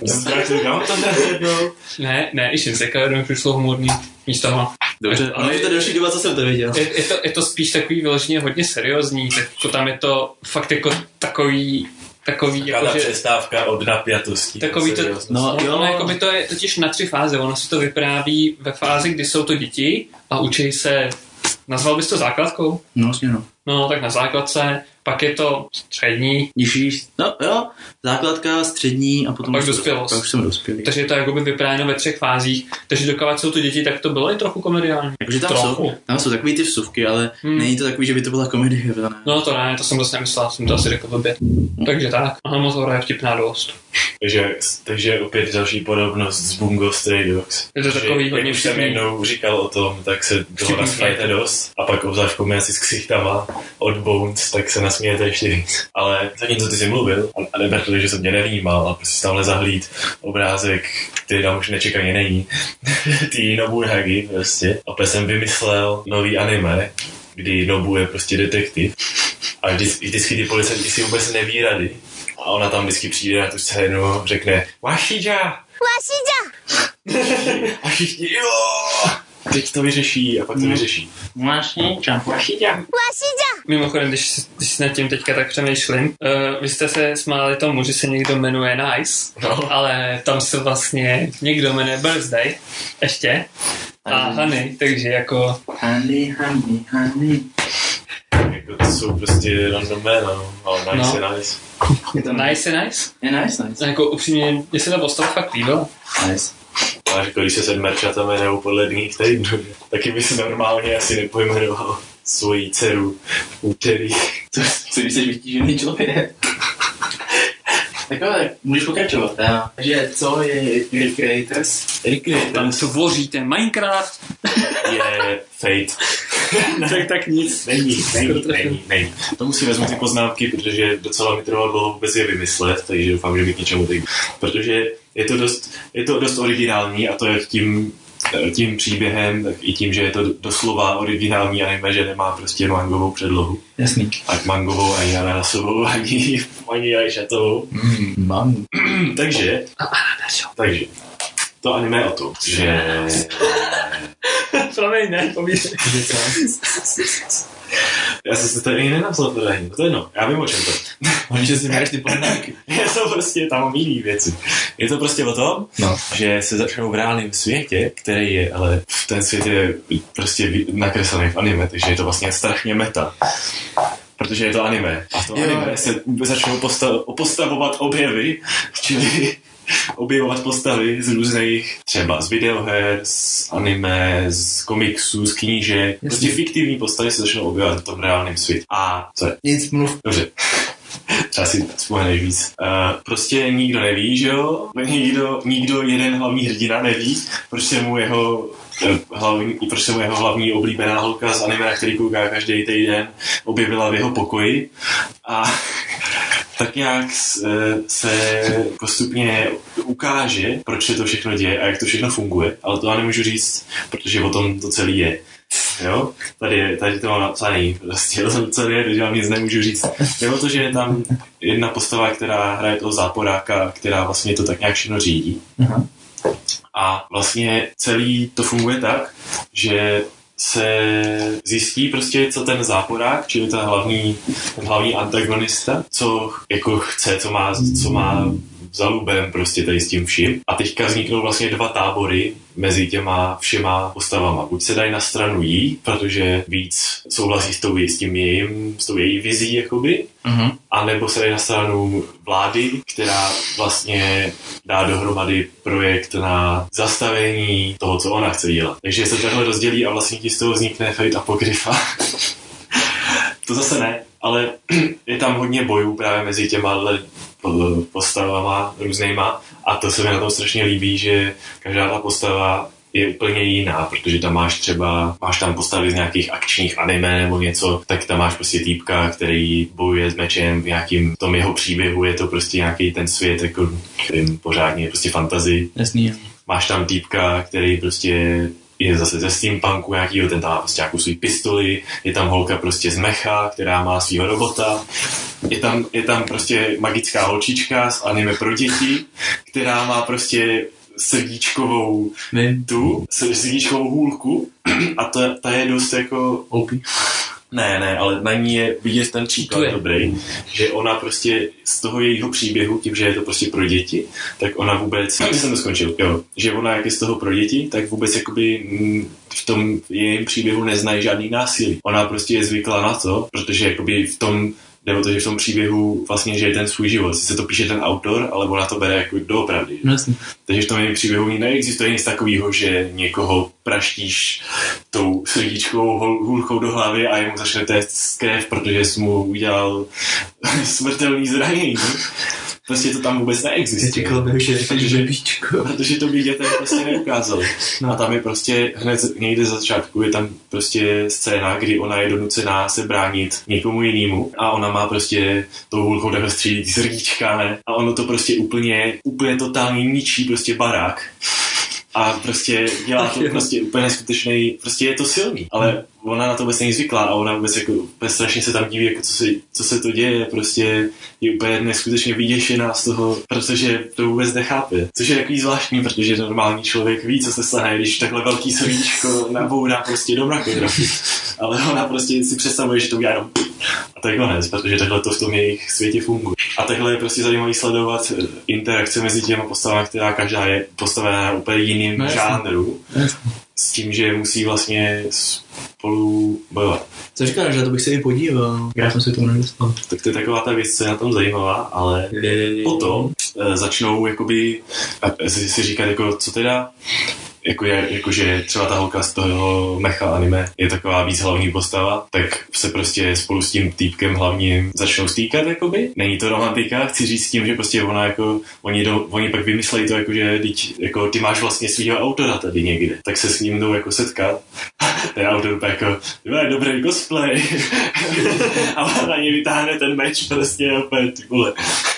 Ne, i Shinseka mi přišlo humorní místo toho. Dobře, ale je to další doba, co jsem to viděl. Je to spíš takový vyloženě hodně seriózní, tak jako tam je to fakt jako takový Taková jako, že přestávka od napjatosti. takový to, No, jo. ono jako by to je totiž na 3 fáze, ono si to vypráví ve fázi, kdy jsou to děti a učí se, nazval bys to základkou? No, vlastně no. No, tak na základce, pak je to střední, Nižší, no jo, základka, střední a potom... pak dospělost. Pak už jsem dospělý. Takže je to jakoby vyprávěno ve 3 fázích, takže dokud jsou to děti, tak to bylo i trochu komediální. Jakože Trochu. tam jsou takový ty vsuvky, ale není to takový, že by to byla komedie. Ne? No to ne, to jsem zase nemyslel, jsem to asi řekl blbě. Takže tak, aha, Motora je vtipná dost. Takže opět další podobnost s Bungo Stray Dogs. Je to takový hodně jak už jsem vtipný. jednou říkal o tom, tak se toho Vtipný nasmějete fight. dost a pak obzvlášť v kombinaci s ksichtama od Bones, tak se nasmějete ještě víc. Ale zatímco ty jsi mluvil a neber to, že jsem tě nevnímal a prostě tamhle zahlíd obrázek, který tam už nečekaně není, ty Nobuhagi prostě. A opět jsem vymyslel nový anime, kdy Nobu je prostě detektiv a vždycky ty policajti si vůbec neví rady. A ona tam vždycky přijde na tu scénu, řekne Washija! A všichni jo! Teď to vyřeší a pak to vyřeší. Washija. Mimochodem, když si nad tím teďka tak přemýšlím, vy jste se smáli tomu, že se někdo jmenuje Nice, No. ale tam se vlastně někdo jmenuje Birthday, ještě, a Honey, takže jako, Honey. Jako to jsou prostě random jména, no. Ale nice No. je nice. Je to Nice je nice. Je nice. Jako upřímně, mně se ta postava fakt líbila. Nice. A jako když se sedmerčata jmenujou podle dních týdnů, taky by se normálně asi nepojmenoval svoji dceru v úterý. Co když jsi vytížený člověk? Takové, můžeš pokračovat. Takže co je Recreators? Tam tvoříte Minecraft. Je Fate. tak nic. Není. To musím vezmout ty poznámky, protože docela mi trvalo dlouho vůbec je vymyslet, takže doufám, že mi k něčemu teď. Protože je to dost originální a to je tím příběhem, tak i tím, že je to doslova originální anime, že nemá prostě mangovou předlohu. Jasný. Ať mangovou, ani ananasovou, ani ajšatovou. Mám. Takže to anime je o tom, že... Promiň, ne, povídej. Já jsem se to ani nenapsal pořádně, to je no, já vím o čem to. Oni, že si máš ty poznámky. Je to prostě tam jiný věci. Je to prostě o tom, že se začnou v reálném světě, který je, ale ten svět je prostě nakreslený v anime, takže je to vlastně strašně meta. Protože je to anime. A v tom anime se začnou postavovat objevy, čili objevovat postavy z různých, třeba z videoher, z anime, z komiksů, z knížek. Prostě fiktivní postavy se začnou objevovat v tom reálném světě. A co je? Nic mluv. Dobře. Třeba si vzpomeneš víc. Prostě nikdo neví, že jo? Nikdo jeden hlavní hrdina neví, proč se mu jeho hlavní oblíbená holka z anime, na který kouká každý týden, objevila v jeho pokoji. A tak nějak se postupně ukáže, proč se to všechno děje a jak to všechno funguje, ale to já nemůžu říct, protože o tom to celý je. Jo? Tady to mám napsaný, prostě o tom celý je, takže vám nic nemůžu říct. Je o to, že je tam jedna postava, která hraje toho záporáka, která vlastně to tak nějak všechno řídí. Aha. A vlastně celý to funguje tak, že se zjistí prostě, co ten záporák, čili ten hlavní antagonista, co jako chce, co má za lubem, prostě tady s tím vším. A teďka vzniknou vlastně 2 tábory mezi těma všema postavama. Buď se dají na stranu jí, protože víc souhlasí s tou její vizí, jakoby, a nebo se dají na stranu vlády, která vlastně dá dohromady projekt na zastavení toho, co ona chce dělat. Takže se takhle rozdělí a vlastně ti z toho vznikne Fate Apocrypha. To zase ne, ale je tam hodně bojů právě mezi těma postavama různýma a to se mi na tom strašně líbí, že každá ta postava je úplně jiná, protože tam máš tam postavy z nějakých akčních anime nebo něco, tak tam máš prostě týpka, který bojuje s mečem v nějakým tom jeho příběhu, je to prostě nějaký ten svět, jako pořádně prostě fantasy. Jasný. Máš tam týpka, který prostě je zase ze steampunku nějakýho, ten tam má prostě nějakou svůj pistoli, je tam holka prostě z mecha, která má svýho robota, je tam prostě magická holčička z anime pro děti, která má prostě srdíčkovou hůlku a ta je dost jako OP. Ne, ale na ní je vidět ten příklad dobrý, že ona prostě z toho jejího příběhu, tím, že je to prostě pro děti, tak ona vůbec, jsem to skončil, jo, že ona jak je z toho pro děti, tak vůbec jakoby v tom jejím příběhu neznají žádný násilí. Ona prostě je zvyklá na to, protože jakoby v tom nebo to, že v tom příběhu vlastně žije ten svůj život. Sice to píše ten autor, ale ona to bere jako doopravdy. Takže v tom jejím příběhu neexistuje nic takového, že někoho praštíš tou srdíčkovou hůlkou do hlavy a jemu začne téct krev, protože jsi mu udělal smrtelný zranění. Prostě to tam vůbec neexistuje. Protože to by dětem prostě neukázali. No. A tam je prostě hned někde za začátku je tam prostě scéna, kdy ona je donucená se bránit někomu jinému a ona má prostě tou hůlkou takhle střílit srdíčka, ne? A ono to prostě úplně totálně ničí prostě barák. A prostě dělá to prostě úplně neskutečný, prostě je to silný, ale ona na to vůbec není zvyklá a ona vůbec jako strašně se tam diví, jako co se to děje, prostě je úplně neskutečně vyděšená z toho, protože to vůbec nechápe. Což je takový zvláštní, protože normální člověk ví, co se stane, když takhle velký srdíčko nabourá prostě do mrakodrapu. Ale ona prostě si představuje, že to udělá jenom a to je konec, protože takhle to v tom jejich světě funguje. A takhle je prostě zajímavý sledovat interakce mezi těma postavami, která každá je postavená na úplně jiným žánru. S tím, že musí vlastně spolu bojovat. Co říkáš, že to bych se i podíval. Já jsem si to nedostal. Tak to je taková ta věc, co je na tom zajímavá, ale potom začnou jakoby si říkat, jako co teda jakože třeba ta holka z toho mecha anime je taková víc hlavní postava, tak se prostě spolu s tím týpkem hlavním začnou stýkat, jakoby. Není to romantika, chci říct tím, že prostě ona jako, oni pak vymyslejí to, jakože jako ty máš vlastně svýho autora tady někde, tak se s ním jdou jako setkat. Ten autor úplně jako, dobrý cosplay. A ona na něj vytáhne ten meč prostě opět, ty vole.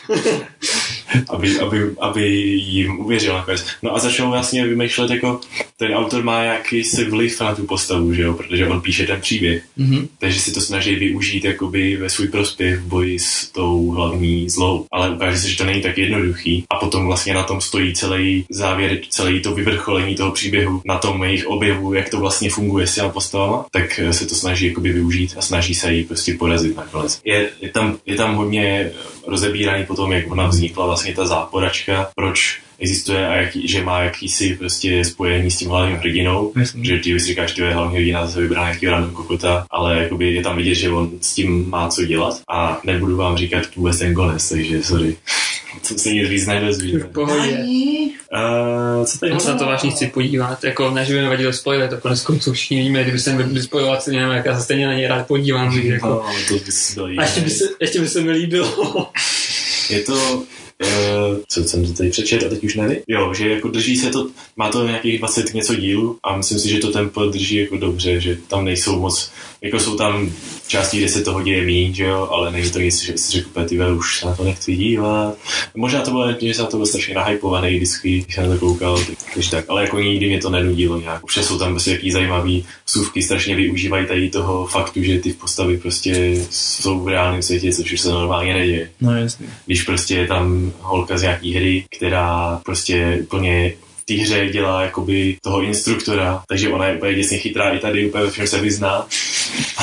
aby jim uvěřil nakonec. No a začnou vlastně vymýšlet, jako ten autor má jakýsi vliv na tu postavu, že jo, protože on píše ten příběh. Takže si to snaží využít jakoby ve svůj prospěch v boji s tou hlavní zlou. Ale ukáže se, že to není tak jednoduchý a potom vlastně na tom stojí celý závěr, celý to vyvrcholení toho příběhu, na tom jejich objevu, jak to vlastně funguje s těma postavama, tak se to snaží jakoby využít a snaží se jí prostě porazit nakonec. Je tam hodně rozebíraný potom, jak ona vznikla vlastně ta záporačka, proč existuje a že má jakýsi prostě spojení s tím hlavním hrdinou, že ty si říkáš, že je hlavní hrdina, zase vybral nějaký random kokota, ale jakoby je tam vidět, že on s tím má co dělat a nebudu vám říkat vůbec ten konec, takže sorry. Co se nic víc nedozví. V pohodě. Co tady? Já se na to vážně chci podívat, jako než by mi vadilo spoiler, to konec konců všichni víme, kdyby jsem byl spojovat se nějak, já se stejně na něj rád podívám. Jako. No, to by se dalo a ještě by se mi líbilo. Je to co jsem to tady přečet a teď už nevím. Jo, že jako drží se to, má to nějakých 20 něco dílů a myslím si, že to tempo drží jako dobře, že tam nejsou moc, jako jsou tam části, kde se toho děje míň, že jo, ale není to nic, že si řekl, tyhle, už se na to nechci dívat. Možná to bylo, že jsem na to byl strašně nahypovaný vždycky, když jsem na to koukal, takže tak, ale jako nikdy mě to nenudilo nějak. Už jsou tam prostě jaký zajímavý vsuvky, strašně využívají tady toho faktu, že ty postavy prostě jsou v reálném světě, což už se normálně neděje. No jasně. Když prostě je tam holka z nějaký hry, která prostě úplně v té hře dělá jakoby toho instruktora, takže ona je úplně děsně chytrá i tady, úplně všem se vyzná.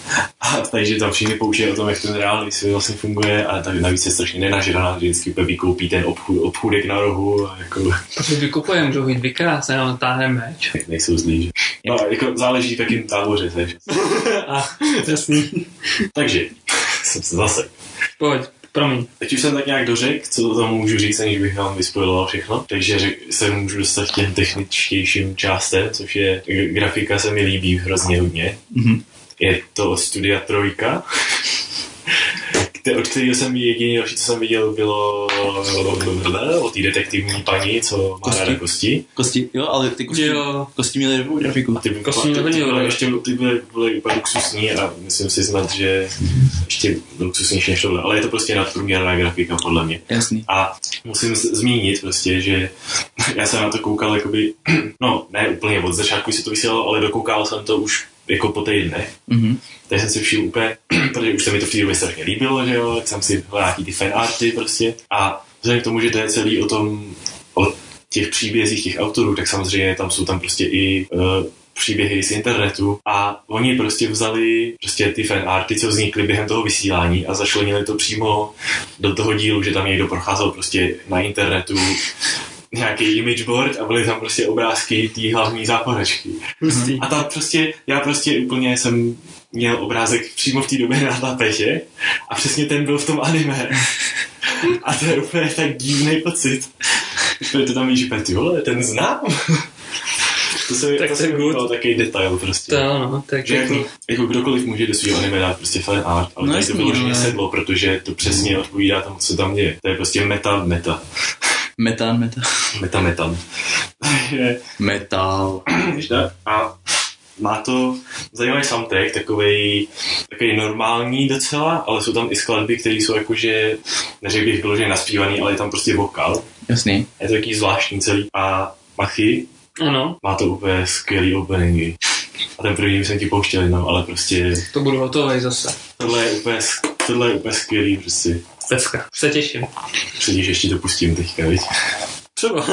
A takže tam všichni poučí o tom, jak ten reálný svět vlastně funguje a tady navíc je strašně nenažraná, že vždycky úplně vykoupí ten obchůdek na rohu a jako... Protože vykupujeme, můžou jít dvakrát, se nám táhne meč. Nejsou zlí, že? No jako záleží v jakým táboře seš. A, jasný. Takže, jsem se zase. Pojď, promiň. Teď už jsem tak nějak dořekl, co o tom můžu říct, aniž bych vám vyspojiloval všechno. Takže se můžu dostat k těm techničtějším částem, což je grafika se mi líbí hrozně hodně. Mm-hmm. Je to od studia Trojka, od kterého jsem jediný další, co jsem viděl, bylo o té detektivní paní, co má ráda kosti. Kosti, jo, ale ty kosti měly dobrou grafiku. Ty byly úplně luxusní a myslím si znát, že ještě luxusnější než tohle, ale je to prostě nadprůměrná grafika podle mě. Jasný. A musím zmínit prostě, že já jsem na to koukal jakoby, no ne úplně od začátku se to vysílalo, ale dokoukal jsem to už jako po týdnech. Mm-hmm. Tak jsem si všiml úplně, protože už se mi to v té době strašně líbilo, že jo, tak jsem si nějaký ty fanarty prostě a vzhledem k tomu, že to je celý o těch příbězích těch autorů, tak samozřejmě tam jsou tam prostě i příběhy z internetu a oni prostě vzali prostě ty fanarty, co vznikly během toho vysílání a začlenili to přímo do toho dílu, že tam někdo procházel prostě na internetu nějaký imageboard a byly tam prostě obrázky té hlavní záporačky. A tam prostě, já prostě úplně jsem měl obrázek přímo v té době na tapetě a přesně ten byl v tom anime. A to je úplně tak divný pocit. To tam víš, ty vole, ten znám. To se mi takový detail prostě. To no, tak jako kdokoliv může do svého anime dát prostě fan art, ale tady to vyloženě sedlo, protože to přesně odpovídá tomu, co tam děje. To je prostě meta. Metan. Metal. A má to zajímavý soundtrack, takový normální docela, ale jsou tam i skladby, které jsou jakože, neřekl bych vyloženě naspívaný, ale je tam prostě vokál. Jasný. Je to takový zvláštní celý. A Machy má to úplně skvělý openingy. A ten první jsem ti pouštěl jednou, ale prostě... To budu hotový zase. Tohle je úplně skvělý prostě. Pecka, se těším. Předíš, ještě to pustím teďka, viď? Třeba.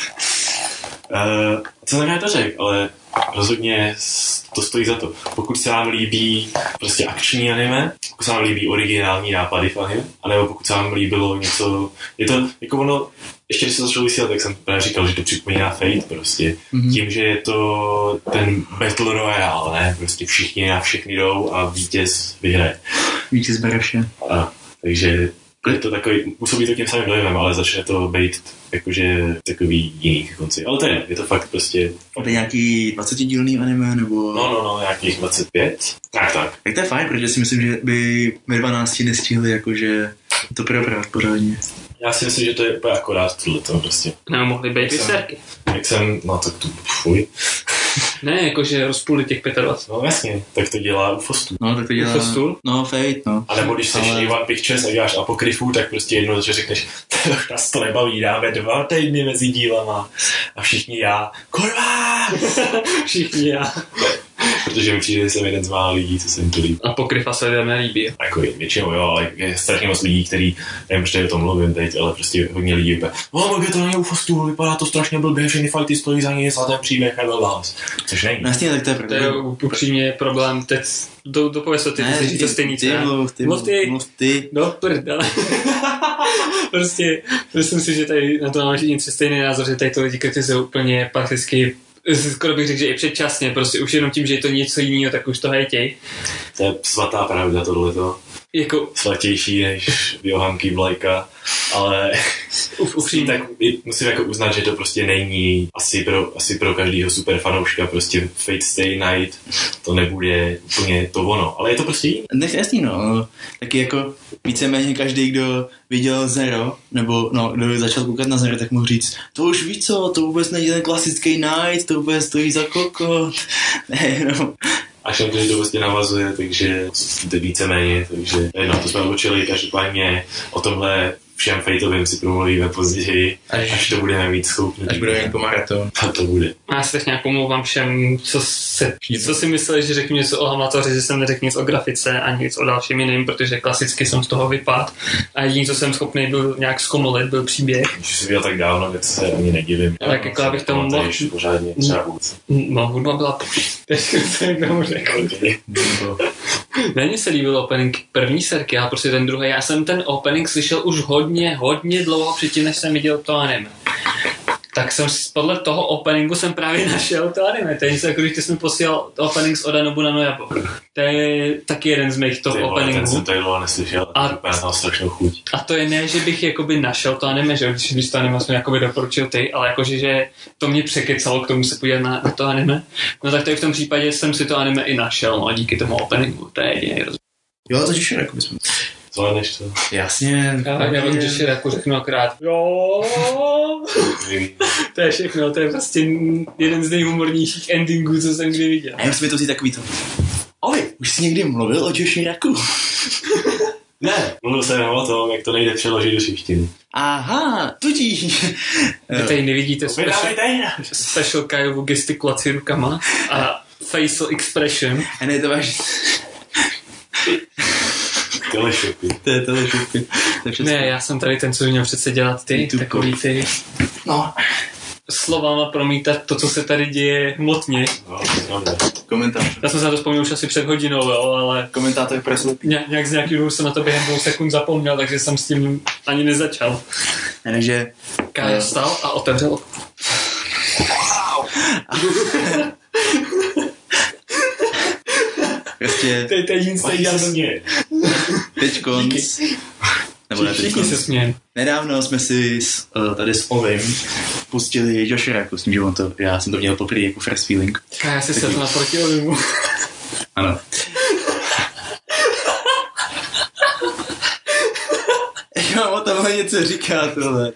Co jsem to řekl, ale rozhodně to stojí za to. Pokud se vám líbí prostě akční anime, pokud se vám líbí originální nápady v anime, anebo pokud se vám líbilo něco, je to jako ono, ještě když se začalo vysílat, tak jsem právě říkal, že to připomíná Fate prostě. Mm-hmm. Tím, že je to ten Battle Royale, ne? Prostě všichni na všechny jdou a vítěz vyhraje. Vítěz bere vše. Takže je to takový, působí to tím samým dojmem, ale začne to být jakože takový jiný konci. Ale to je to fakt prostě... To je nějaký 20dílný anime, nebo... No, nějakých 25. Tak. Tak to je fajn, protože si myslím, že by ve 12 nestihli jakože to probrat pořádně. Já si myslím, že to je úplně akorát tohleto prostě. No, mohly být vyserky. No tak to fuj. Ne, jakože rozpůli těch 25. No jasně, tak to dělá UFOSTůl. No, tak to dělá... UFOSTůl? No, Fate, no. A nebo když seš Ivan Pictures a děláš apokryfu, tak prostě jednou že řekneš, nás to nebaví, dáme 2 týdny mezi dílama. A všichni já, kurva! Všichni já. Protože mi přijde, že jsem jeden z mála lidí, co se jim to líbí. Apokryfa se lidem nelíbí. Jako většinou jo, ale je strašně moc lidí, který, nevím, proč o tom mluvím teď, ale prostě hodně lidí úplně, je to není UFOSTůl, vypadá to strašně blbě, všechny fighty stojí za něj, za ten příběh a vás. Což není. Vlastně tak to je pravda. To je upřímně problém, teď dopověz to ty, ty říct to stejný. Mluv ty. No, prdele. Prostě, myslím si, že tady na to máme něco stejný názor, že tady to lidi kritizují úplně prakticky. Skoro bych řekl, že i předčasně, prostě už jenom tím, že je to něco jiného, tak už to hejtěj. To je svatá pravda tohleto. Jako... Svatější než Johanky Blajka, ale tak musím jako uznat, že to prostě není asi pro každýho super fanouška, prostě Fate Stay Night, to nebude úplně to ono, ale je to prostě jiný. Jasný, no, taky jako víceméně každý, kdo viděl Zero, nebo kdo začal koukat na Zero, tak mohl říct, to už víš co, to vůbec není ten klasický Night, to vůbec stojí za kokot, ne, no. Až na to, že to vlastně navazuje, takže to víceméně, takže to jsme odločili, každopádně o tomhle všem Fateovým si promluvíme později, až to budeme mít schopný. Až budeme jako maraton. A to bude. Já se tak nějak omlouvám všem, co si mysleli, že řeknu něco o Hamatoři, že jsem neřekl nic o grafice ani nic o dalším jiným, protože klasicky jsem z toho vypadl. A jediný, co jsem schopný byl nějak zkomolit, byl příběh. Když jsi viděl tak dávno, tak se ani nedivím. Tak jako abych tomu mohl... Pořádně třeba hudbu. No, hudba byla takže jsem k tomu řekl. Mně se líbil opening první serky, ale prostě ten druhý. Já jsem ten opening slyšel už hodně dlouho předtím, než jsem viděl to anime. Tak jsem podle toho openingu jsem právě našel to anime. To je něco, jako když ty jsi mi posílal opening z Oda Nobunaga Yabo. To je taky jeden z mých top openingů. Ten jsem tady dlouho neslyšel a úplně tam strašnou chuť. A to je ne, že bych jakoby našel to anime, že když to anime jsem jakoby doporučil ty, ale jakože že to mě překecalo k tomu se podívat na to anime. No tak to je v tom případě jsem si to anime i našel, no a díky tomu openingu. To je jediný rozdíl. Jo, to Jishi Raku bychom. Zvládneš to? Jasně. Já vám Jishi Raku řeknu akorát. Jo. To je všechno, to je prostě jeden z nejhumornějších endingů, co jsem kdy viděl. A já musím to vzít takový to. Oli, už jsi někdy mluvil o Jishi Raku? Ne, mluvil jsem jenom o tom, jak to nejde přeložit do češtiny. Aha, tudíž. Vy tady nevidíte special Kaiovu gestikulaci rukama a facial expression. A ne, to máš... Teleshopy. To je teleshopy. Ne, já jsem tady ten, co měl přece dělat ty, takový ty... No. Slovama promítat to, co se tady děje hmotně. No, Komentář. Já jsem se na to vzpomněl už asi před hodinou, jo, ale... Komentátor preslepý. Nějak z nějakého důvodu jsem na to během 2 sekund zapomněl, takže jsem s tím ani nezačal. Takže... Kája vstal a otevřel. Prostě... To je nic nejde. Teď konc. Nebo ne teď Všichni se smějem. Nedávno jsme si tady s Ovim pustili Jishi Raku, s tím, že já jsem to měl poprvé jako first feeling. Kája si sedl naproti Ovimu. Ano. Já mám o tomhle něco říkat, tohle.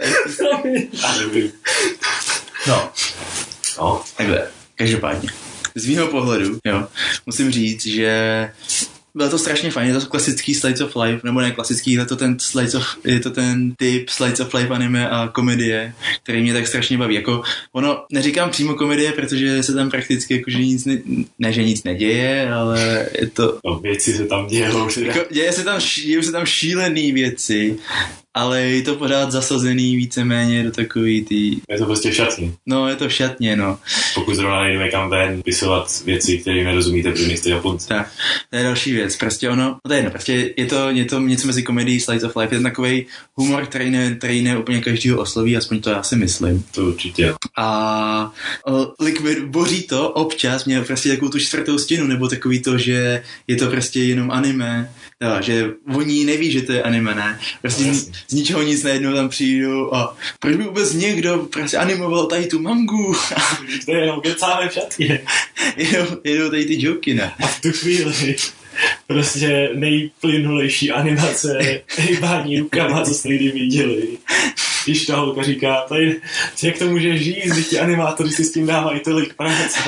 No, takhle. Každopádně. Z mýho pohledu, jo, musím říct, že bylo to strašně fajn, je to klasický slice of life, nebo ne klasický, je to ten typ slice of life anime a komedie, který mě tak strašně baví. Jako, ono, neříkám přímo komedie, protože se tam prakticky jakože nic, že nic neděje, ale je to... No, věci se tam dějou. Jako, dějou se tam šílený věci, ale je to pořád zasazený víceméně do takový ty... Je to prostě v šatně. No, je to v šatně, no. Pokud zrovna nejdeme kam ven pisovat věci, kterým nerozumíte, protože nejste Japonci. Tak, to je další věc. Prostě ono, no to je jedno, prostě je to něco mezi komedií, slice of life, je to takovej humor, který ne úplně každýho osloví, aspoň to já si myslím. To určitě. A boří to občas, mě prostě takovou tu 4. stěnu, nebo takový to, že je to prostě jenom anime, jo, že oni neví, že to je anime, ne? Prostě z ničeho nic najednou tam přijdu a proč by vůbec někdo prostě animoval tady tu mangu? To je jenom kecáme v šatě. jedou tady ty joky, ne? A v tu chvíli prostě nejplynulejší animace hejbání rukama, co jste někdy viděli. Když ta holka říká, tady, jak to může žít, když ti animátoři si s tím dávají tolik práce.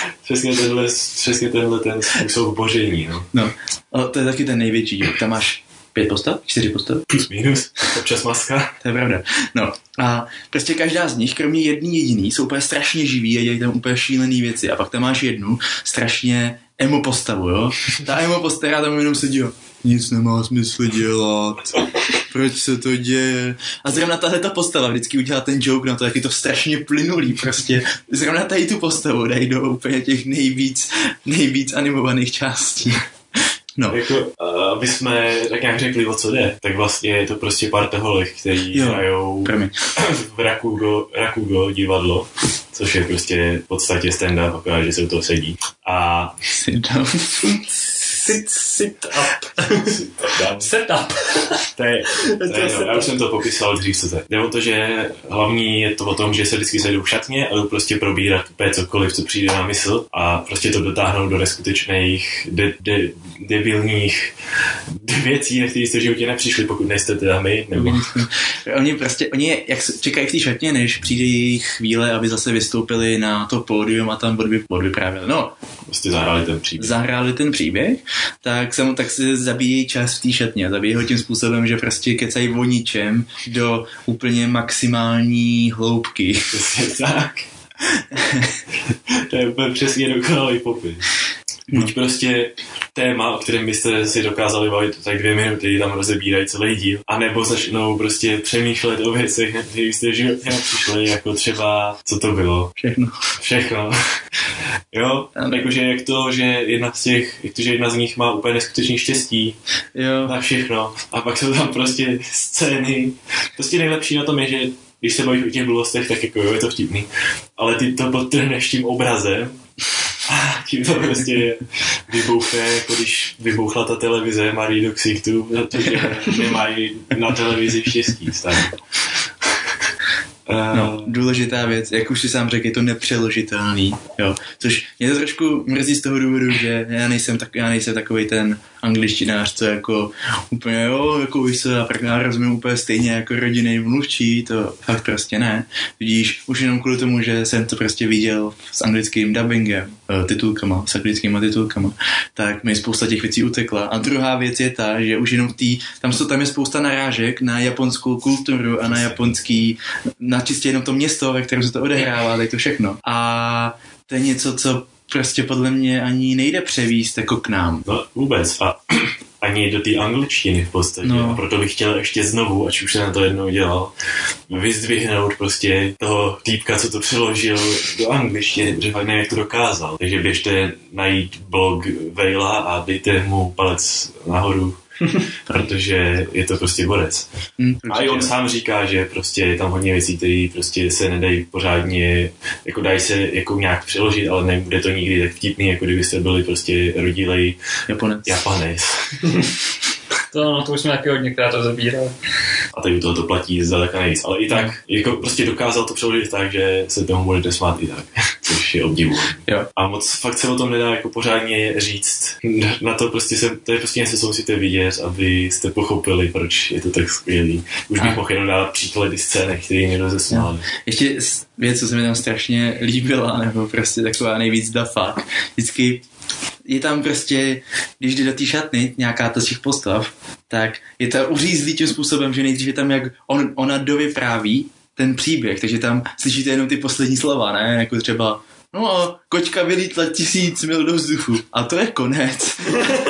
Přesně tenhle ten způsob božení. No, to je taky ten největší jok. Tam máš 5 postav? 4 postav? Plus minus, občas maska. To je pravda. No a prostě každá z nich, kromě jedný jediný, jsou úplně strašně živí a dělají tam úplně šílený věci. A pak tam máš jednu strašně emo postavu, jo? Ta emo postava tam jenom sedí, nic nemá smysl dělat. Proč se to děje? A zrovna tahleta postava vždycky udělá ten joke na to, jak je to strašně plynulý prostě. Zrovna tady tu postavu dají do úplně těch nejvíc animovaných částí. No. Jako, aby jsme tak nějak řekli, o co jde, tak vlastně je to prostě parta holek, který hrajou v Rakugo divadlo, což je prostě v podstatě stand-up, akorát, že se u toho sedí. A... Sit up. To je já už jsem to popisoval dřív, co to je. Jde o to, že hlavní je to o tom, že se vždycky sejdou v šatně a jdou prostě probírat úplně cokoliv, co přijde na mysl a prostě to dotáhnou do neskutečných debilních věcí, na které jste v životě nepřišli, pokud nejste teda my, nebo... Oni jak čekají v té šatně, než přijde jejich chvíle, aby zase vystoupili na to pódium a tam odvyprávěli. No, prostě zahráli ten příběh, tak si zabíjejí čas v té šatně. Zabíjejí ho tím způsobem, že prostě kecají o ničem do úplně maximální hloubky. Přesně tak. To je přesně dokonalý popis. Buď prostě téma, o kterém byste si dokázali bavit tak 2 minuty, tam rozebírají celý díl, anebo začnou prostě přemýšlet o věcech, na kterých jste v životě nepřišli, jako třeba, co to bylo? Všechno. Jo, jakože jak to, že jedna z nich má úplně neskutečný štěstí na všechno a pak jsou tam prostě scény. Prostě nejlepší na tom je, že když se bavíš o těch blbostech, tak jako jo, je to vtipný, ale ty to podtrhneš tím obrazem a tím to prostě vybouchne, jako když vybouchla ta televize Marie do ksichtu, protože nemají na televizi štěstí. No, důležitá věc, jak už si sám řekl, je to nepřeložitelný, jo. Což mě to trošku mrzí z toho důvodu, že já nejsem takovej ten angličtinář, co jako úplně, jako víš co, já rozumím úplně stejně jako rodinný mluvčí, to fakt prostě ne. Vidíš, už jenom kvůli tomu, že jsem to prostě viděl s anglickým dubbingem, s anglickýma titulkama, tak mi spousta těch věcí utekla. A druhá věc je ta, že už jenom tam je spousta narážek na japonskou kulturu a na japonský, na čistě jenom to město, ve kterém se to odehrává, tak to všechno. A to je něco, co prostě podle mě ani nejde převíst jako k nám. No vůbec. A ani do té angličtiny v podstatě. No. A proto bych chtěl ještě znovu, ať už se na to jednou dělal, vyzdvihnout prostě toho týpka, co to přeložil do angličtiny, protože fakt nevím, jak to dokázal. Takže běžte najít blog Vejla a dejte mu palec nahoru. Protože je to prostě borec. A i on sám říká, že prostě je tam hodně věcí, které prostě se nedají pořádně, jako dají se jako nějak přeložit, ale nebude to nikdy tak vtipný, jako kdybyste byli prostě rodilej Japanec. To už jsme taky hodněkrát rozebírali. A tady u toho to platí zdaleka nejvíc. Ale i tak, jako prostě dokázal to přeložit tak, že se tomu budete smát i tak. Což je obdivuhodné. A moc fakt se o tom nedá jako pořádně říct. Na to prostě to je prostě něco, co musíte vidět, abyste pochopili, proč je to tak skvělý. Už bych mohl jenom dát příklady scének, které mě rozesmály. Ještě věc, co se mi tam strašně líbila, nebo prostě taková nejvíc the fuck. Vždycky je tam prostě, když jde do té šatny nějaká z těch postav, tak je to uřízlý tím způsobem, že nejdřív je tam, jak ona dovypráví ten příběh, takže tam slyšíte jenom ty poslední slova, ne? Jako třeba no a kočka vylítla 1000 mil do vzduchu. A to je konec.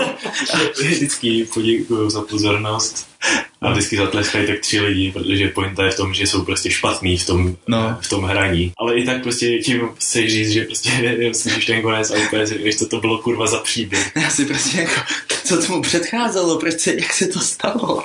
Vždycky poděkuju za pozornost. A vždycky zatleskají tak 3 lidi, protože pointa je v tom, že jsou prostě špatný v tom hraní. Ale i tak prostě tím chceš říct, že prostě slyšíš ten konec a úplně si říkáš, co to bylo kurva za příběh. Já si prostě jako, co tomu předcházelo, jak se to stalo.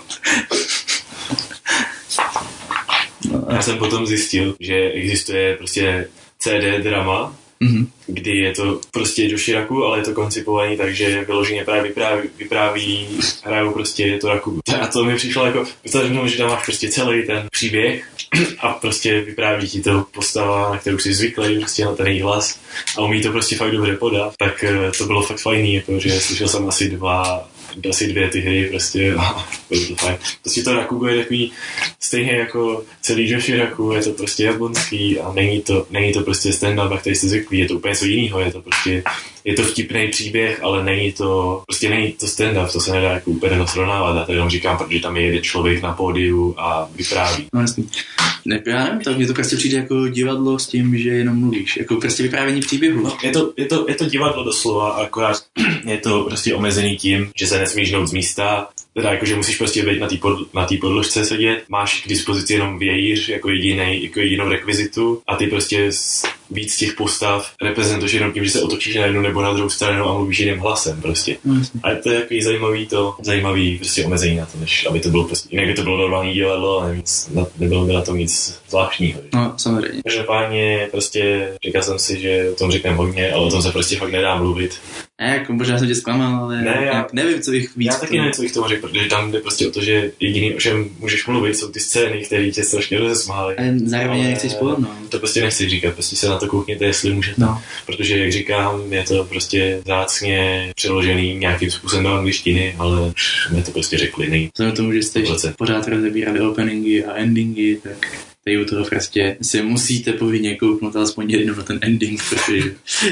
Já jsem potom zjistil, že existuje prostě CD drama, kdy je to prostě do Širaku, ale je to koncipovaný tak, že vyloženě právě vypráví, hrajou prostě to Raku. A to mi přišlo jako, že tam máš prostě celý ten příběh a prostě vypráví ti to postava, na kterou jsi zvyklý, prostě na ten její hlas a umí to prostě fakt dobře podat. Tak to bylo fakt fajný, jako, že slyšel jsem asi 2 ty hry prostě a bylo to fajn. Prostě to Rakugo je takový stejně jako celý Joshiraku, je to prostě japonský a není to prostě stand-up, na který jste zvyklí, je to úplně něco jiného, je to vtipný příběh, ale není to stand-up, to se nedá jako úplně srovnávat, já to jenom říkám, protože tam je člověk na pódiu a vypráví. No jasný. Já nevím, tak mně to prostě přijde jako divadlo s tím, že jenom mluvíš, jako prostě vyprávění příběhu. No, je to divadlo doslova, akorát je to prostě omezený tím, že se nesmíš hnout z místa, teda jako, že musíš prostě být na té podložce sedět, máš k dispozici jenom vějíř jako jedinou rekvizitu a ty prostě víc těch postav reprezentuješ jenom tím, že se otočíš na jednu nebo na druhou stranu a mluvíš jiným hlasem prostě. A to je takový zajímavý prostě omezení na to, než aby to bylo prostě, jinak by to bylo normální divadlo a nebylo by na tom nic zvláštního. No, samozřejmě. Každopádně prostě říkal jsem si, že o tom řekneme hodně, ale o tom se prostě fakt nedá mluvit. Ne, jako možná jsem tě zklamal, ale já nevím, co bych víc. Já taky nevím, co bych tomu řekl, protože tam jde prostě o to, že jediný, o čem můžeš mluvit, jsou ty scény, které tě strašně rozesmály. Ale zároveň nechci spolu, no. To prostě nechci říkat, prostě se na to koukněte, jestli můžete. No. Protože, jak říkám, je to prostě vzácně přeložený nějakým způsobem do angličtiny, ale jsme to prostě řekli nej. Vzhledem tomu, že jste pořád rozebírali openingy a endingy, tak tady u toho prostě si musíte povinně kouknout alespoň jednou na ten ending, protože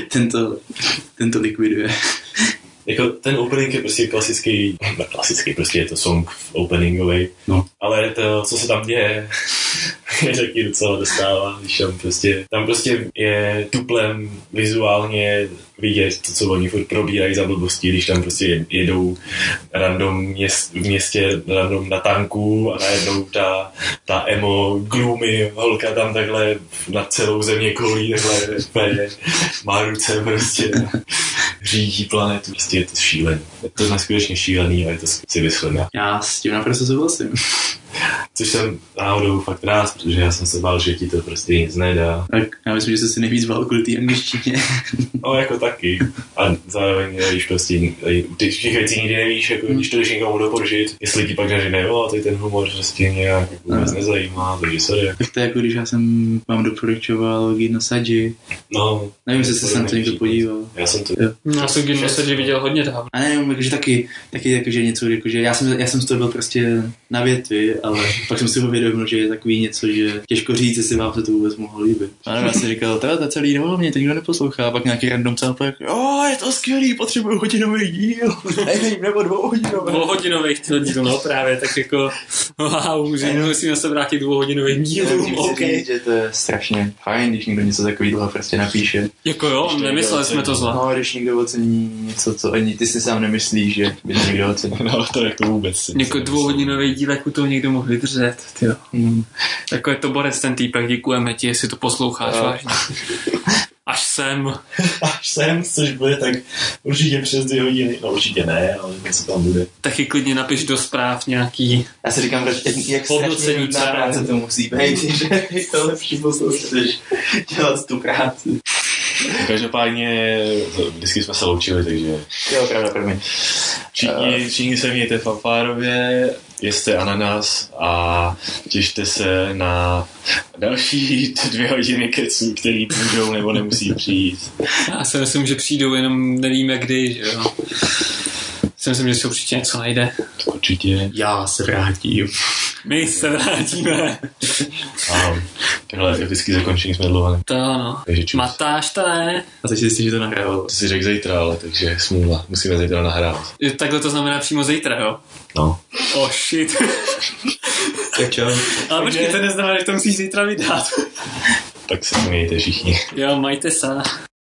tento likviduje. Jako ten opening je prostě klasický, prostě je to song openingový, no. Ale to, co se tam děje, mě taky docela dostává, když tam prostě je tuplem vizuálně vidět to, co oni furt probírají za blbosti, když tam prostě jedou random v městě, random na tanku a najednou ta emo gloomy holka tam takhle na celou země koulí, takhle má ruce prostě řídí planetu, prostě je to šílený. Je to neskutečně šílený a je to si vysleme. Já s tím naprosto souhlasím. Což jsem náhodou fakt rád, protože já jsem se bál, že ti to prostě nic nedá. Tak já myslím, že jsi si nejvíc bál kvůli té angličtině. No jako taky. A zároveň nevíš prostě, u těch věcí nikdy nevíš, jako když to jdeš někomu doporučit, jestli ti pak neřekne, jo, tady ten humor prostě nějak vůbec nezajímá, takže sorry. Tak to je jako když já jsem vám doporučoval Gino Sadži. No. Nevím, jestli se sem to někdo podíval. Já jsem to... Já jsem Gino Sadži viděl hodně dávno. A nevím, jakože taky jakože něco, jakože já jsem z toho byl prostě na větvi, ale pak jsem si uvědomil, že je takový něco, že těžko říct, jestli vám se to vůbec mohlo líbit. A já si říkal, to je celý dobu, mě to nikdo neposlouchá, a pak nějaký random celpek, jo, je to skvělý, potřebuju hodinový díl, nevím, nebo 2hodinový. 2hodinový díl, no právě, tak jako, wow, že musíme se vrátit 2hodinovým dílům, OK. Že to je strašně fajn, když někdo něco takového prostě napíše. Jako jo, nemysleli jsme to zla. No, když někdo ocení něco, co ani ty si sám nemyslíš, že by to někdo ocenil. No, to jako vůbec. Jako 2hodinový díl, jak u toho někdo mohl vydržet, tyjo. Jako je to borec ten týpek, děkujeme ti, jestli to posloucháš vážně. Až sem, což bude tak určitě přes 2 hodiny. No určitě ne, ale něco tam bude. Taky klidně napiš do zpráv nějaký. Já si říkám, jak strašně nudná práce to musí být, že je to lepší poslouchat, než dělat tu práci. Každopádně vždycky jsme se loučili, takže... Jo, pravda, promiň. Všichni se mějte fanfárově, jeste ananas a těšte se na další 2 hodiny keců, který můžou nebo nemusí přijít. Já si myslím, že přijdou, jenom nevíme kdy, že jo. Si myslím, že se určitě něco najde. Určitě. Já se vrátím. My se vrátíme. Takhle epický zakončení jsme dlouho. To ano. Matáš to ne? A teď si jistý, že to nahrával. To si řekl zítra, ale takže smůla. Musíme zítra nahrávat. Takhle to znamená přímo zítra, jo? No. Oh shit. Tak čau. Ale počkej, to neznamená, že to musíš zítra vydat. Tak se mějte všichni. Jo, majte se.